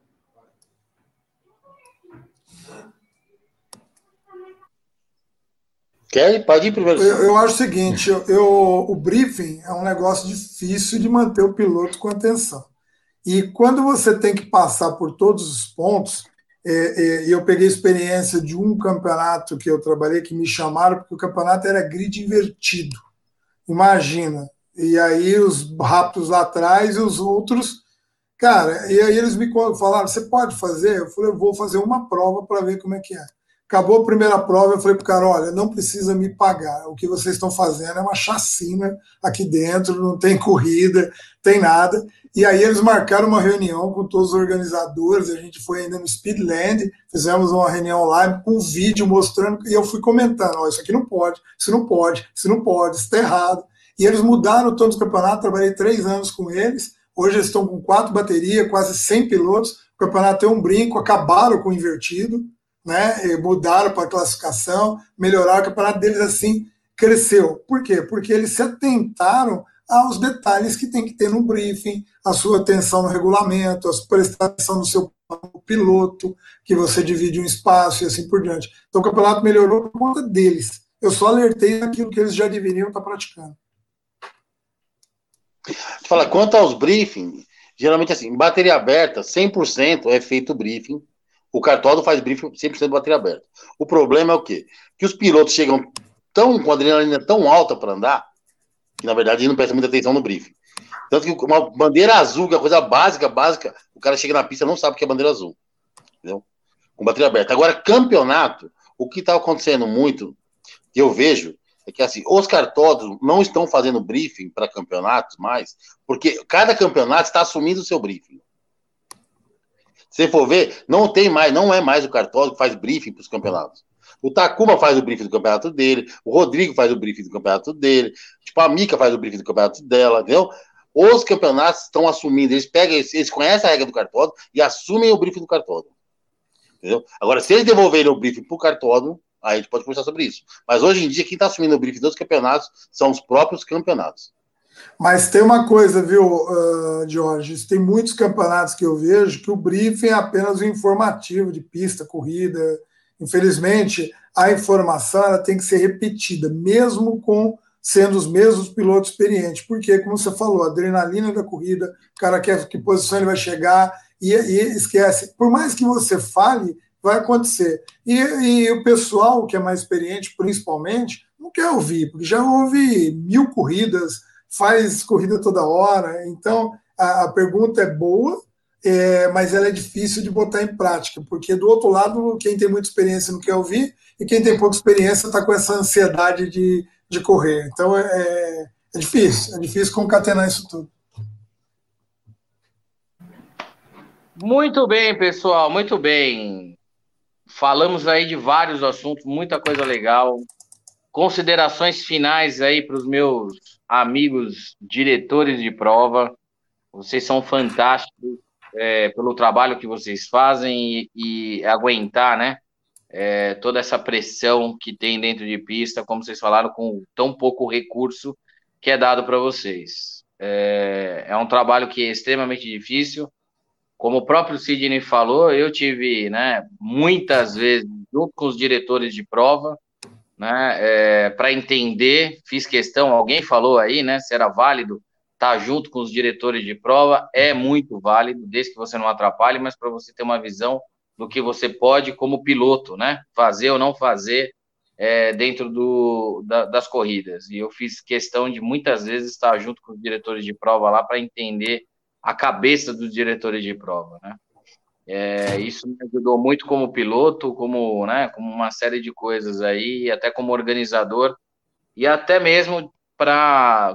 Quer? Pode ir primeiro. Eu, eu acho o seguinte, eu, eu, o briefing é um negócio difícil de manter o piloto com atenção. E quando você tem que passar por todos os pontos, e é, é, eu peguei a experiência de um campeonato que eu trabalhei, que me chamaram, porque o campeonato era grid invertido. Imagina. E aí os rápidos lá atrás e os outros... Cara, e aí eles me falaram, você pode fazer? Eu falei, eu vou fazer uma prova para ver como é que é. Acabou a primeira prova, eu falei pro cara, olha, não precisa me pagar, o que vocês estão fazendo é uma chacina aqui dentro, não tem corrida, tem nada. E aí eles marcaram uma reunião com todos os organizadores, a gente foi ainda no Speedland, fizemos uma reunião lá com um vídeo mostrando, e eu fui comentando, ó, isso aqui não pode, isso não pode, isso não pode, isso está errado. E eles mudaram todos os campeonatos, trabalhei três anos com eles, hoje eles estão com quatro baterias, quase cem pilotos, o campeonato tem um brinco, acabaram com o invertido, né, mudaram para a classificação, melhoraram o campeonato deles, assim, cresceu. Por quê? Porque eles se atentaram aos detalhes que tem que ter no briefing, a sua atenção no regulamento, a sua prestação no seu piloto, que você divide um espaço e assim por diante. Então o campeonato melhorou por conta deles. Eu só alertei naquilo que eles já deveriam estar praticando. Fala, quanto aos briefings, geralmente assim, bateria aberta, cem por cento é feito briefing. O cartódromo faz briefing cem por cento de bateria aberta. O problema é o quê? Que os pilotos chegam tão, com a adrenalina tão alta para andar, que na verdade eles não prestam muita atenção no briefing. Tanto que uma bandeira azul, que é a coisa básica, básica, o cara chega na pista e não sabe o que é bandeira azul. Entendeu? Com bateria aberta. Agora, campeonato, o que está acontecendo muito, que eu vejo, é que assim, os cartódromos não estão fazendo briefing para campeonatos mais, porque cada campeonato está assumindo o seu briefing. Se você for ver, não tem mais, não é mais o cartódromo que faz briefing para os campeonatos. O Takuma faz o briefing do campeonato dele, o Rodrigo faz o briefing do campeonato dele, tipo, a Mika faz o briefing do campeonato dela, entendeu? Os campeonatos estão assumindo, eles pegam, eles conhecem a regra do cartódromo e assumem o briefing do cartódromo. Entendeu? Agora, se eles devolverem o briefing para o cartódromo, aí a gente pode conversar sobre isso. Mas hoje em dia, quem está assumindo o briefing dos campeonatos são os próprios campeonatos. Mas tem uma coisa, viu, uh, Jorge? Tem muitos campeonatos que eu vejo que o briefing é apenas um informativo de pista, corrida. Infelizmente, a informação ela tem que ser repetida, mesmo com sendo os mesmos pilotos experientes. Porque, como você falou, a adrenalina da corrida, o cara quer que posição ele vai chegar e, e esquece. Por mais que você fale, vai acontecer. E, e o pessoal que é mais experiente, principalmente, não quer ouvir, porque já houve mil corridas, faz corrida toda hora. Então, a, a pergunta é boa, é, mas ela é difícil de botar em prática, porque do outro lado, quem tem muita experiência não quer ouvir, e quem tem pouca experiência está com essa ansiedade de, de correr. Então é, é difícil, é difícil concatenar isso tudo. Muito bem, pessoal, muito bem. Falamos aí de vários assuntos, muita coisa legal. Considerações finais aí para os meus amigos diretores de prova. Vocês são fantásticos é, pelo trabalho que vocês fazem e, e aguentar, né? É, toda essa pressão que tem dentro de pista, como vocês falaram, com tão pouco recurso que é dado para vocês. É, é um trabalho que é extremamente difícil. Como o próprio Sidney falou, eu tive, né, muitas vezes junto com os diretores de prova, né, é, para entender, fiz questão, alguém falou aí, né, se era válido estar junto com os diretores de prova, é muito válido, desde que você não atrapalhe, mas para você ter uma visão do que você pode como piloto, né, fazer ou não fazer é, dentro do, da, das corridas. E eu fiz questão de muitas vezes estar junto com os diretores de prova lá para entender a cabeça dos diretores de prova, né? É, isso me ajudou muito como piloto, como, né, como uma série de coisas aí, até como organizador, e até mesmo para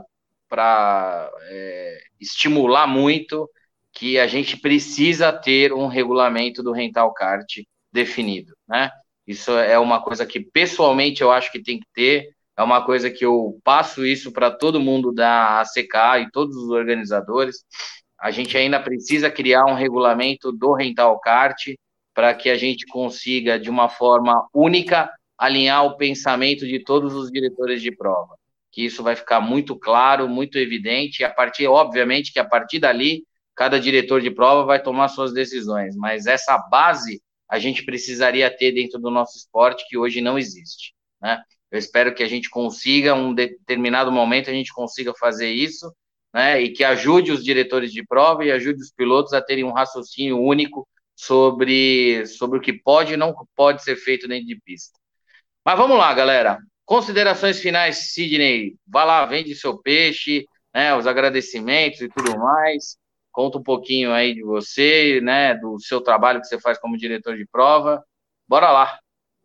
para é, estimular muito que a gente precisa ter um regulamento do rental kart definido, né? Isso é uma coisa que pessoalmente eu acho que tem que ter, é uma coisa que eu passo isso para todo mundo da A C K e todos os organizadores. A gente ainda precisa criar um regulamento do rental kart para que a gente consiga, de uma forma única, alinhar o pensamento de todos os diretores de prova. Que isso vai ficar muito claro, muito evidente, e a partir, obviamente, que a partir dali, cada diretor de prova vai tomar suas decisões, mas essa base a gente precisaria ter dentro do nosso esporte, que hoje não existe, né? Eu espero que a gente consiga, um determinado momento, a gente consiga fazer isso, né, e que ajude os diretores de prova e ajude os pilotos a terem um raciocínio único sobre, sobre o que pode e não pode ser feito dentro de pista. Mas vamos lá, galera. Considerações finais, Sidney. Vai lá, vende seu peixe, né, os agradecimentos e tudo mais. Conta um pouquinho aí de você, né, do seu trabalho que você faz como diretor de prova. Bora lá.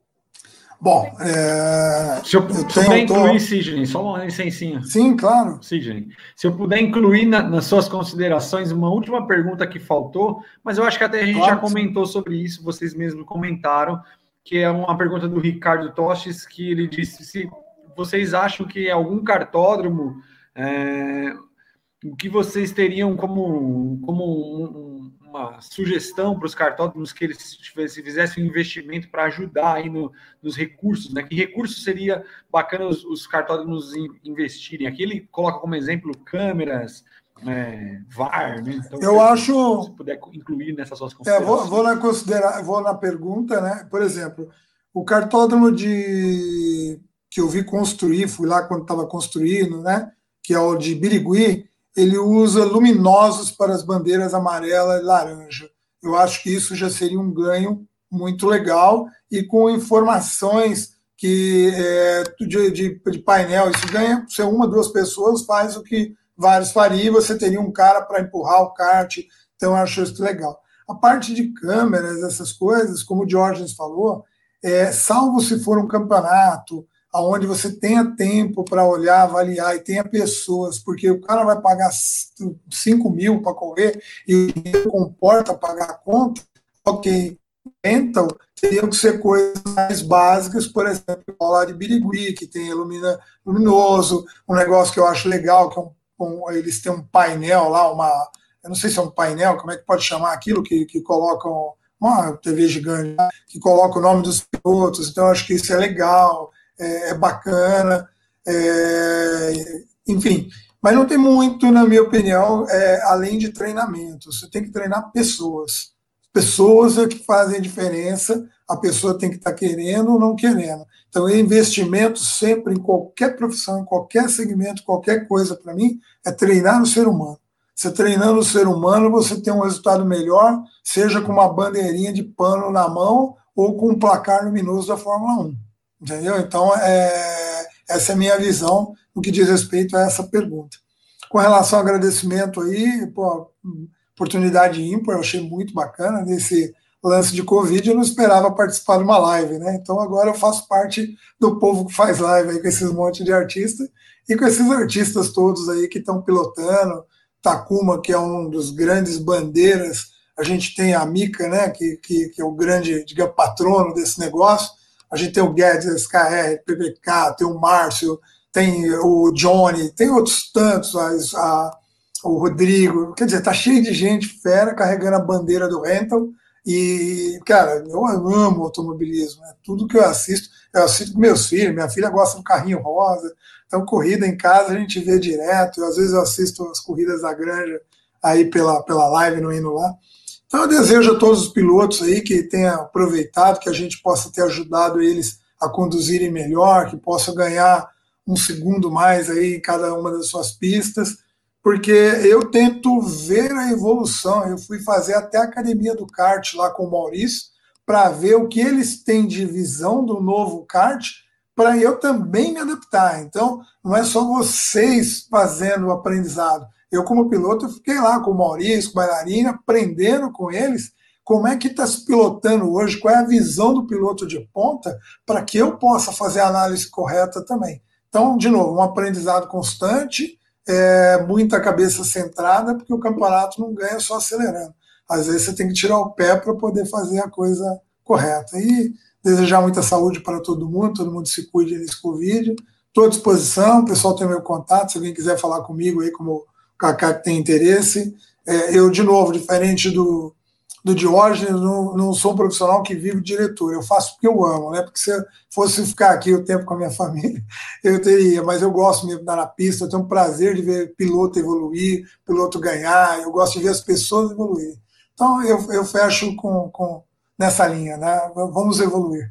Bom, é... se eu, eu se tenho, puder incluir, tô... Sidney, só uma licencinha. Sim, claro. Sidney, se eu puder incluir na, nas suas considerações uma última pergunta que faltou, mas eu acho que até a gente claro, já comentou sim. sobre isso, vocês mesmos comentaram, que é uma pergunta do Ricardo Tostes, que ele disse se vocês acham que algum cartódromo, é, o que vocês teriam como, como um, uma sugestão para os cartódromos que eles tivessem, fizessem um investimento para ajudar aí no, nos recursos, né? Que recursos seria bacana os, os cartódromos investirem? Aqui ele coloca como exemplo câmeras, é, V A R, né? Então, eu acho... se puder incluir nessas suas considerações. É, vou, vou, na considerar, vou na pergunta, né? Por exemplo, o cartódromo de, que eu vi construir, fui lá quando estava construindo, né? Que é o de Birigui, ele usa luminosos para as bandeiras amarela e laranja. Eu acho que isso já seria um ganho muito legal e com informações que é, de, de, de painel, isso ganha, se uma, duas pessoas faz o que vários fariam, você teria um cara para empurrar o kart, então eu acho isso legal. A parte de câmeras, essas coisas, como o Diógenes falou, é, salvo se for um campeonato, onde você tenha tempo para olhar, avaliar e tenha pessoas, porque o cara vai pagar cinco mil para correr e o dinheiro comporta pagar a conta, ok. Então, teriam que ser coisas mais básicas, por exemplo, lá de Birigui, que tem ilumina, luminoso, um negócio que eu acho legal, que é um, um, eles têm um painel lá, uma, eu não sei se é um painel, como é que pode chamar aquilo, que, que colocam uma T V gigante, que coloca o nome dos pilotos, então eu acho que isso é legal, é, é bacana, é, enfim, mas não tem muito, na minha opinião, é, além de treinamento, você tem que treinar pessoas, pessoas é que fazem diferença, a pessoa tem que estar querendo ou não querendo, então investimento sempre em qualquer profissão, em qualquer segmento, qualquer coisa para mim, é treinar o ser humano. Você treinando o ser humano, você tem um resultado melhor, seja com uma bandeirinha de pano na mão ou com um placar luminoso da Fórmula um. Entendeu? Então, é, essa é a minha visão no que diz respeito a essa pergunta. Com relação ao agradecimento aí, pô, oportunidade ímpar, eu achei muito bacana desse lance de Covid, eu não esperava participar de uma live, né? Então agora eu faço parte do povo que faz live aí com esses monte de artistas e com esses artistas todos aí que estão pilotando. Takuma, que é um dos grandes bandeiras, a gente tem a Mika, né, que, que, que é o grande, diga, patrono desse negócio, a gente tem o Guedes, S K R, P P K, tem o Márcio, tem o Johnny, tem outros tantos, a, a, o Rodrigo, quer dizer, tá cheio de gente fera carregando a bandeira do rental, e, cara, eu amo automobilismo, né? Tudo que eu assisto, eu assisto com meus filhos, minha filha gosta do carrinho rosa, então corrida em casa a gente vê direto, às vezes eu assisto as corridas da Granja aí pela, pela live, não indo lá. Então eu desejo a todos os pilotos aí que tenham aproveitado, que a gente possa ter ajudado eles a conduzirem melhor, que possam ganhar um segundo mais aí em cada uma das suas pistas, porque eu tento ver a evolução. Eu fui fazer até a academia do kart lá com o Maurício para ver o que eles têm de visão do novo kart para eu também me adaptar. Então, não é só vocês fazendo o aprendizado. Eu, como piloto, eu fiquei lá com o Maurício, com a bailarina, aprendendo com eles como é que está se pilotando hoje, qual é a visão do piloto de ponta, para que eu possa fazer a análise correta também. Então, de novo, um aprendizado constante, é, muita cabeça centrada, porque o campeonato não ganha só acelerando. Às vezes você tem que tirar o pé para poder fazer a coisa correta. E desejar muita saúde para todo mundo, todo mundo se cuide nesse Covid. Estou à disposição, o pessoal tem meu contato, se alguém quiser falar comigo aí, como o Kaká que tem interesse. É, eu, de novo, diferente do, do Diógenes, não, não sou um profissional que vive diretor, eu faço porque eu amo, né? Porque se eu fosse ficar aqui o tempo com a minha família, eu teria, mas eu gosto mesmo de estar na pista, eu tenho um prazer de ver piloto evoluir, piloto ganhar, eu gosto de ver as pessoas evoluírem. Então eu, eu fecho com, com, nessa linha, né? Vamos evoluir.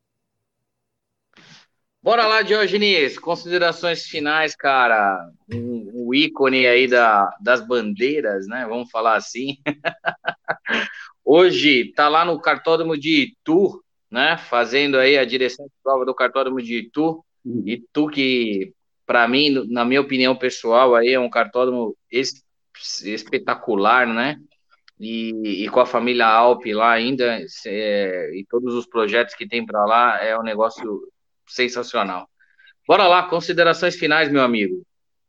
Bora lá, Diógenes, considerações finais, cara, o um, um ícone aí da, das bandeiras, né, vamos falar assim. Hoje tá lá no cartódromo de Itu, né, fazendo aí a direção de prova do cartódromo de Itu, uhum. Itu que, para mim, na minha opinião pessoal, aí é um cartódromo es espetacular, né, e, e com a família Alpe lá ainda, é, e todos os projetos que tem para lá, é um negócio sensacional. Bora lá, considerações finais, meu amigo.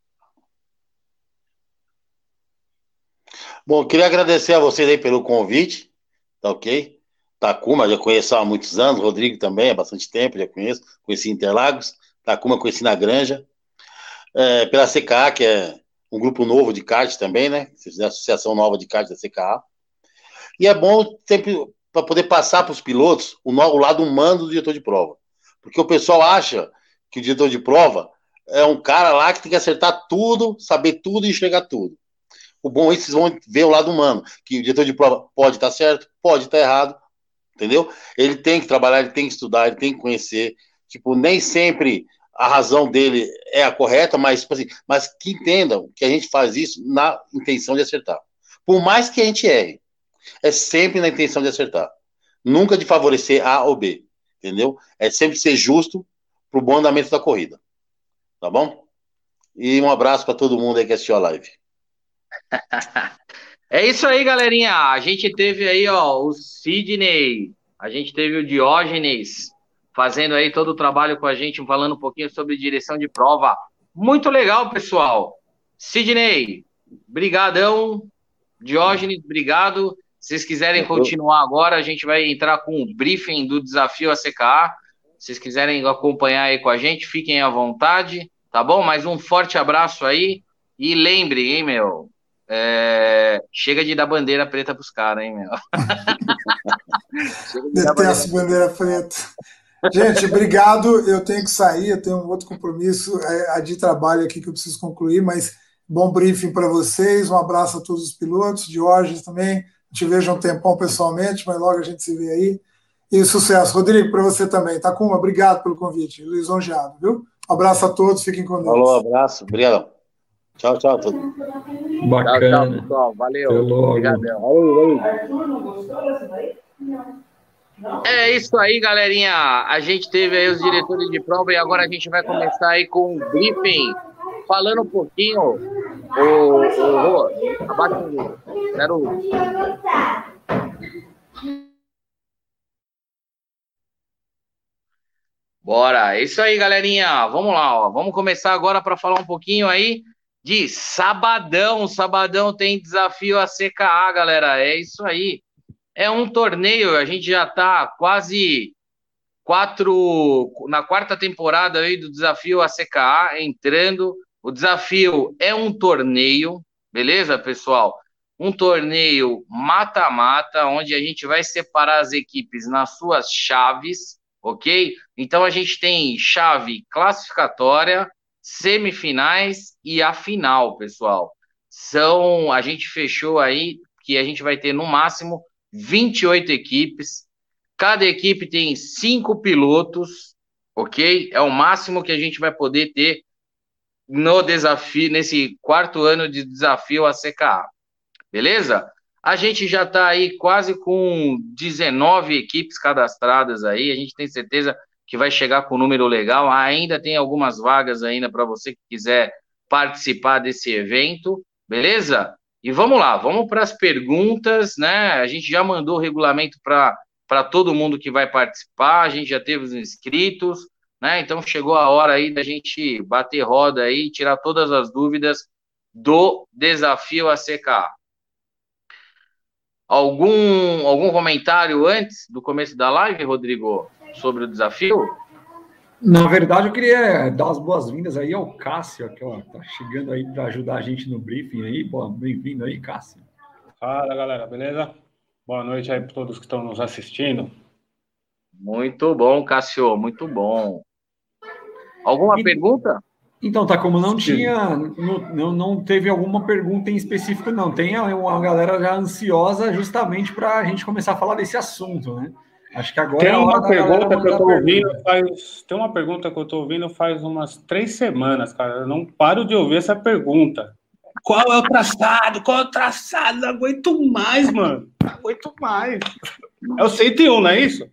Bom, queria agradecer a vocês aí pelo convite, tá ok? Takuma, já conheço há muitos anos, Rodrigo também, há bastante tempo, já conheço, conheci Interlagos, Takuma conheci na Granja, é, pela C K A, que é um grupo novo de kart também, né? A Associação Nova de Kart da C K A. E é bom sempre para poder passar para os pilotos o, o lado humano do diretor de prova. Porque o pessoal acha que o diretor de prova é um cara lá que tem que acertar tudo, saber tudo e enxergar tudo. O bom é que vocês vão ver o lado humano, que o diretor de prova pode estar certo, pode estar errado, entendeu? Ele tem que trabalhar, ele tem que estudar, ele tem que conhecer. Tipo, nem sempre a razão dele é a correta, mas, tipo assim, mas que entendam que a gente faz isso na intenção de acertar. Por mais que a gente erre, é sempre na intenção de acertar. Nunca de favorecer A ou B. Entendeu? É sempre ser justo pro bom andamento da corrida. Tá bom? E um abraço para todo mundo aí que assistiu a live. É isso aí, galerinha. A gente teve aí, ó, o Sidney, a gente teve o Diógenes fazendo aí todo o trabalho com a gente, falando um pouquinho sobre direção de prova. Muito legal, pessoal. Sidney, brigadão. Diógenes, obrigado. Se vocês quiserem continuar agora, a gente vai entrar com o briefing do desafio A C K A. Se vocês quiserem acompanhar aí com a gente, fiquem à vontade, tá bom? Mas um forte abraço aí. E lembre, hein, meu? É... Chega de dar bandeira preta pros caras, hein, meu? Detesto bandeira preta. Gente, obrigado. Eu tenho que sair, eu tenho um outro compromisso é, de trabalho aqui que eu preciso concluir, mas bom briefing para vocês. Um abraço a todos os pilotos, Diógenes também. Te vejo um tempão pessoalmente, mas logo a gente se vê aí. E sucesso. Rodrigo, para você também. Takuma, obrigado pelo convite. Lisonjeado, viu? Um abraço a todos, fiquem com Deus. Falou, abraço. Obrigado. Tchau, tchau a todos. Bacana. Tchau, tchau, pessoal. Valeu. Obrigadão. É isso aí, galerinha. A gente teve aí os diretores de prova e agora a gente vai começar aí com o briefing. Falando um pouquinho, o, o, o abaixa o zero. Bora, é isso aí, galerinha. Vamos lá, ó. Vamos começar agora para falar um pouquinho aí de sabadão. Sabadão tem desafio A C K A, galera. É isso aí. É um torneio, a gente já tá quase quatro na quarta temporada aí do desafio A C K A entrando. O desafio é um torneio, beleza, pessoal? Um torneio mata-mata, onde a gente vai separar as equipes nas suas chaves, ok? Então a gente tem chave classificatória, semifinais e a final, pessoal. São, a gente fechou aí que a gente vai ter no máximo vinte e oito equipes. Cada equipe tem cinco pilotos, ok? É o máximo que a gente vai poder ter no desafio, nesse quarto ano de desafio A C K A. Beleza? A gente já está aí quase com dezenove equipes cadastradas aí, a gente tem certeza que vai chegar com um número legal, ainda tem algumas vagas ainda para você que quiser participar desse evento, beleza? E vamos lá, vamos para as perguntas, né? A gente já mandou o regulamento para para todo mundo que vai participar, a gente já teve os inscritos, né? Então chegou a hora aí da gente bater roda aí e tirar todas as dúvidas do desafio A C K A. Algum, algum comentário antes do começo da live, Rodrigo, sobre o desafio? Na verdade, eu queria dar as boas-vindas aí ao Cássio, que ó, tá chegando aí para ajudar a gente no briefing aí. Bem-vindo aí, Cássio. Fala, galera, beleza? Boa noite aí para todos que estão nos assistindo. Muito bom, Cássio, muito bom. Alguma e, pergunta? Então, tá, como não tinha, não, não teve alguma pergunta em específico, não. Tem uma galera já ansiosa justamente para a gente começar a falar desse assunto, né? Acho que agora tem uma é a hora pergunta da que eu tô ouvindo faz, tem uma pergunta que eu tô ouvindo faz umas três semanas, cara. Eu não paro de ouvir essa pergunta. Qual é o traçado? Qual é o traçado? Não aguento mais, mano. Não aguento mais. É o cento e um, não é isso?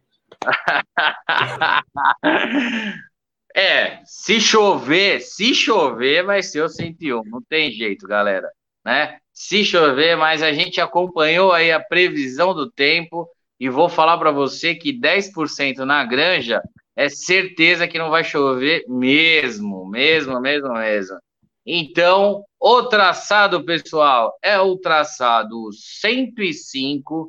É, se chover, se chover, vai ser o cento e um. Não tem jeito, galera, né? Se chover, mas a gente acompanhou aí a previsão do tempo e vou falar para você que dez por cento na Granja é certeza que não vai chover mesmo, mesmo, mesmo, mesmo. Então, o traçado, pessoal, é o traçado cento e cinco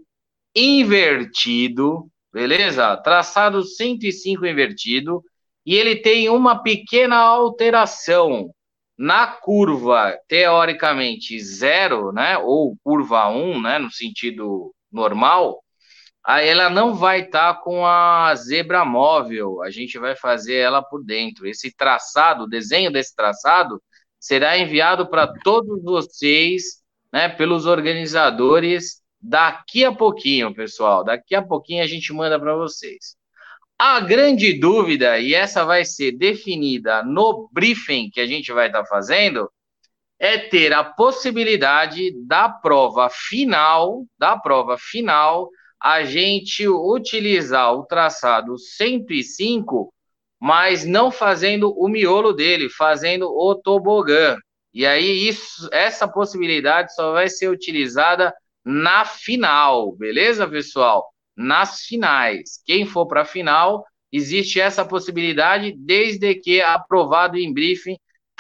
invertido, beleza? Traçado cento e cinco invertido, e ele tem uma pequena alteração. Na curva, teoricamente, zero, né? Ou curva um, né? No sentido normal, aí ela não vai estar tá com a zebra móvel, a gente vai fazer ela por dentro. Esse traçado, o desenho desse traçado, será enviado para todos vocês, né, pelos organizadores, daqui a pouquinho, pessoal. Daqui a pouquinho a gente manda para vocês. A grande dúvida, e essa vai ser definida no briefing que a gente vai estar tá fazendo, é ter a possibilidade da prova final, da prova final, a gente utilizar o traçado cento e cinco, mas não fazendo o miolo dele, fazendo o tobogã. E aí isso, essa possibilidade só vai ser utilizada na final, beleza, pessoal? Nas finais. Quem for para a final, existe essa possibilidade, desde que aprovado em briefing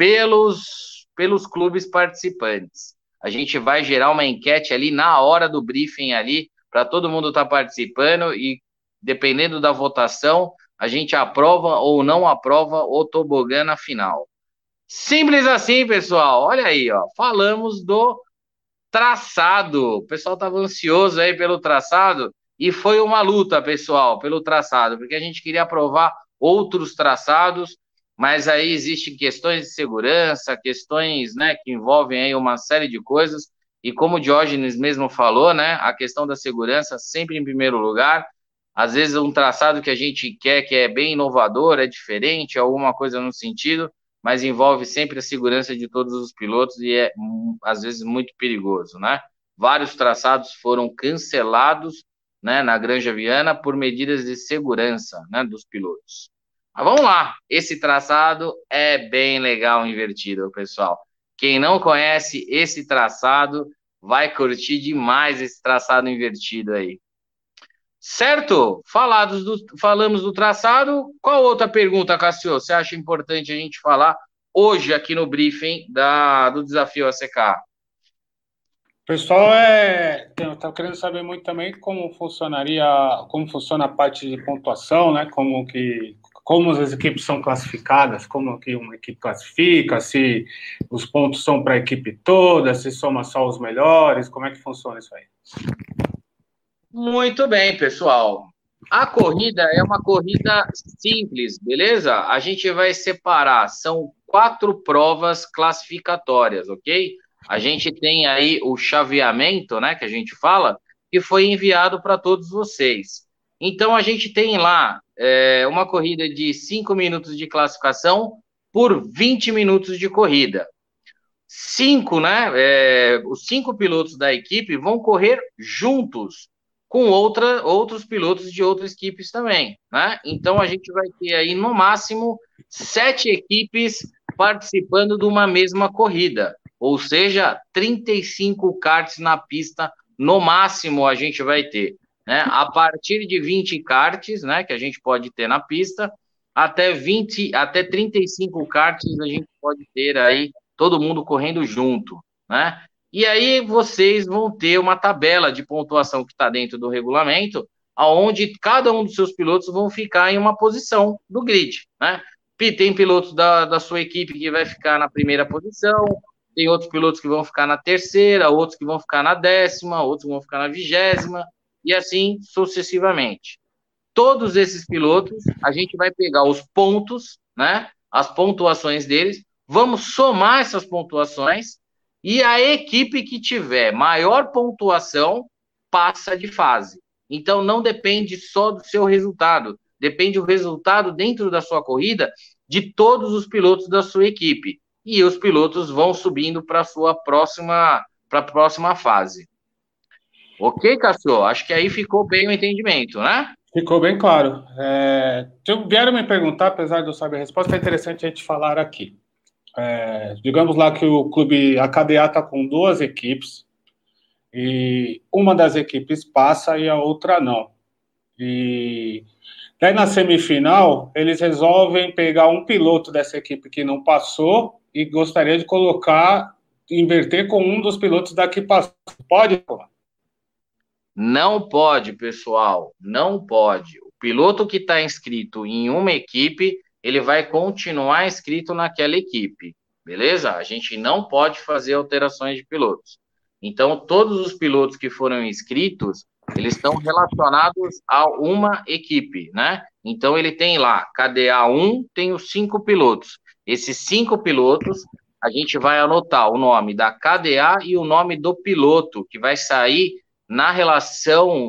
pelos, pelos clubes participantes. A gente vai gerar uma enquete ali na hora do briefing ali, para todo mundo estar tá participando e, dependendo da votação, a gente aprova ou não aprova o tobogã na final. Simples assim, pessoal. Olha aí, ó. Falamos do traçado. O pessoal estava ansioso aí pelo traçado e foi uma luta, pessoal, pelo traçado, porque a gente queria aprovar outros traçados, mas aí existem questões de segurança, questões, né, que envolvem aí uma série de coisas, e como o Diógenes mesmo falou, né, a questão da segurança sempre em primeiro lugar. Às vezes um traçado que a gente quer, que é bem inovador, é diferente, alguma coisa no sentido, mas envolve sempre a segurança de todos os pilotos e é, às vezes, muito perigoso, né? Vários traçados foram cancelados, né, na Granja Viana por medidas de segurança, né, dos pilotos. Mas vamos lá, esse traçado é bem legal invertido, pessoal. Quem não conhece esse traçado vai curtir demais esse traçado invertido aí. Certo? Falados do, falamos do traçado. Qual outra pergunta, Cássio, você acha importante a gente falar hoje aqui no briefing da, do Desafio A C K? O pessoal é, está querendo saber muito também como funcionaria, como funciona a parte de pontuação, né? Como que, como as equipes são classificadas, como que uma equipe classifica, se os pontos são para a equipe toda, se soma só os melhores, como é que funciona isso aí? Muito bem, pessoal. A corrida é uma corrida simples, beleza? A gente vai separar, são quatro provas classificatórias, ok? A gente tem aí o chaveamento, né, que a gente fala, que foi enviado para todos vocês. Então, a gente tem lá é, uma corrida de cinco minutos de classificação por vinte minutos de corrida. Cinco, né, é, os cinco pilotos da equipe vão correr juntos com outra, outros pilotos de outras equipes também, né? Então, a gente vai ter aí, no máximo, sete equipes participando de uma mesma corrida. Ou seja, trinta e cinco karts na pista, no máximo a gente vai ter, né? A partir de vinte karts, né, que a gente pode ter na pista, até vinte, até trinta e cinco karts a gente pode ter aí, todo mundo correndo junto, né? E aí vocês vão ter uma tabela de pontuação que está dentro do regulamento, aonde cada um dos seus pilotos vão ficar em uma posição do grid, né? Tem pilotos da, da sua equipe que vai ficar na primeira posição, tem outros pilotos que vão ficar na terceira, outros que vão ficar na décima, outros que vão ficar na vigésima, e assim sucessivamente. Todos esses pilotos, a gente vai pegar os pontos, né, as pontuações deles, vamos somar essas pontuações, e a equipe que tiver maior pontuação passa de fase. Então, não depende só do seu resultado, depende do resultado dentro da sua corrida de todos os pilotos da sua equipe. E os pilotos vão subindo para a sua próxima, para a próxima fase. Ok, Cássio? Acho que aí ficou bem o entendimento, né? Ficou bem claro. É, vieram me perguntar, apesar de eu saber a resposta, é interessante a gente falar aqui. É, digamos lá que o clube, a K D A está com duas equipes, e uma das equipes passa e a outra não. E daí na semifinal, eles resolvem pegar um piloto dessa equipe que não passou e gostaria de colocar, inverter com um dos pilotos daqui passou. Pode? Não pode, pessoal, não pode. O piloto que está inscrito em uma equipe, ele vai continuar inscrito naquela equipe, beleza? A gente não pode fazer alterações de pilotos. Então, todos os pilotos que foram inscritos, eles estão relacionados a uma equipe, né? Então, ele tem lá, K D A um, tem os cinco pilotos. Esses cinco pilotos, a gente vai anotar o nome da K D A e o nome do piloto, que vai sair na relação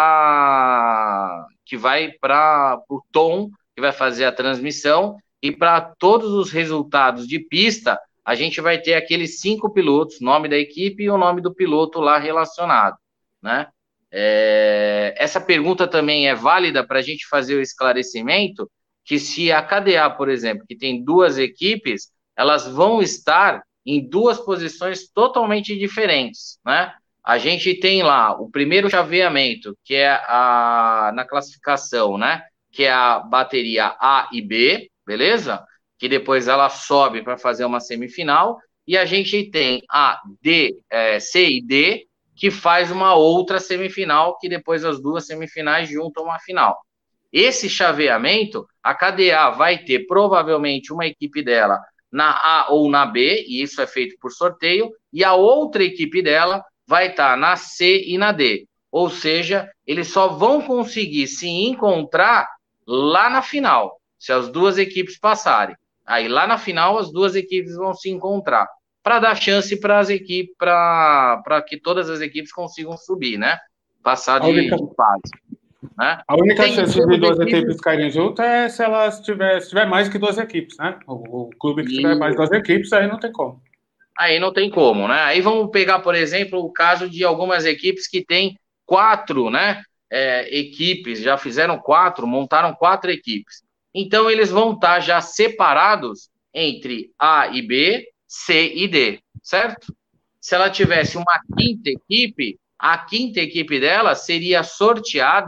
da... que vai para o Tom, que vai fazer a transmissão, e para todos os resultados de pista, a gente vai ter aqueles cinco pilotos, nome da equipe e o nome do piloto lá relacionado, né? É... Essa pergunta também é válida para a gente fazer o esclarecimento que se a K D A, por exemplo, que tem duas equipes, elas vão estar em duas posições totalmente diferentes, né? A gente tem lá o primeiro chaveamento, que é a, na classificação, né? Que é a bateria A e B, beleza? Que depois ela sobe para fazer uma semifinal, e a gente tem a D, é, C e D, que faz uma outra semifinal, que depois as duas semifinais juntam uma final. Esse chaveamento, a K D A vai ter provavelmente uma equipe dela na A ou na B, e isso é feito por sorteio, e a outra equipe dela vai estar na C e na D. Ou seja, eles só vão conseguir se encontrar lá na final, se as duas equipes passarem. Aí lá na final as duas equipes vão se encontrar, para dar chance para as equipes, para que todas as equipes consigam subir, né? Passar de, única... de fase. Né? A única Tem chance de duas equipes, equipes caírem juntas é se elas tiver, se tiver mais que duas equipes, né? O, o clube que e... tiver mais duas equipes, aí não tem como. Aí não tem como, né? Aí vamos pegar, por exemplo, o caso de algumas equipes que têm quatro, né? É, equipes, já fizeram quatro, montaram quatro equipes. Então, eles vão estar já separados entre A e B, C e D, certo? Se ela tivesse uma quinta equipe, a quinta equipe dela seria sorteada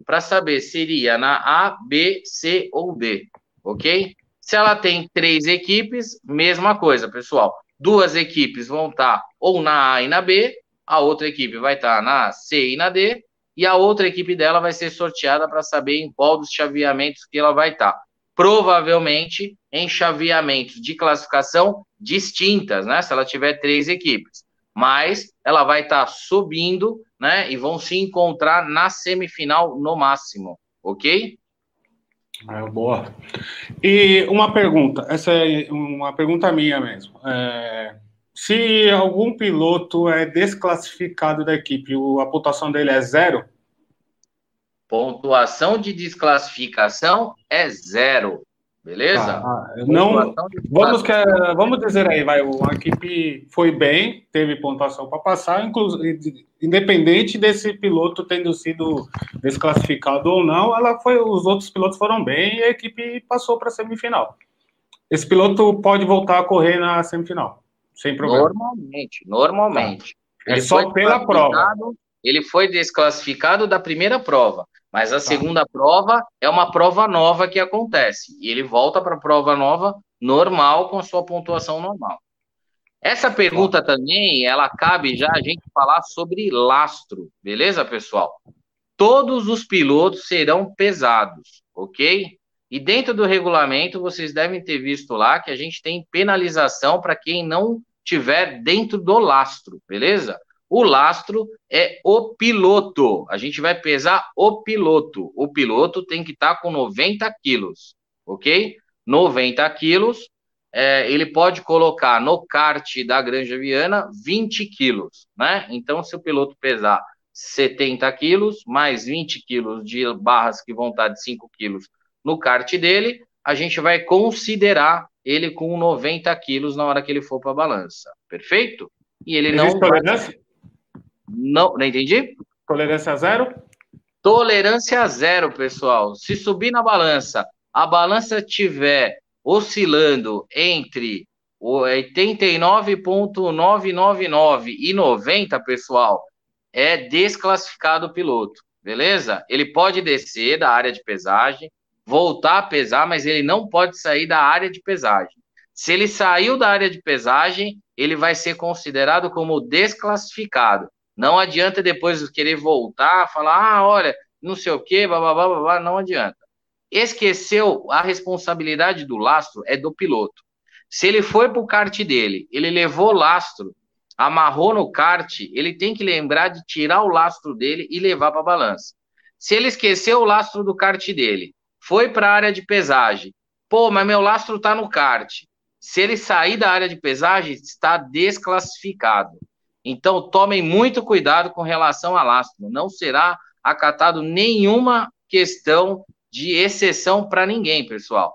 para saber se iria na A, B, C ou D, ok? Se ela tem três equipes, mesma coisa, pessoal. Duas equipes vão estar ou na A e na B, a outra equipe vai estar na C e na D, e a outra equipe dela vai ser sorteada para saber em qual dos chaveamentos que ela vai estar. Provavelmente em chaveamentos de classificação distintas, né? Se ela tiver três equipes. Mas ela vai estar subindo, né? E vão se encontrar na semifinal no máximo, ok? É, boa. E uma pergunta, essa é uma pergunta minha mesmo. É, se algum piloto é desclassificado da equipe, a pontuação dele é zero? Pontuação de desclassificação é zero, beleza? Tá. Não, vamos, que, vamos dizer aí, vai, a equipe foi bem, teve pontuação para passar, inclusive, independente desse piloto tendo sido desclassificado ou não, ela foi, os outros pilotos foram bem e a equipe passou para a semifinal. Esse piloto pode voltar a correr na semifinal, sem problema. Normalmente, normalmente. Tá. É só pela prova. Ele foi desclassificado da primeira prova, mas a segunda tá. prova é uma prova nova que acontece. E ele volta para a prova nova normal, com a sua pontuação normal. Essa pergunta tá. também, ela cabe já a gente falar sobre lastro, beleza, pessoal? Todos os pilotos serão pesados, ok? E dentro do regulamento, vocês devem ter visto lá que a gente tem penalização para quem não tiver dentro do lastro, beleza? O lastro é o piloto. A gente vai pesar o piloto. O piloto tem que estar com noventa quilos, ok? noventa quilos. É, ele pode colocar no kart da Granja Viana vinte quilos, né? Então, se o piloto pesar setenta quilos, mais vinte quilos de barras que vão estar de cinco quilos no kart dele, a gente vai considerar ele com noventa quilos na hora que ele for para a balança. Perfeito? E ele Existe não tolerância? Vai... Não, não entendi? Tolerância zero? Tolerância zero, pessoal. Se subir na balança, a balança tiver oscilando entre oitenta e nove vírgula novecentos e noventa e nove e noventa, pessoal, é desclassificado o piloto, beleza? Ele pode descer da área de pesagem, voltar a pesar, mas ele não pode sair da área de pesagem. Se ele saiu da área de pesagem, ele vai ser considerado como desclassificado. Não adianta depois querer voltar, falar, ah, olha, não sei o quê, blá, blá, blá, blá, blá, não adianta. Esqueceu, a responsabilidade do lastro é do piloto. Se ele foi para o kart dele, ele levou lastro, amarrou no kart, ele tem que lembrar de tirar o lastro dele e levar para a balança. Se ele esqueceu o lastro do kart dele, foi para a área de pesagem, pô, mas meu lastro está no kart. Se ele sair da área de pesagem, está desclassificado. Então, tomem muito cuidado com relação a lastro. Não será acatado nenhuma questão de exceção para ninguém, pessoal.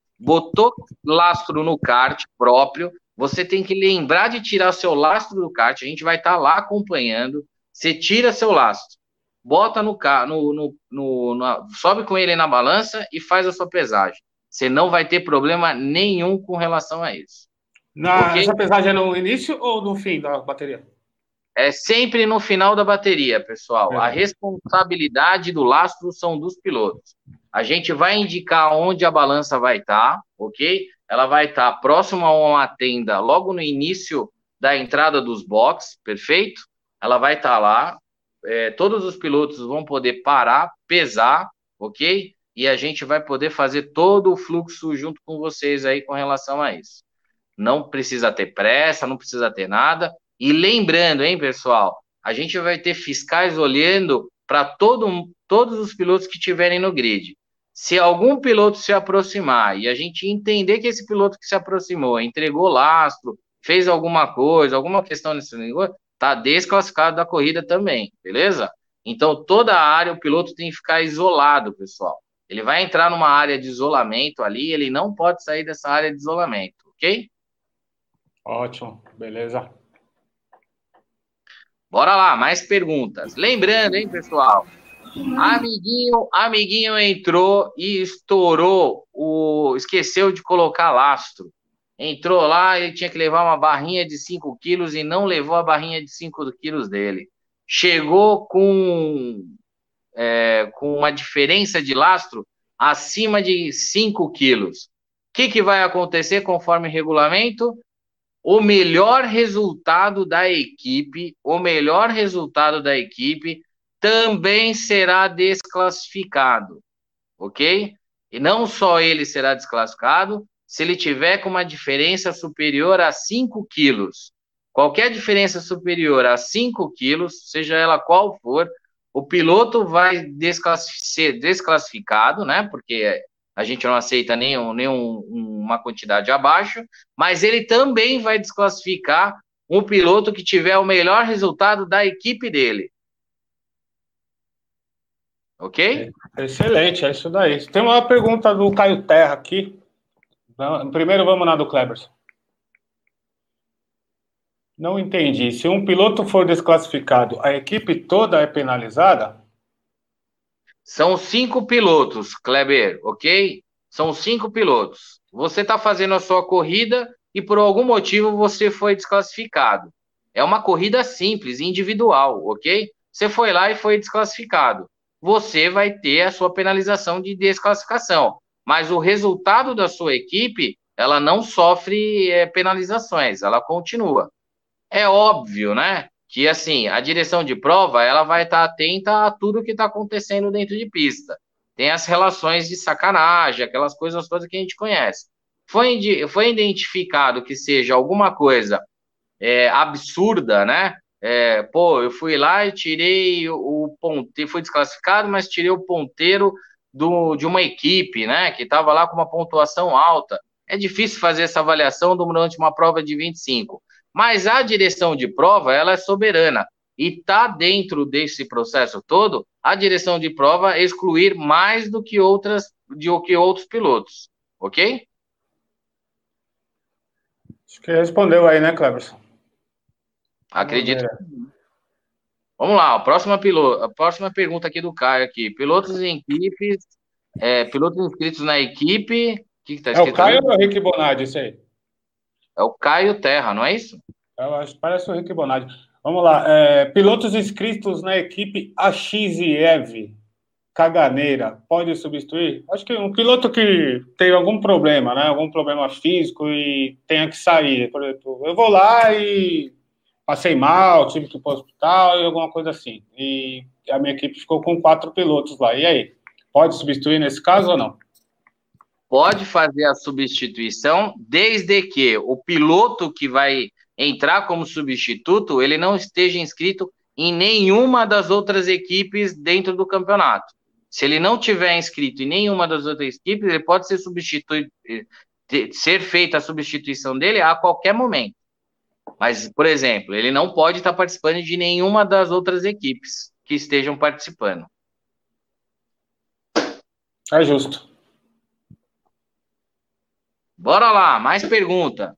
Botou lastro no kart próprio, você tem que lembrar de tirar seu lastro do kart, a gente vai estar tá lá acompanhando, você tira seu lastro, bota no carro, no, no, no, no, sobe com ele na balança e faz a sua pesagem. Você não vai ter problema nenhum com relação a isso. Na, okay? Essa pesagem é no início ou no fim da bateria? É sempre no final da bateria, pessoal. É. A responsabilidade do lastro são dos pilotos. A gente vai indicar onde a balança vai estar, ok? Ela vai estar próxima a uma tenda logo no início da entrada dos boxes, perfeito? Ela vai estar lá. É, todos os pilotos vão poder parar, pesar, ok? E a gente vai poder fazer todo o fluxo junto com vocês aí com relação a isso. Não precisa ter pressa, não precisa ter nada. E lembrando, hein, pessoal, a gente vai ter fiscais olhando para todo, todos os pilotos que estiverem no grid. Se algum piloto se aproximar e a gente entender que esse piloto que se aproximou entregou lastro, fez alguma coisa, alguma questão nesse negócio, está desclassificado da corrida também, beleza? Então, toda a área, o piloto tem que ficar isolado, pessoal. Ele vai entrar numa área de isolamento ali, ele não pode sair dessa área de isolamento, ok? Ótimo, beleza. Bora lá, mais perguntas. Lembrando, hein, pessoal? Amiguinho, amiguinho entrou e estourou, o, esqueceu de colocar lastro. Entrou lá, ele tinha que levar uma barrinha de cinco quilos e não levou a barrinha de cinco quilos dele. Chegou com é, com uma diferença de lastro acima de cinco quilos. O que, que vai acontecer conforme o regulamento? O melhor resultado da equipe, o melhor resultado da equipe também será desclassificado, ok? E não só ele será desclassificado, se ele tiver com uma diferença superior a cinco quilos. Qualquer diferença superior a cinco quilos, seja ela qual for, o piloto vai desclassific- ser desclassificado, né? Porque a gente não aceita nenhum, nenhum uma quantidade abaixo, mas ele também vai desclassificar um piloto que tiver o melhor resultado da equipe dele. Ok? Excelente, é isso daí. Tem uma pergunta do Caio Terra aqui. Primeiro vamos na do Kleberson. Não entendi. Se um piloto for desclassificado, a equipe toda é penalizada? São cinco pilotos, Kleber, ok? São cinco pilotos. Você está fazendo a sua corrida e por algum motivo você foi desclassificado. É uma corrida simples, individual, ok? Você foi lá e foi desclassificado. Você vai ter a sua penalização de desclassificação. Mas o resultado da sua equipe, ela não sofre é, penalizações, ela continua. É óbvio, né? Que assim, a direção de prova, ela vai estar atenta a tudo que está acontecendo dentro de pista. Tem as relações de sacanagem, aquelas coisas todas que a gente conhece. Foi, foi identificado que seja alguma coisa é, absurda, né? É, pô, eu fui lá e tirei o ponteiro, fui desclassificado, mas tirei o ponteiro do, de uma equipe, né? Que estava lá com uma pontuação alta. É difícil fazer essa avaliação durante uma prova de vinte e cinco. Mas a direção de prova, ela é soberana. E está dentro desse processo todo, a direção de prova excluir mais do que outras, do que outros pilotos. Ok? Acho que respondeu aí, né, Cleberson? Acredito. Vamos lá, a próxima, piloto, a próxima pergunta aqui do Caio aqui. Pilotos em equipes, é, pilotos inscritos na equipe. O que está escrito? É o Caio ali? Ou é o Rick Bonardi, isso aí? É o Caio Terra, não é isso? Eu acho que parece o Rick Bonardi. Vamos lá. É, pilotos inscritos na equipe A X I E V, Caganeira, pode substituir? Acho que um piloto que tem algum problema, né? Algum problema físico e tenha que sair. Por exemplo, eu vou lá e passei mal, tive que ir para o hospital e alguma coisa assim. E a minha equipe ficou com quatro pilotos lá. E aí? Pode substituir nesse caso ou não? Pode fazer a substituição, desde que o piloto que vai entrar como substituto, ele não esteja inscrito em nenhuma das outras equipes dentro do campeonato. Se ele não tiver inscrito em nenhuma das outras equipes, ele pode ser substituído, ser feita a substituição dele a qualquer momento. Mas, por exemplo, ele não pode estar participando de nenhuma das outras equipes que estejam participando. É justo. Bora lá, mais pergunta.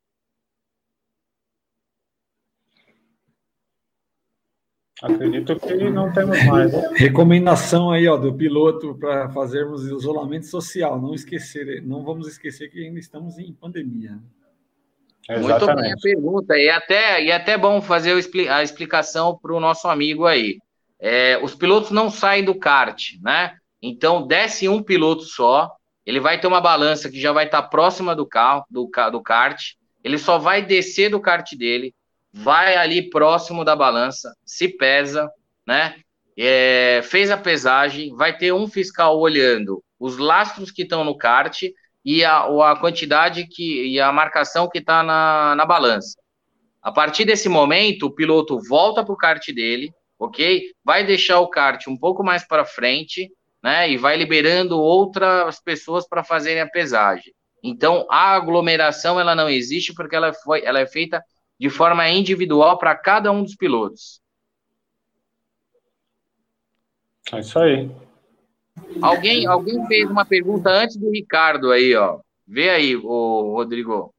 Acredito que não temos mais. Recomendação aí, ó, do piloto para fazermos isolamento social. Não esquecer, não vamos esquecer que ainda estamos em pandemia. Muito bem a pergunta. E até, e até bom fazer a explicação para o nosso amigo aí. É, os pilotos não saem do kart, né? Então, desce um piloto só, ele vai ter uma balança que já vai estar próxima do carro, do, do kart, ele só vai descer do kart dele, vai ali próximo da balança, se pesa, né? É, fez a pesagem, vai ter um fiscal olhando os lastros que estão no kart e a, a quantidade que, e a marcação que está na, na balança. A partir desse momento, o piloto volta para o kart dele, ok? Vai deixar o kart um pouco mais para frente, né? E vai liberando outras pessoas para fazerem a pesagem. Então, a aglomeração ela não existe porque ela, foi, ela é feita de forma individual para cada um dos pilotos. É isso aí. Alguém, alguém fez uma pergunta antes do Ricardo aí, ó. Vê aí, ô, Rodrigo.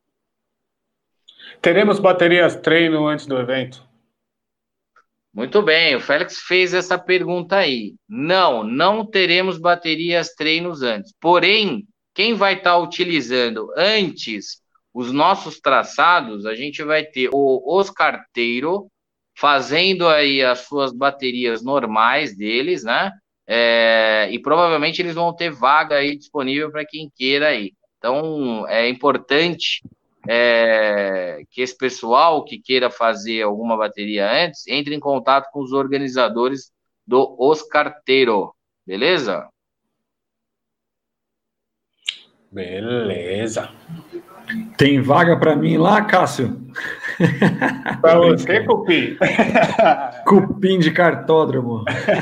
Teremos baterias treino antes do evento? Muito bem, o Félix fez essa pergunta aí. Não, não teremos baterias treinos antes. Porém, quem vai estar utilizando antes os nossos traçados, a gente vai ter o Oscar Teiro, fazendo aí as suas baterias normais deles, né? É, e provavelmente eles vão ter vaga aí disponível para quem queira aí. Então, é importante é, que esse pessoal que queira fazer alguma bateria antes, entre em contato com os organizadores do Os Carteiro, beleza? Beleza. Tem vaga para mim lá, Cássio? Para você, Cupim. Cupim de cartódromo.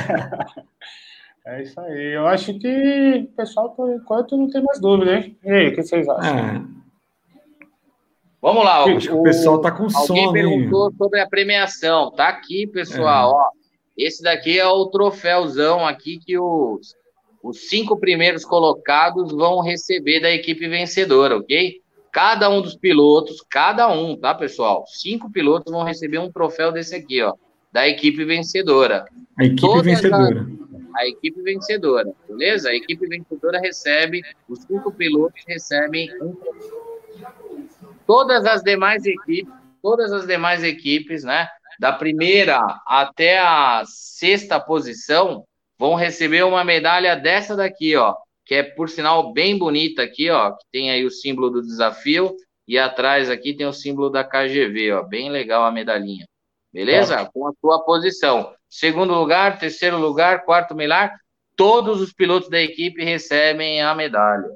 É isso aí. Eu acho que o pessoal, por enquanto, não tem mais dúvida, hein? E aí, o que vocês acham? É. Vamos lá. O, o pessoal tá com alguém sono, perguntou hein? sobre a premiação. Tá aqui, pessoal. É. Ó, esse daqui é o troféuzão aqui que os, os cinco primeiros colocados vão receber da equipe vencedora, ok? Cada um dos pilotos, cada um, tá, pessoal? Cinco pilotos vão receber um troféu desse aqui, ó, da equipe vencedora. A equipe Todas vencedora. As, a equipe vencedora, beleza? A equipe vencedora recebe, os cinco pilotos recebem um troféu. Todas as demais equipes, todas as demais equipes, né, da primeira até a sexta posição, vão receber uma medalha dessa daqui, ó, que é, por sinal, bem bonita aqui, ó, que tem aí o símbolo do desafio, e atrás aqui tem o símbolo da K G V, ó, bem legal a medalhinha, beleza? Top. Com a sua posição. Segundo lugar, terceiro lugar, quarto lugar, todos os pilotos da equipe recebem a medalha.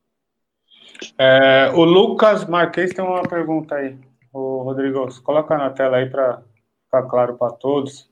É, o Lucas Marques tem uma pergunta aí. O Rodrigo, coloca na tela aí para ficar claro para todos.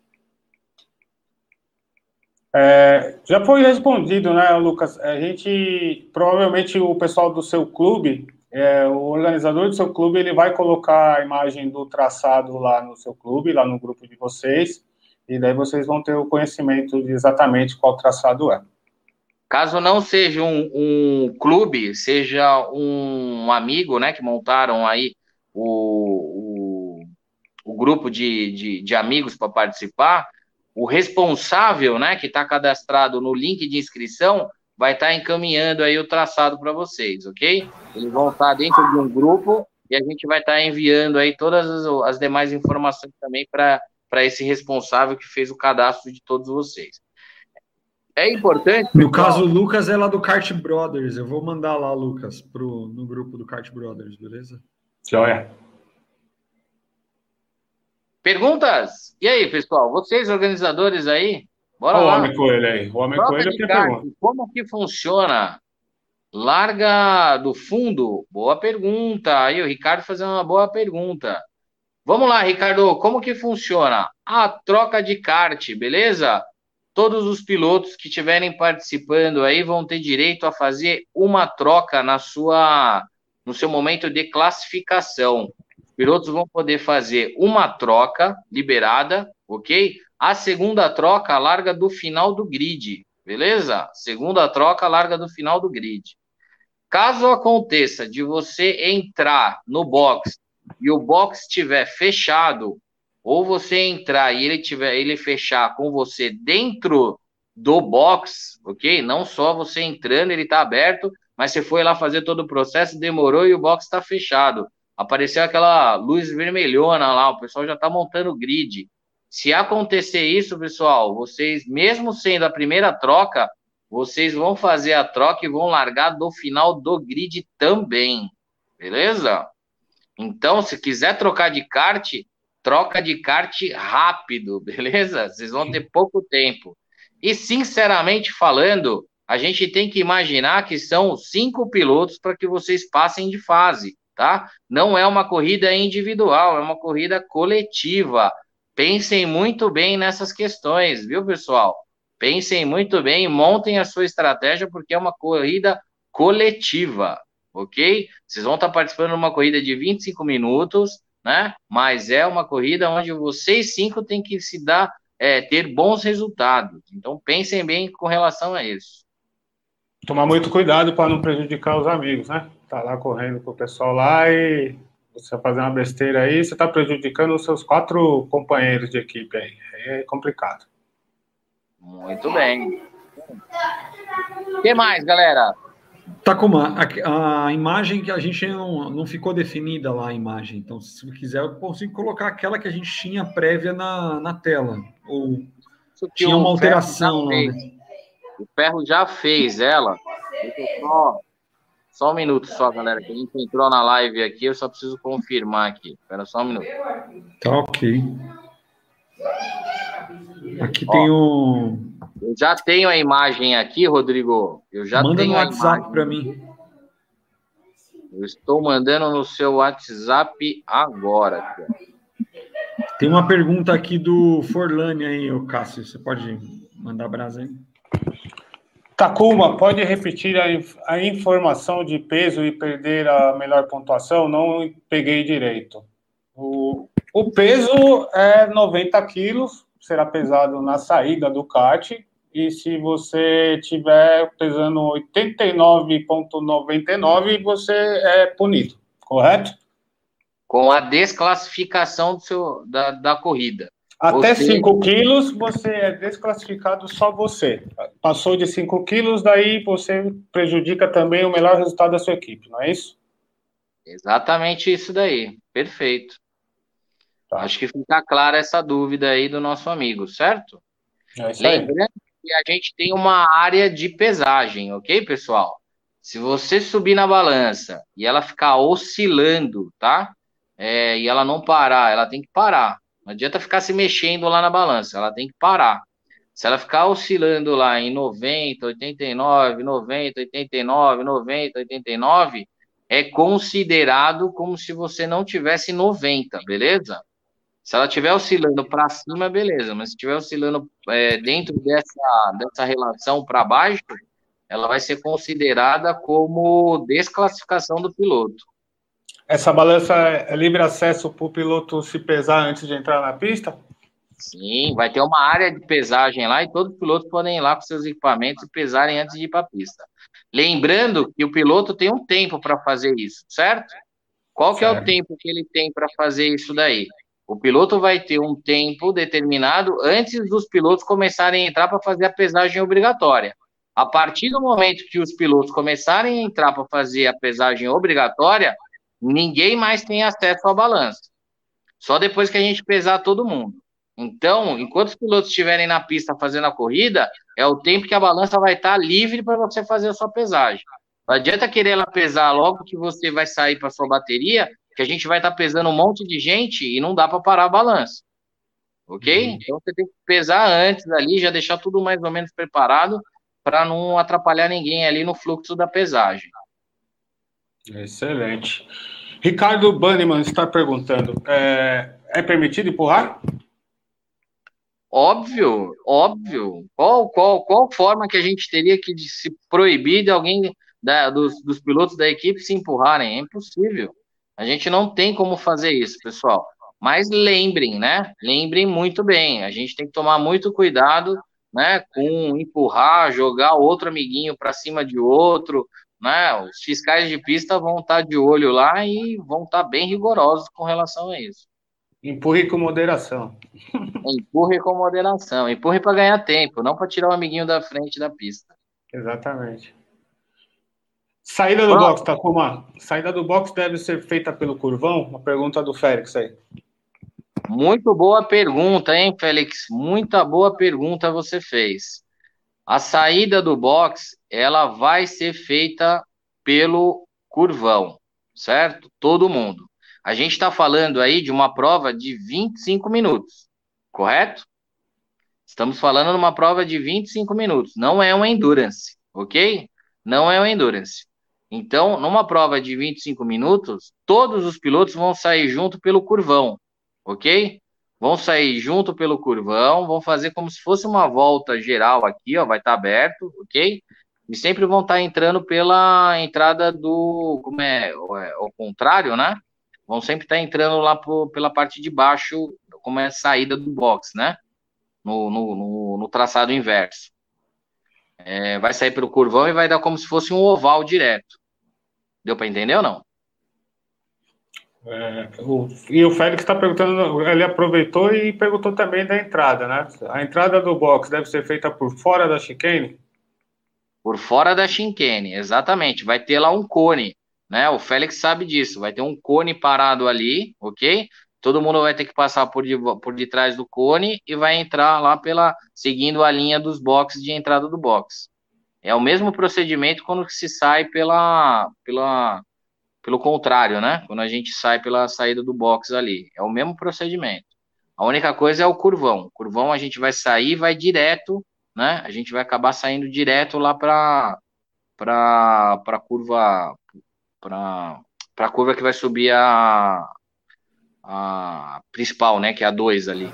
É, já foi respondido, né, Lucas? A gente, provavelmente o pessoal do seu clube, é, o organizador do seu clube, ele vai colocar a imagem do traçado lá no seu clube, lá no grupo de vocês, e daí vocês vão ter o conhecimento de exatamente qual traçado é. Caso não seja um, um clube, seja um amigo, né, que montaram aí o, o, o grupo de, de, de amigos para participar, o responsável, né, que está cadastrado no link de inscrição, vai estar tá encaminhando aí o traçado para vocês, ok? Eles vão estar tá dentro de um grupo e a gente vai estar tá enviando aí todas as, as demais informações também para para esse responsável que fez o cadastro de todos vocês. É importante... No pessoal, caso, o Lucas é lá do Kart Brothers. Eu vou mandar lá, Lucas, pro, no grupo do Kart Brothers, beleza? Joia. Perguntas? E aí, pessoal? Vocês, organizadores aí? Bora o lá. O Homem Coelho aí. O Homem Troca Coelho de que kart, pergunta. como que funciona? Larga do fundo? Boa pergunta. Aí, o Ricardo fazendo uma boa pergunta. Vamos lá, Ricardo. Como que funciona? A troca de kart, beleza? Todos os pilotos que estiverem participando aí vão ter direito a fazer uma troca na sua, no seu momento de classificação. Os pilotos vão poder fazer uma troca liberada, ok? A segunda troca larga do final do grid, beleza? Segunda troca larga do final do grid. Caso aconteça de você entrar no box e o box estiver fechado, ou você entrar e ele tiver, ele fechar com você dentro do box, ok? Não só você entrando, ele está aberto, mas você foi lá fazer todo o processo, demorou e o box está fechado. Apareceu aquela luz vermelhona lá, o pessoal já está montando o grid. Se acontecer isso, pessoal, vocês, mesmo sendo a primeira troca, vocês vão fazer a troca e vão largar do final do grid também, beleza? Então, se quiser trocar de kart, troca de kart rápido, beleza? Vocês vão ter pouco tempo. E, sinceramente falando, a gente tem que imaginar que são cinco pilotos para que vocês passem de fase, tá? Não é uma corrida individual, é uma corrida coletiva. Pensem muito bem nessas questões, viu, pessoal? Pensem muito bem, montem a sua estratégia, porque é uma corrida coletiva, ok? Vocês vão estar participando de uma corrida de vinte e cinco minutos, né? Mas é uma corrida onde vocês cinco têm que se dar, é, ter bons resultados. Então, pensem bem com relação a isso. Tomar muito cuidado para não prejudicar os amigos, né? Tá lá correndo com o pessoal lá e você fazer uma besteira aí, você está prejudicando os seus quatro companheiros de equipe aí. É complicado. Muito bem. O que mais, galera? Takuma, a, a imagem que a gente não, não ficou definida lá, a imagem. Então, se você quiser, eu consigo colocar aquela que a gente tinha prévia na, na tela. Ou tinha uma alteração lá, né? O Ferro já fez ela. Só, só um minuto só, galera, que a gente entrou na live aqui, eu só preciso confirmar aqui. Espera só um minuto. Tá ok. Aqui Ó, tem o... Eu já tenho a imagem aqui, Rodrigo. Eu já Manda tenho no a WhatsApp para mim. Eu estou mandando no seu WhatsApp agora. Cara. Tem uma pergunta aqui do Forlani aí, o Cássio. Você pode mandar brasa aí? Takuma, pode repetir a, a informação de peso e perder a melhor pontuação? Não peguei direito. O, o peso é noventa quilos, será pesado na saída do kart. E se você estiver pesando oitenta e nove vírgula noventa e nove, você é punido, correto? Com a desclassificação do seu, da, da corrida. Até você... cinco quilos, você é desclassificado só você. Passou de cinco quilos, daí você prejudica também o melhor resultado da sua equipe, não é isso? Exatamente isso daí. Perfeito. Tá. Acho que fica clara essa dúvida aí do nosso amigo, certo? É isso aí. Lembrando que a gente tem uma área de pesagem, ok, pessoal? Se você subir na balança e ela ficar oscilando, tá? É, e ela não parar, ela tem que parar. Não adianta ficar se mexendo lá na balança, ela tem que parar. Se ela ficar oscilando lá em noventa, oitenta e nove, noventa, oitenta e nove, noventa, oitenta e nove, é considerado como se você não tivesse noventa, beleza? Se ela estiver oscilando para cima, beleza, mas se estiver oscilando é, dentro dessa, dessa relação para baixo, ela vai ser considerada como desclassificação do piloto. Essa balança é livre acesso para o piloto se pesar antes de entrar na pista? Sim, vai ter uma área de pesagem lá e todos os pilotos podem ir lá com seus equipamentos e pesarem antes de ir para a pista. Lembrando que o piloto tem um tempo para fazer isso, certo? Qual que certo. é o tempo que ele tem para fazer isso daí? O piloto vai ter um tempo determinado antes dos pilotos começarem a entrar para fazer a pesagem obrigatória. A partir do momento que os pilotos começarem a entrar para fazer a pesagem obrigatória, ninguém mais tem acesso à balança. Só depois que a gente pesar todo mundo. Então, enquanto os pilotos estiverem na pista fazendo a corrida, é o tempo que a balança vai estar livre para você fazer a sua pesagem. Não adianta querer ela pesar logo que você vai sair para sua bateria, que a gente vai estar pesando um monte de gente e não dá para parar a balança. Ok? Uhum. Então você tem que pesar antes ali, já deixar tudo mais ou menos preparado para não atrapalhar ninguém ali no fluxo da pesagem. Excelente. Ricardo Banniman está perguntando, é, é permitido empurrar? Óbvio, óbvio. Qual, qual, qual forma que a gente teria que se proibir de alguém, da, dos, dos pilotos da equipe se empurrarem? É impossível. A gente não tem como fazer isso, pessoal. Mas lembrem, né? Lembrem muito bem. A gente tem que tomar muito cuidado, né? Com empurrar, jogar outro amiguinho para cima de outro, né? Os fiscais de pista vão estar de olho lá e vão estar bem rigorosos com relação a isso. Empurre com moderação. Empurre com moderação. Empurre para ganhar tempo, não para tirar o amiguinho da frente da pista. Exatamente. Saída do Pronto. box, Takuma. Saída do box deve ser feita pelo curvão? Uma pergunta do Félix aí. Muito boa pergunta, hein, Félix? Muita boa pergunta você fez. A saída do box, ela vai ser feita pelo curvão, certo? Todo mundo. A gente está falando aí de uma prova de vinte e cinco minutos, correto? Estamos falando de uma prova de vinte e cinco minutos. Não é uma endurance, ok? Não é uma endurance. Então, numa prova de vinte e cinco minutos, todos os pilotos vão sair junto pelo curvão, ok? Vão sair junto pelo curvão, vão fazer como se fosse uma volta geral aqui, ó, vai estar aberto, ok? E sempre vão estar entrando pela entrada do, como é, ao contrário, né? Vão sempre estar entrando lá por, pela parte de baixo, como é a saída do box, né? No, no, no, no traçado inverso. É, vai sair pelo curvão e vai dar como se fosse um oval direto. Deu para entender ou não? É, o, e o Félix está perguntando, ele aproveitou e perguntou também da entrada, né? A entrada do box deve ser feita por fora da chicane? Por fora da chicane, exatamente. Vai ter lá um cone, né? O Félix sabe disso. Vai ter um cone parado ali, ok? Todo mundo vai ter que passar por, de, por detrás do cone e vai entrar lá pela seguindo a linha dos boxes de entrada do box. É o mesmo procedimento quando se sai pela, pela, pelo contrário, né? Quando a gente sai pela saída do box ali. É o mesmo procedimento. A única coisa é o curvão. O curvão a gente vai sair e vai direto, né? A gente vai acabar saindo direto lá para para para curva para para curva que vai subir a a principal, né? Que é a dois ali.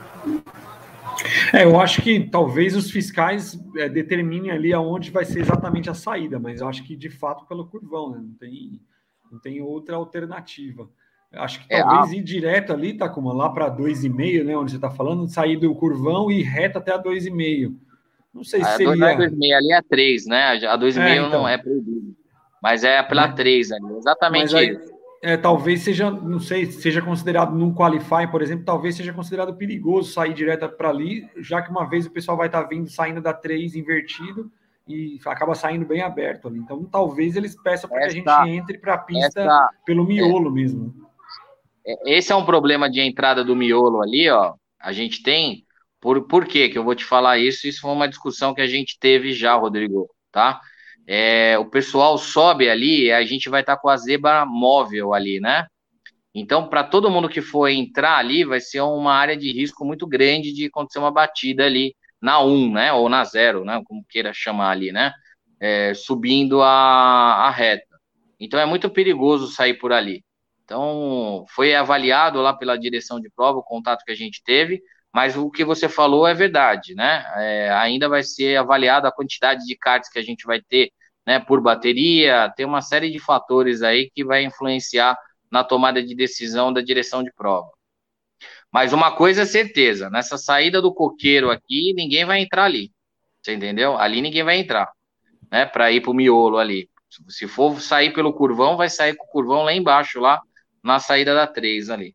É, eu acho que talvez os fiscais é, determinem ali aonde vai ser exatamente a saída, mas eu acho que de fato pelo curvão, né? Não tem, não tem outra alternativa. Eu acho que É, talvez a- ir direto ali, tá como lá para dois e meio, né? Onde você está falando, sair do curvão e ir reto até a dois e meio. Não sei se a dois não é seria. dois e meio, ali é três, né? A dois e É, meio não é então. proibido. Mas é pela Mas, três ali, mas exatamente aí isso. é, talvez seja, não sei, seja considerado num qualify, por exemplo, talvez seja considerado perigoso sair direto para ali, já que uma vez o pessoal vai estar vindo saindo da três invertido e acaba saindo bem aberto ali. Então, talvez eles peçam para que a gente Essa, entre para a pista essa, pelo é, miolo mesmo. é- esse é um problema de entrada do miolo ali, ó. A gente tem. Por, por quê que eu vou te falar isso? Isso foi uma discussão que a gente teve já, Rodrigo, tá? É, o pessoal sobe ali, a gente vai estar com a zebra móvel ali, né? Então, para todo mundo que for entrar ali, vai ser uma área de risco muito grande de acontecer uma batida ali na um, né? Ou na zero, né? Como queira chamar ali, né? É, subindo a, a reta. Então, é muito perigoso sair por ali. Então, foi avaliado lá pela direção de prova, o contato que a gente teve, mas o que você falou é verdade, né? É, ainda vai ser avaliada a quantidade de karts que a gente vai ter, né? Por bateria, tem uma série de fatores aí que vai influenciar na tomada de decisão da direção de prova. Mas uma coisa é certeza, nessa saída do coqueiro aqui, ninguém vai entrar ali. Você entendeu? Ali ninguém vai entrar, né? Para ir pro miolo ali. Se for sair pelo curvão, vai sair com o curvão lá embaixo, lá na saída da três ali.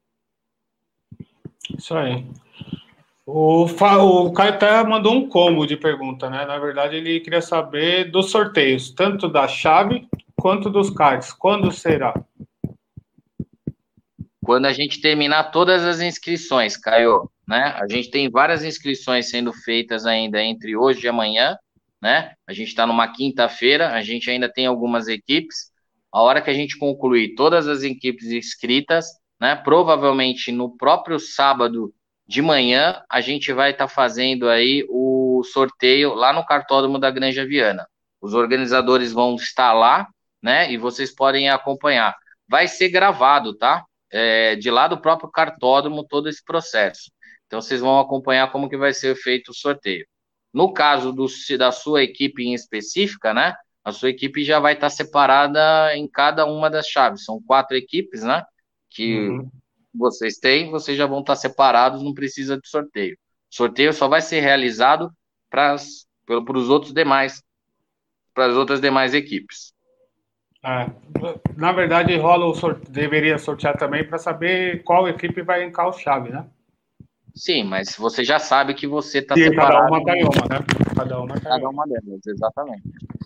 Isso aí. O, Fa- o Caio até mandou um combo de pergunta, né? Na verdade, ele queria saber dos sorteios, tanto da chave quanto dos cards. Quando será? Quando a gente terminar todas as inscrições, Caio, né? A gente tem várias inscrições sendo feitas ainda entre hoje e amanhã, né? A gente está numa quinta-feira, a gente ainda tem algumas equipes. A hora que a gente concluir todas as equipes inscritas, né? Provavelmente no próprio sábado de manhã, a gente vai estar tá fazendo aí o sorteio lá no cartódromo da Granja Viana. Os organizadores vão estar lá, né? E vocês podem acompanhar. Vai ser gravado, tá? É, de lá do próprio cartódromo todo esse processo. Então vocês vão acompanhar como que vai ser feito o sorteio. No caso do, da sua equipe em específica, né? A sua equipe já vai estar separada em cada uma das chaves. São quatro equipes, né? Que Uhum. vocês têm, vocês já vão estar separados, não precisa de sorteio. O sorteio só vai ser realizado para os outros demais, para as outras demais equipes. É, na verdade, rola o sorte... deveria sortear também para saber qual equipe vai em qual chave, né? Sim, mas você já sabe que você está E separado. cada uma tá em uma, né? Cada uma tá em Cada uma. uma delas, exatamente.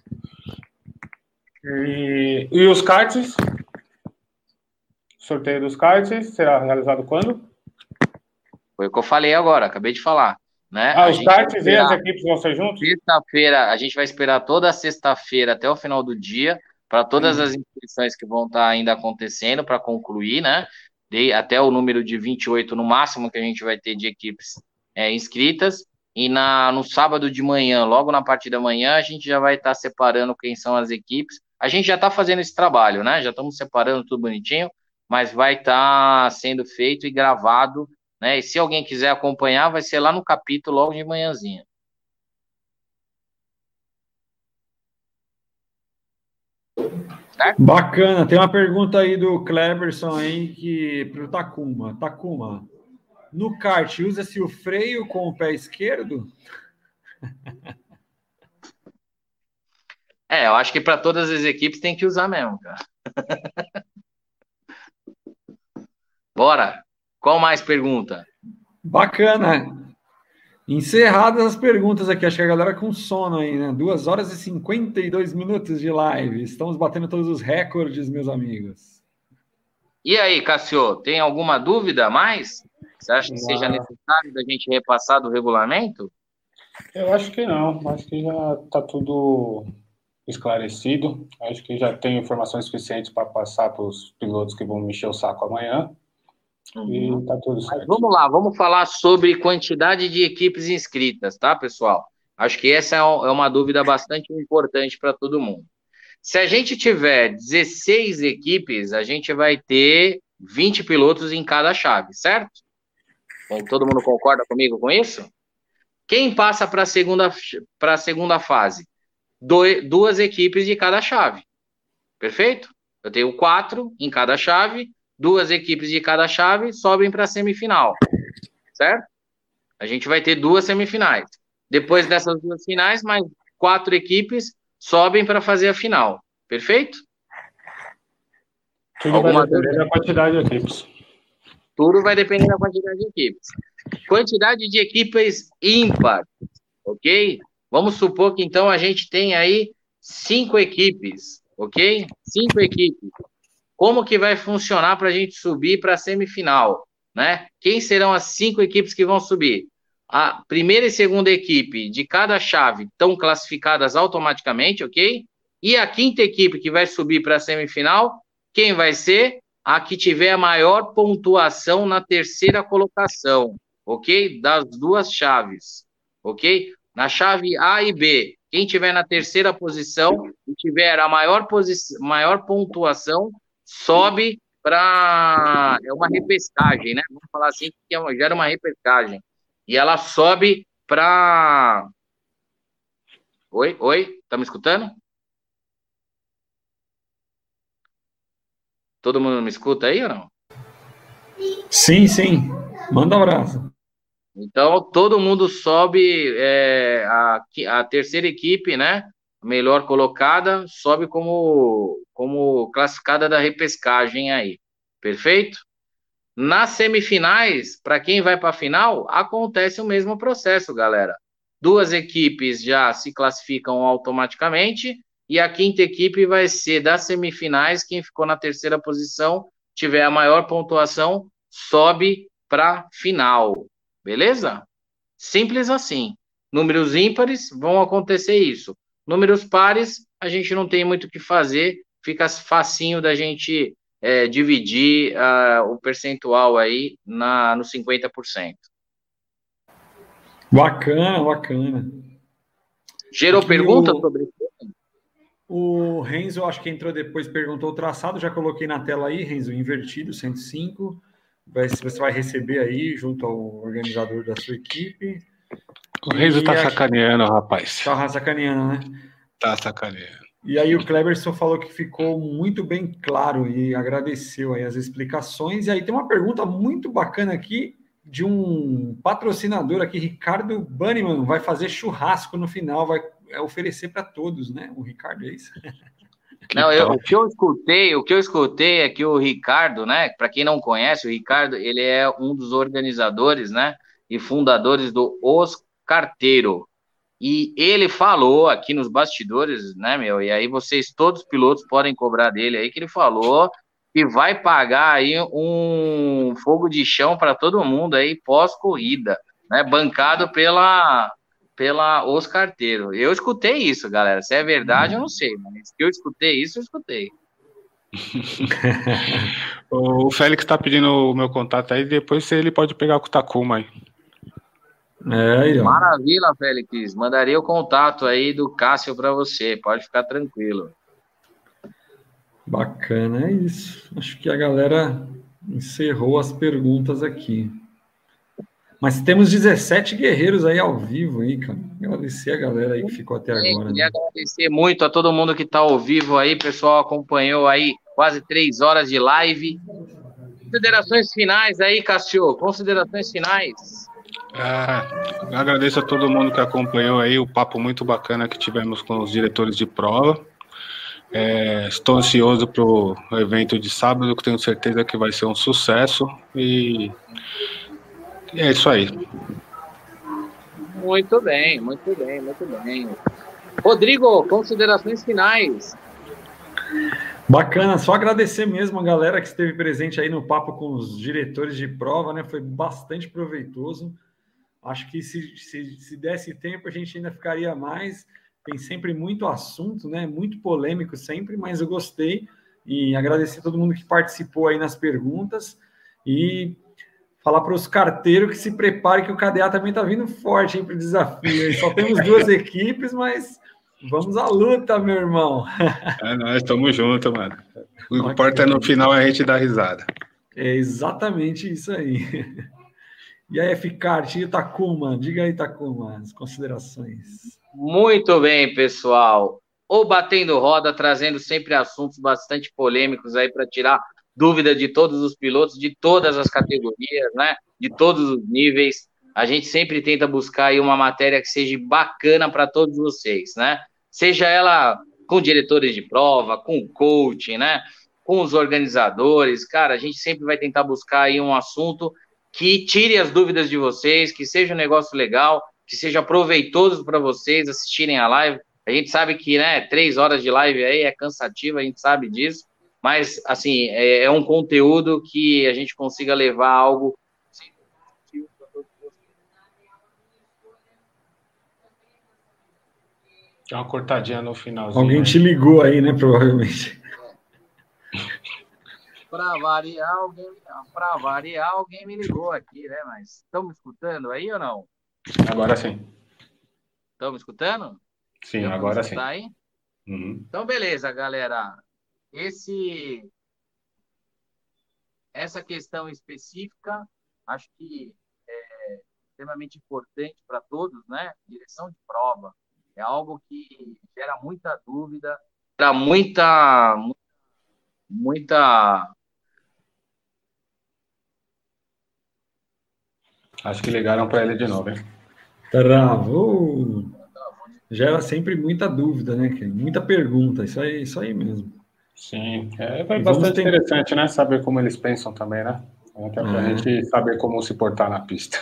E, e os karts? Sorteio dos karts será realizado quando? Foi o que eu falei agora, acabei de falar. Né? Ah, A os gente vai karts e esperar as equipes vão ser juntos? sexta-feira, a gente vai esperar toda sexta-feira até o final do dia para todas Hum. as inscrições que vão estar ainda acontecendo para concluir, né? De, até o número de vinte e oito no máximo que a gente vai ter de equipes é, inscritas. E na, no sábado de manhã, logo na parte da manhã, a gente já vai estar separando quem são as equipes. A gente já está fazendo esse trabalho, né? Já estamos separando tudo bonitinho, mas vai estar sendo feito e gravado, né? E se alguém quiser acompanhar, vai ser lá no capítulo logo de manhãzinha. Certo? Bacana. Tem uma pergunta aí do Cleberson aí que pro Takuma. Takuma, no kart usa-se o freio com o pé esquerdo? É, eu acho que para todas as equipes tem que usar mesmo, cara. Bora. Qual mais pergunta? Bacana. Encerradas as perguntas aqui, acho que a galera com sono aí, né? duas horas e cinquenta e dois minutos de live. Estamos batendo todos os recordes, meus amigos. E aí, Cássio, tem alguma dúvida a mais? Você acha que Ah. seja necessário da gente repassar do regulamento? Eu acho que não, acho que já está tudo esclarecido. Acho que já tenho informações suficientes para passar para os pilotos que vão me encher o saco amanhã. E tá tudo certo. Vamos lá, vamos falar sobre quantidade de equipes inscritas, tá, pessoal? Acho que essa é uma dúvida bastante importante para todo mundo. Se a gente tiver dezesseis equipes, a gente vai ter vinte pilotos em cada chave, certo? Bom, todo mundo concorda comigo com isso? Quem passa para a segunda, para a segunda fase? Do, duas equipes de cada chave. Perfeito? Eu tenho quatro em cada chave, duas equipes de cada chave sobem para a semifinal. Certo? A gente vai ter duas semifinais. Depois dessas duas finais, mais quatro equipes sobem para fazer a final. Perfeito? Tudo Alguma vai depender dúvida? da quantidade de equipes. Tudo vai depender da quantidade de equipes. Quantidade de equipes ímpar, ok? Vamos supor que então a gente tem aí cinco equipes, ok? Cinco equipes. Como que vai funcionar para a gente subir para a semifinal, né? Quem serão as cinco equipes que vão subir? A primeira e segunda equipe de cada chave estão classificadas automaticamente, ok? E a quinta equipe que vai subir para a semifinal, quem vai ser? A que tiver a maior pontuação na terceira colocação, ok? Das duas chaves, ok? Na chave A e B, quem tiver na terceira posição e tiver a maior, posi- maior pontuação, sobe para... É uma repescagem, né? Vamos falar assim, que é uma- gera uma repescagem. E ela sobe para... Oi? Oi? Tá me escutando? Todo mundo me escuta aí ou não? Sim, sim. Manda um abraço. Então, todo mundo sobe, é, a, a terceira equipe, né? Melhor colocada, sobe como, como classificada da repescagem aí. Perfeito? Nas semifinais, para quem vai para a final, acontece o mesmo processo, galera. Duas equipes já se classificam automaticamente e a quinta equipe vai ser das semifinais. Quem ficou na terceira posição, tiver a maior pontuação, sobe para final. Beleza? Simples assim. Números ímpares, vão acontecer isso. Números pares, a gente não tem muito o que fazer, fica facinho da gente é, dividir uh, o percentual aí na, no cinquenta por cento. Bacana, bacana. Gerou Aqui pergunta o- sobre isso? O Renzo, acho que entrou depois, perguntou o traçado, já coloquei na tela aí, Renzo, invertido, cento e cinco. Vai, você vai receber aí, junto ao organizador da sua equipe. O Renzo tá E aqui- sacaneando, rapaz. Tá sacaneando, né? Tá sacaneando. E aí o Cleberson falou que ficou muito bem claro e agradeceu aí as explicações. E aí tem uma pergunta muito bacana aqui de um patrocinador aqui, Ricardo Banniman, vai fazer churrasco no final, vai oferecer para todos, né? O Ricardo, é isso? Não, eu, o que eu escutei, o que eu escutei é que o Ricardo, né? Para quem não conhece, o Ricardo, ele é um dos organizadores, né? E fundadores do Os Carteiro. E ele falou aqui nos bastidores, né, meu? E aí vocês, todos os pilotos, podem cobrar dele aí, que ele falou que vai pagar aí um fogo de chão para todo mundo aí pós-corrida, né? Bancado pela, pela Os Carteiro. Eu escutei isso, galera. Se é verdade, eu não sei, mas se eu escutei isso, eu escutei. O Félix tá pedindo o meu contato aí, depois ele pode pegar com o Takuma aí. É, aí, ó. Maravilha, Félix. Mandaria o contato aí do Cássio para você. Pode ficar tranquilo. Bacana, é isso. Acho que a galera encerrou as perguntas aqui. Mas temos dezessete guerreiros aí ao vivo aí, cara. Agradecer a galera aí que ficou até agora. Queria Né? agradecer muito a todo mundo que está ao vivo aí, pessoal, acompanhou aí quase três horas de live. Considerações finais aí, Cássio, considerações finais. Ah, agradeço a todo mundo que acompanhou aí o papo muito bacana que tivemos com os diretores de prova. É, estou ansioso para o evento de sábado, que tenho certeza que vai ser um sucesso. E é isso aí. Muito bem, muito bem, muito bem. Rodrigo, considerações finais. Bacana, só agradecer mesmo a galera que esteve presente aí no papo com os diretores de prova, né? Foi bastante proveitoso. Acho que se, se, se desse tempo a gente ainda ficaria mais. Tem sempre muito assunto, né? Muito polêmico sempre, mas eu gostei. E agradecer a todo mundo que participou aí nas perguntas. E falar para os carteiros que se preparem que o K D A também está vindo forte para o desafio. Aí só temos duas equipes, mas vamos à luta, meu irmão. É, nós estamos juntos, mano. O que importa é no final a gente dar risada. É exatamente isso aí. E aí, Ficarte, e Takuma? Diga aí, Takuma, as considerações. Muito bem, pessoal. O Batendo Roda trazendo sempre assuntos bastante polêmicos aí para tirar dúvida de todos os pilotos, de todas as categorias, né? De todos os níveis. A gente sempre tenta buscar aí uma matéria que seja bacana para todos vocês, né? Seja ela com diretores de prova, com coaching, né? Com os organizadores. Cara, a gente sempre vai tentar buscar aí um assunto que tire as dúvidas de vocês, que seja um negócio legal, que seja proveitoso para vocês assistirem a live. A gente sabe que, né, três horas de live aí é cansativo, a gente sabe disso, mas, assim, é, é um conteúdo que a gente consiga levar algo. Tem uma cortadinha no finalzinho. Alguém te ligou aí, né, provavelmente. Para variar, alguém, para variar, alguém me ligou aqui, né, mas estão me escutando aí ou não? Agora sim. Estão me escutando? Sim, agora sim. Aí? Uhum. Então, beleza, galera. Esse, essa questão específica, acho que é extremamente importante para todos, né? Direção de prova. É algo que gera muita dúvida, gera muita, muita... Acho que ligaram para ele de novo, hein? Travou. Gera sempre muita dúvida, né? Muita pergunta. Isso aí, isso aí mesmo. Sim, é foi bastante ter... interessante, né? Saber como eles pensam também, né? Até para a é. gente saber como se portar na pista.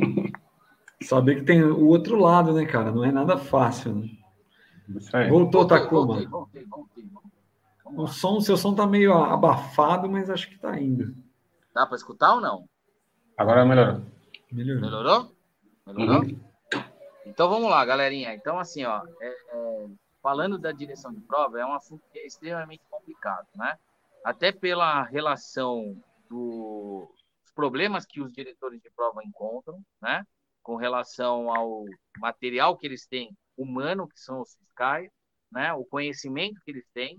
Saber que tem o outro lado, né, cara? Não é nada fácil, né? Isso aí. Voltou, voltei, Takuma. Voltei, voltei, voltei, voltei. O som, o seu som tá meio abafado, mas acho que tá indo. Dá para escutar ou não? Agora melhorou. Melhorou? Melhorou? Melhorou? Uhum. Então vamos lá, galerinha. Então, assim, ó, é, é, falando da direção de prova, é um assunto que é extremamente complicado, né? Até pela relação do, dos problemas que os diretores de prova encontram, né? Com relação ao material que eles têm humano, que são os fiscais, né? O conhecimento que eles têm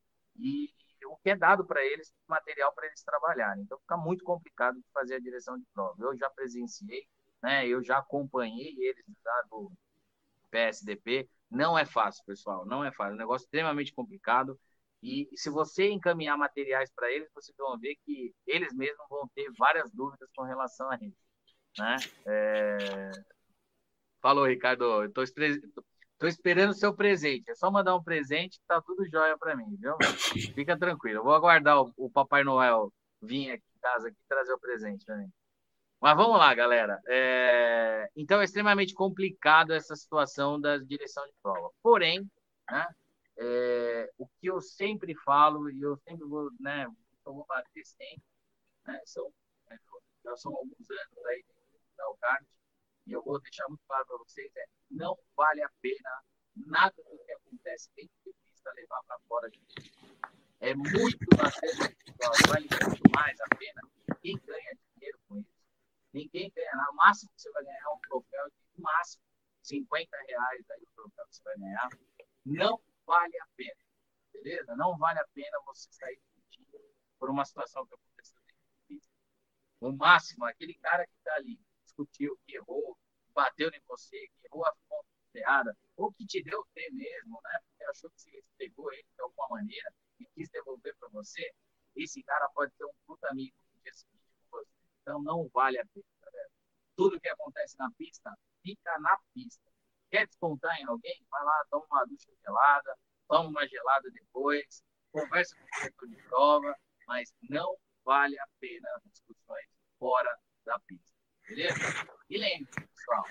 e o que é dado para eles, material para eles trabalharem. Então fica muito complicado de fazer a direção de prova. Eu já presenciei, né? Eu já acompanhei eles lá do P S D P. Não é fácil, pessoal, não é fácil. É um negócio extremamente complicado. E se você encaminhar materiais para eles, vocês vão ver que eles mesmos vão ter várias dúvidas com relação a isso, né? É... Falou, Ricardo. Eu tô, espre... tô esperando o seu presente. É só mandar um presente que tá tudo jóia para mim, viu? Fica tranquilo. Eu vou aguardar o, o Papai Noel vir aqui em casa aqui trazer o presente para mim. Mas vamos lá, galera. É... Então, é extremamente complicado essa situação da direção de prova. Porém, né, é... o que eu sempre falo, e eu sempre vou, né, eu vou bater sempre, né, são, já são alguns anos aí da kart, e eu vou deixar muito claro para vocês, é, não vale a pena nada do que acontece dentro de pista levar para fora de pista. É muito, bastante, vale muito mais a pena quem ganha dinheiro com isso. Ninguém ganha. O máximo que você vai ganhar é um troféu de, no máximo, cinquenta reais aí o troféu que você vai ganhar. Não vale a pena. Beleza? Não vale a pena você sair discutindo por uma situação que aconteceu dentro de pista. O máximo, aquele cara que está ali, discutiu, que errou, bateu em você, que errou a ponta errada, ou que te deu o T mesmo, né? Porque achou que você pegou ele de alguma maneira e quis devolver para você, esse cara pode ter um puta amigo no dia seguinte com você. Então, não vale a pena, galera. Tudo que acontece na pista, fica na pista. Quer descontar em alguém? Vai lá, toma uma ducha gelada, toma uma gelada depois, conversa com o diretor de prova, mas não vale a pena as discussões fora da pista. Beleza? E lembre, pessoal,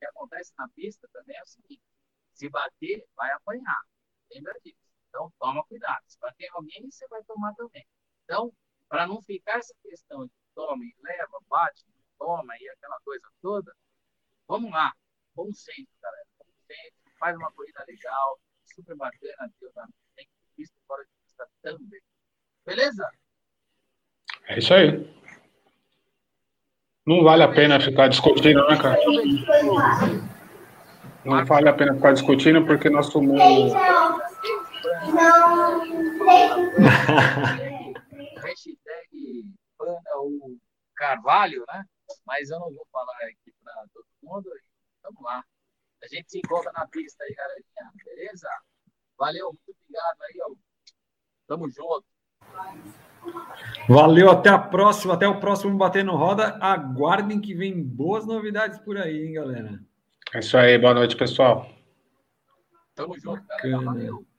que acontece na pista também é o seguinte, se bater, vai apanhar. Lembra disso. Então, toma cuidado. Se bater alguém, você vai tomar também. Então, para não ficar essa questão de toma e leva, bate, toma e aquela coisa toda, vamos lá. Bom senso, galera. Bom senso. Faz uma corrida legal, super bacana. Tem pista fora de pista também. Beleza? É isso aí. Não vale a pena ficar discutindo, né, cara? Não vale a pena ficar discutindo porque nosso mundo... Hashtag o Carvalho, né? Mas eu não vou falar aqui para todo mundo. Vamos lá. A gente se encontra na pista aí, galerinha. Beleza? Valeu, muito obrigado aí, ó. Tamo junto. Valeu, até a próxima, até o próximo Batendo Roda. Aguardem que vem boas novidades por aí, hein, galera? É isso aí, boa noite, pessoal. Tamo junto, galera. Valeu.